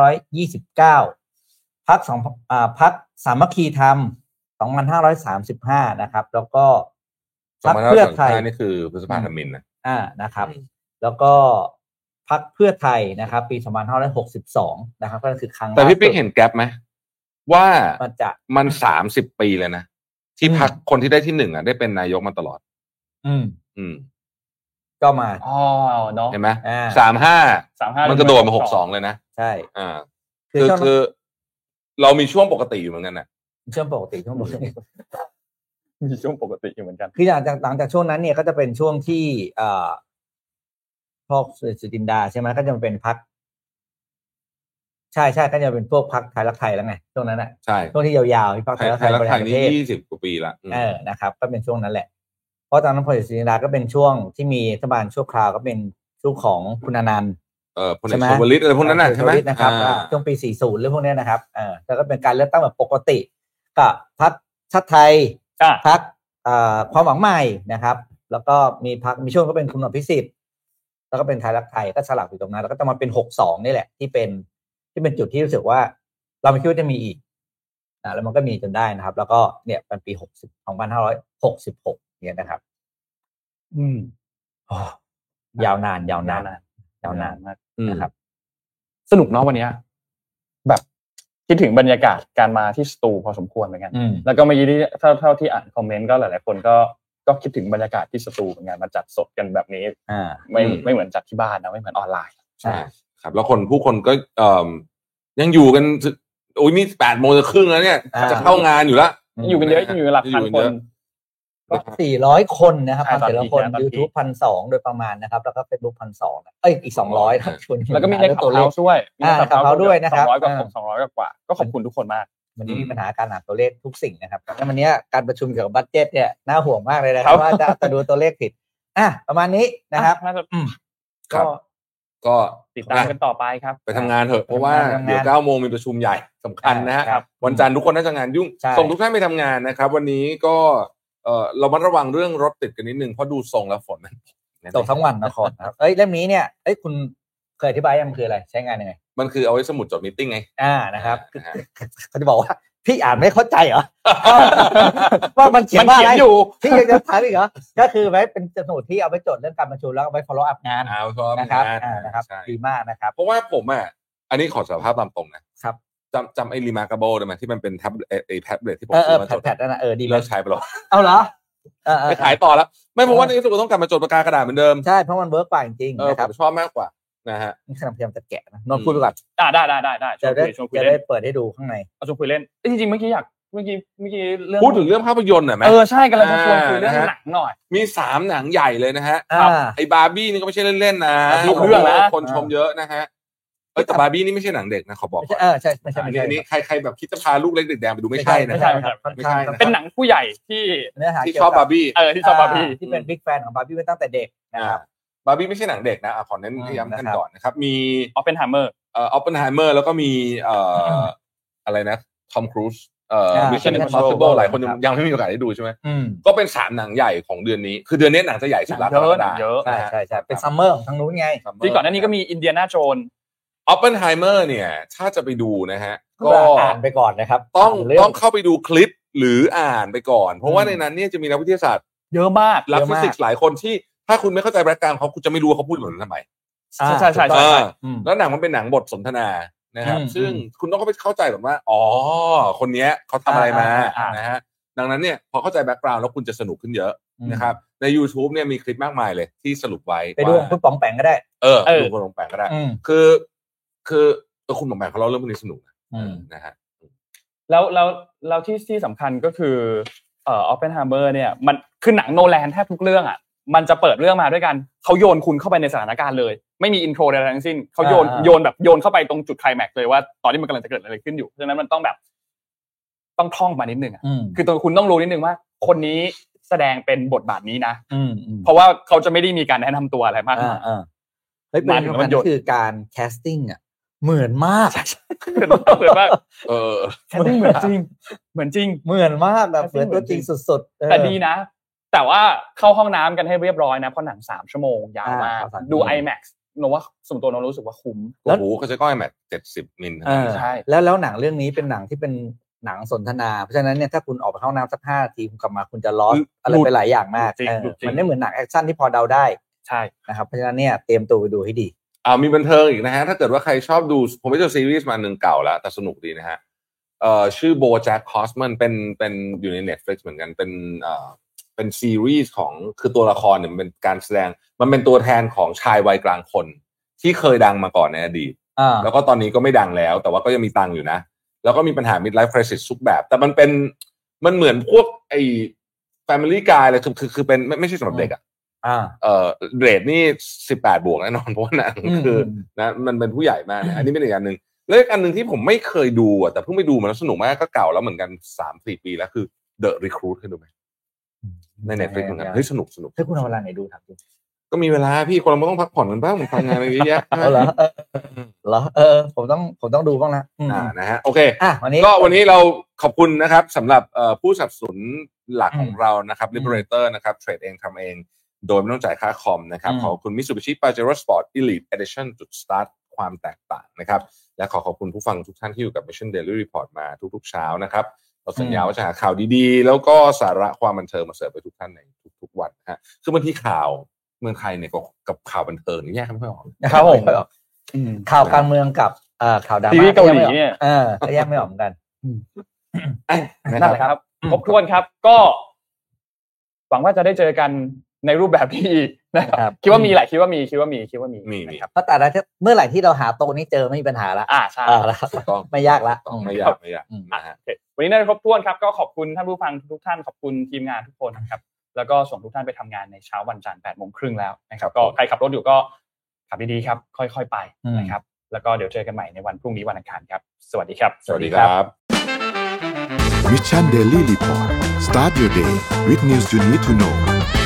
2529พรรคสามัคคีธรรม2535นะครับแล้วก็พรรคเพื่อไทยนี่คือพฤษภาธมิญนะนะครับแล้วก็พรรคเพื่อไทยนะครับปี2562นะครับก็คือครั้งแต่พี่ปิ๊กเห็นแกปไหมว่ามัน30 ปีเลยนะที่พรรคคนที่ได้ที่1ได้เป็นนายกมาตลอดก็มาเนาะเห็นไหม35มันกระโดดมา62เลยนะใช่คือเรามีช่วงปกติอยู่เหมือนกันนะช่วงปกติมีช่วงปกติอยู่เหมือนกันคือหลังจากช่วงนั้นเนี่ยก็จะเป็นช่วงที่พวกสุจินดาใช่ไหมก็จะเป็นพรรคใช่ก็จะเป็นพวกพรรคไทยรักไทยแล้วไงช่วงนั้นอ่ะใช่ช่วงที่ยาวๆที่พรรคไทยรักไทยบริหารประเทศ20 กว่าปีละนะครับก็เป็นช่วงนั้นแหละเพราะตอนนั้นพลเอกสุจินดาก็เป็นช่วงที่มีรัฐบาลชั่วคราวก็เป็นช่วงของคุณอนันต์พลเอกชวลิตอะไรพวกนั้นน่ะใช่ไหมนะครับช่วงปี40หรือพวกนี้นะครับแล้วก็เป็นการเลือกตั้งแบบปกติกับพรรคชาติไทยพรรคความหวังใหม่นะครับแล้วก็มีช่วงก็เป็นคุณอภิสิทธิ์แล้วก็เป็นไทยรักไทยก็สลับอยู่ตรงนั้นแล้วก็จะมาเป็น62นี่แหละที่เป็นจุดที่รู้สึกว่าเราไม่คิดว่าจะมีอีกแล้วมันก็มีจนได้นะครับแล้วก็เนี่ยเป็นปี2566เนี่ยนะครับยาวนานมากนะครับสนุกเนาะวันนี้แบบคิดถึงบรรยากาศการมาที่สตูพอสมควรเหมือนกันแล้วก็เมื่อกี้ที่เท่าที่อ่านคอมเมนต์ก็หลายๆคนก็คิดถึงบรรยากาศที่สตูเหมือนกันมาจัดสดกันแบบนี้ไม่เหมือนจัดที่บ้านนะไม่เหมือนออนไลน์ใช่ครับแล้วผู้คนก็ยังอยู่กันมี8 โมงครึ่งแล้วเนี่ยจะเข้างานอยู่แล้วอยู่กันเยอะอยู่หลักพันคนก็400 คนนะครับ400 คน YouTube 1,200 โดยประมาณนะครับแล้วก็ Facebook 1,200อีก200ครับแล้วก็มีในตัวเลขด้วยเขาด้วยนะครับ 200 กว่าก็ขอบคุณทุกคนมากวันนี้มีปัญหาการอ่านตัวเลขทุกสิ่งนะครับแล้ววันนี้การประชุมเกี่ยวกับบัดเจ็ตเนี่ยน่าห่วงมากเลยนะครับว่าจะดูตัวเลขผิดประมาณนี้นะครับก็ติดตามกันต่อไปครับไปทำงานเถอะเพราะว่าเดี๋ยว 9 โมงมีประชุมใหญ่สำคัญนะฮะวันจันทร์ทุกคนน่าจะงานยุ่งส่งทุกท่านไปทำงานนะครับวันนี้ก็เรามาระวังเรื่องรถติดกันนิดนึงเพราะดูทรงแล้วฝนตกทั้งวันนครครับเล่มนี้เนี่ยคุณเคยอธิบายยังมันคืออะไรใช้งานยังไงมันคือเอาไว้สมุดจดมีตติ้งไงนะครับเขาจะบอกว่าพี่อ่านไม่เข้าใจเหรอว่ามันเขียนว่าอะไรอยู่พี่ยังจะถามอีกเหรอก็คือไว้เป็นสมุดที่เอาไว้จดเรื่องการประชุมแล้วเอาไว้ follow up งานนะครับดีมากนะครับเพราะว่าผมอันนี้ขอสารภาพตามตรงนะครับจำไอ้ Remarkable ได้ไหมที่มันเป็นแท็บเล็ตที่ผมซื้อมาจดแพดนั่นนะดีเลิกใช้ไปแล้วเอาเหรอไปขายต่อแล้วไม่เพราะว่าในสุดต้องกลับมาจดปากกากระดาษเหมือนเดิมใช่เพราะมันเวิร์กกว่าจริงๆนะครับชอบมากกว่านะฮะนี่ขนาดพยายามจะแกะนะนนพูดไปก่อนได้จะได้เปิดให้ดูข้างในเอาชวนคุยเล่นจริงๆเมื่อกี้เรื่องพูดถึงเรื่องภาพยนตร์หน่อยไหมใช่กันแล้วจะชวนคุยเรื่องหนังหน่อยมี3 หนังใหญ่เลยนะฮะไอ้บาร์บี้นี่ก็ไม่ใช่เล่นๆนะเรื่องนะคนชมเยอะนะฮะแต่บาร์บี้นี่ไม่ใช่หนังเด็กนะขอบอกใช่ไม่ใช่อันนี้ใครแบบคิดจะพาลูกเล็กเด็กแดงไปดูไม่ใช่นะไม่ใช่เป็นหนังผู้ใหญ่ที่ชอบบาร์บี้ที่ชอบบาร์บี้ที่เป็นบิ๊กแฟนของบาร์บี้มาตั้งแต่เด็กนะครับบาร์บี้ไม่ใช่หนังเด็กนะขอเน้นย้ำกันก่อนนะครับมีออปเพนไฮเมอร์แล้วก็มีอะไรนะทอมครูซ Mission Impossible หลายคนยังไม่มีโอกาสได้ดูใช่ไหมก็เป็น3หนังใหญ่ของเดือนนี้คือเดือนนี้หนังจะใหญ่สุดละเยอะใช่เป็นซัมเมอร์ทั้งนู้นไงที่ก่อนหน้านี้ก็มีอินเดียนาโจน Oppenheimer เนี่ยถ้าจะไปดูนะฮะก็อ่านไปก่อนนะครับต้องเข้าไปดูคลิปหรืออ่านไปก่อนเพราะว่าในนั้นเนี่ยจะมีนักวิทยาศาสตร์เยอะมากนักฟิสิกส์หลายคนที่ถ้าคุณไม่เข้าใจแบล็คกราวด์เขาคุณจะไม่รู้ว่าเขาพูดแบบนั้นทำไมใช่แล้วหนังมันเป็นหนังบทสนทนานะครับซึ่งคุณต้องไปเข้าใจแบบว่าอ๋อคนนี้เขาทำอะไรมานะฮะดังนั้นเนี่ยพอเข้าใจแบล็คกราวด์แล้วคุณจะสนุกขึ้นเยอะนะครับใน YouTube เนี่ยมีคลิปมากมายเลยที่สรุปไว้ไปดูคุณป๋องแปงก็ได้ดูคุณป๋องแปงก็ได้คือคุณป๋องแปงเขาเล่าเรื่องพวกนี้สนุกนะฮะแล้วที่สำคัญก็คือOppenheimer เนี่ยมันคือหนังโนแลนแทบทุกเรื่องอ่ะมันจะเปิดเรื่องมาด้วยกันเขาโยนคุณเข้าไปในสถานการณ์เลยไม่มีอินโทรใดๆทั้งสิ้นเขาโยนแบบโยนเข้าไปตรงจุดไคลแม็กซ์เลยว่าตอนนี้มันกำลังจะเกิดอะไรขึ้นอยู่เพราะฉะนั้นมันต้องแบบต้องท่องมานิดนึงอ่ะคือตัวคุณต้องรู้นิดนึงว่าคนนี้แสดงเป็นบทบาทนี้นะเพราะว่าเขาจะไม่ได้มีการแนะนำตัวอะไรมากเฮ้ยมันคือการแคสติ้งอ่ะเหมือนมากเหมือนมากแคสติ้งเหมือนจริงเหมือนมากแบบเหมือนตัวจริงสุดๆแต่ดีนะแต่ว่าเข้าห้องน้ำกันให้เรียบร้อยนะเพราะหนัง3ชั่วโมงยาวมากดู IMAX โนว่าส่วนตัวโนรู้สึกว่าคุ้มแล้วเขาจะก็ IMAX 70 มิลใช่แล้วหนังเรื่องนี้เป็นหนังที่เป็นหนังสนทนาเพราะฉะนั้นเนี่ยถ้าคุณออกไปเข้าห้องน้ำสัก5 นาทีคุณกลับมาคุณจะลอสอะไรไปหลายอย่างมากมันไม่เหมือนหนังแอคชั่นที่พอเดาได้ใช่นะครับเพราะฉะนั้นเนี่ยเตรียมตัวไปดูให้ดีมีบันเทิงอีกนะฮะถ้าเกิดว่าใครชอบดูผมไปดูซีรีส์มาหนึ่งเก่าแล้วแต่สนุกดีนะฮะชื่อ BoJack Horseman เป็นอยู่ใน Netflix เหมือนกันเป็นซีรีส์ของคือตัวละครเนี่ยมันเป็นการแสดงมันเป็นตัวแทนของชายวัยกลางคนที่เคยดังมาก่อนในอดีตแล้วก็ตอนนี้ก็ไม่ดังแล้วแต่ว่าก็ยังมีตังค์อยู่นะแล้วก็มีปัญหา midlife crisis ทุกแบบแต่มันเหมือนพวกไอ้ Family Guy อะไรคือเป็นไม่ใช่สำหรับเด็กอ่ะเรทนี่18 บวกแน่นอนเพราะว่าหนังคือนะมันเป็นผู้ใหญ่มากนะอันนี้เป็นอีกอันนึงแล้วอีกอันนึงที่ผมไม่เคยดูแต่เพิ่งไปดูมาแล้วสนุกมากก็เก่าแล้วเหมือนกัน 3-4 ปีแล้วคือ The Recruit เคยดูไหมใน Netflix เหมือนกันเฮ้ยสนุกให้คุณเอาเวลาไหนดูถามจริงก็มีเวลาพี่คนเราต้องพักผ่อนกันบ้างผมทำงานอะไรเยอะแยะเหรอผมต้องดูบ้างนะนะฮะโอเควันนี้เราขอบคุณนะครับสำหรับผู้สนับสนุนหลักของเรานะครับ Liberator นะครับเทรดเองทำเองโดยไม่ต้องจ่ายค่าคอมนะครับขอบคุณ Mitsubishi Pajero Sport Elite Edition จุดสตาร์ทความแตกต่างนะครับและขอบคุณผู้ฟังทุกท่านที่อยู่กับ Mission Daily Report มาทุกๆเช้านะครับเราสัญญาว่าจะหาข่าวดีๆแล้วก็สาระความบันเทิงมาเสิร์ฟไปทุกท่านในทุกๆวันนะฮะคือบางทีข่าวเมืองไทยเนี่ยกับข่าวบันเทิงแยกกันไม่ออกครับผมข่าวการเมืองกับข่าวดราม่าซีรีส์เกาหลีเนี่ยแยกไม่ออกเหมือนกันนั่นแหละครับครบถ้วนครับก็หวังว่าจะได้เจอกันในรูปแบบที่นะครับคิดว่ามีแหละคิดว่ามีครับเพราะแต่เมื่อไหร่ที่เราหาโต๊ะนี้เจอไม่มีปัญหาละใช่ไม่ยากละไม่ยากวันนี้ได้ครบถ้วนครับก็ขอบคุณท่านผู้ฟังทุกท่านขอบคุณทีมงานทุกคนนะครับแล้วก็ส่งทุกท่านไปทำงานในเช้าวันจันทร์ 8:30 นแล้วนะครับก็ใครขับรถอยู่ก็ขับดีๆครับค่อยๆไปนะครับแล้วก็เดี๋ยวเจอกันใหม่ในวันพรุ่งนี้วันอังคารครับสวัสดีครับสวัสดีครับ Mission Daily Report Start your day with news you need to know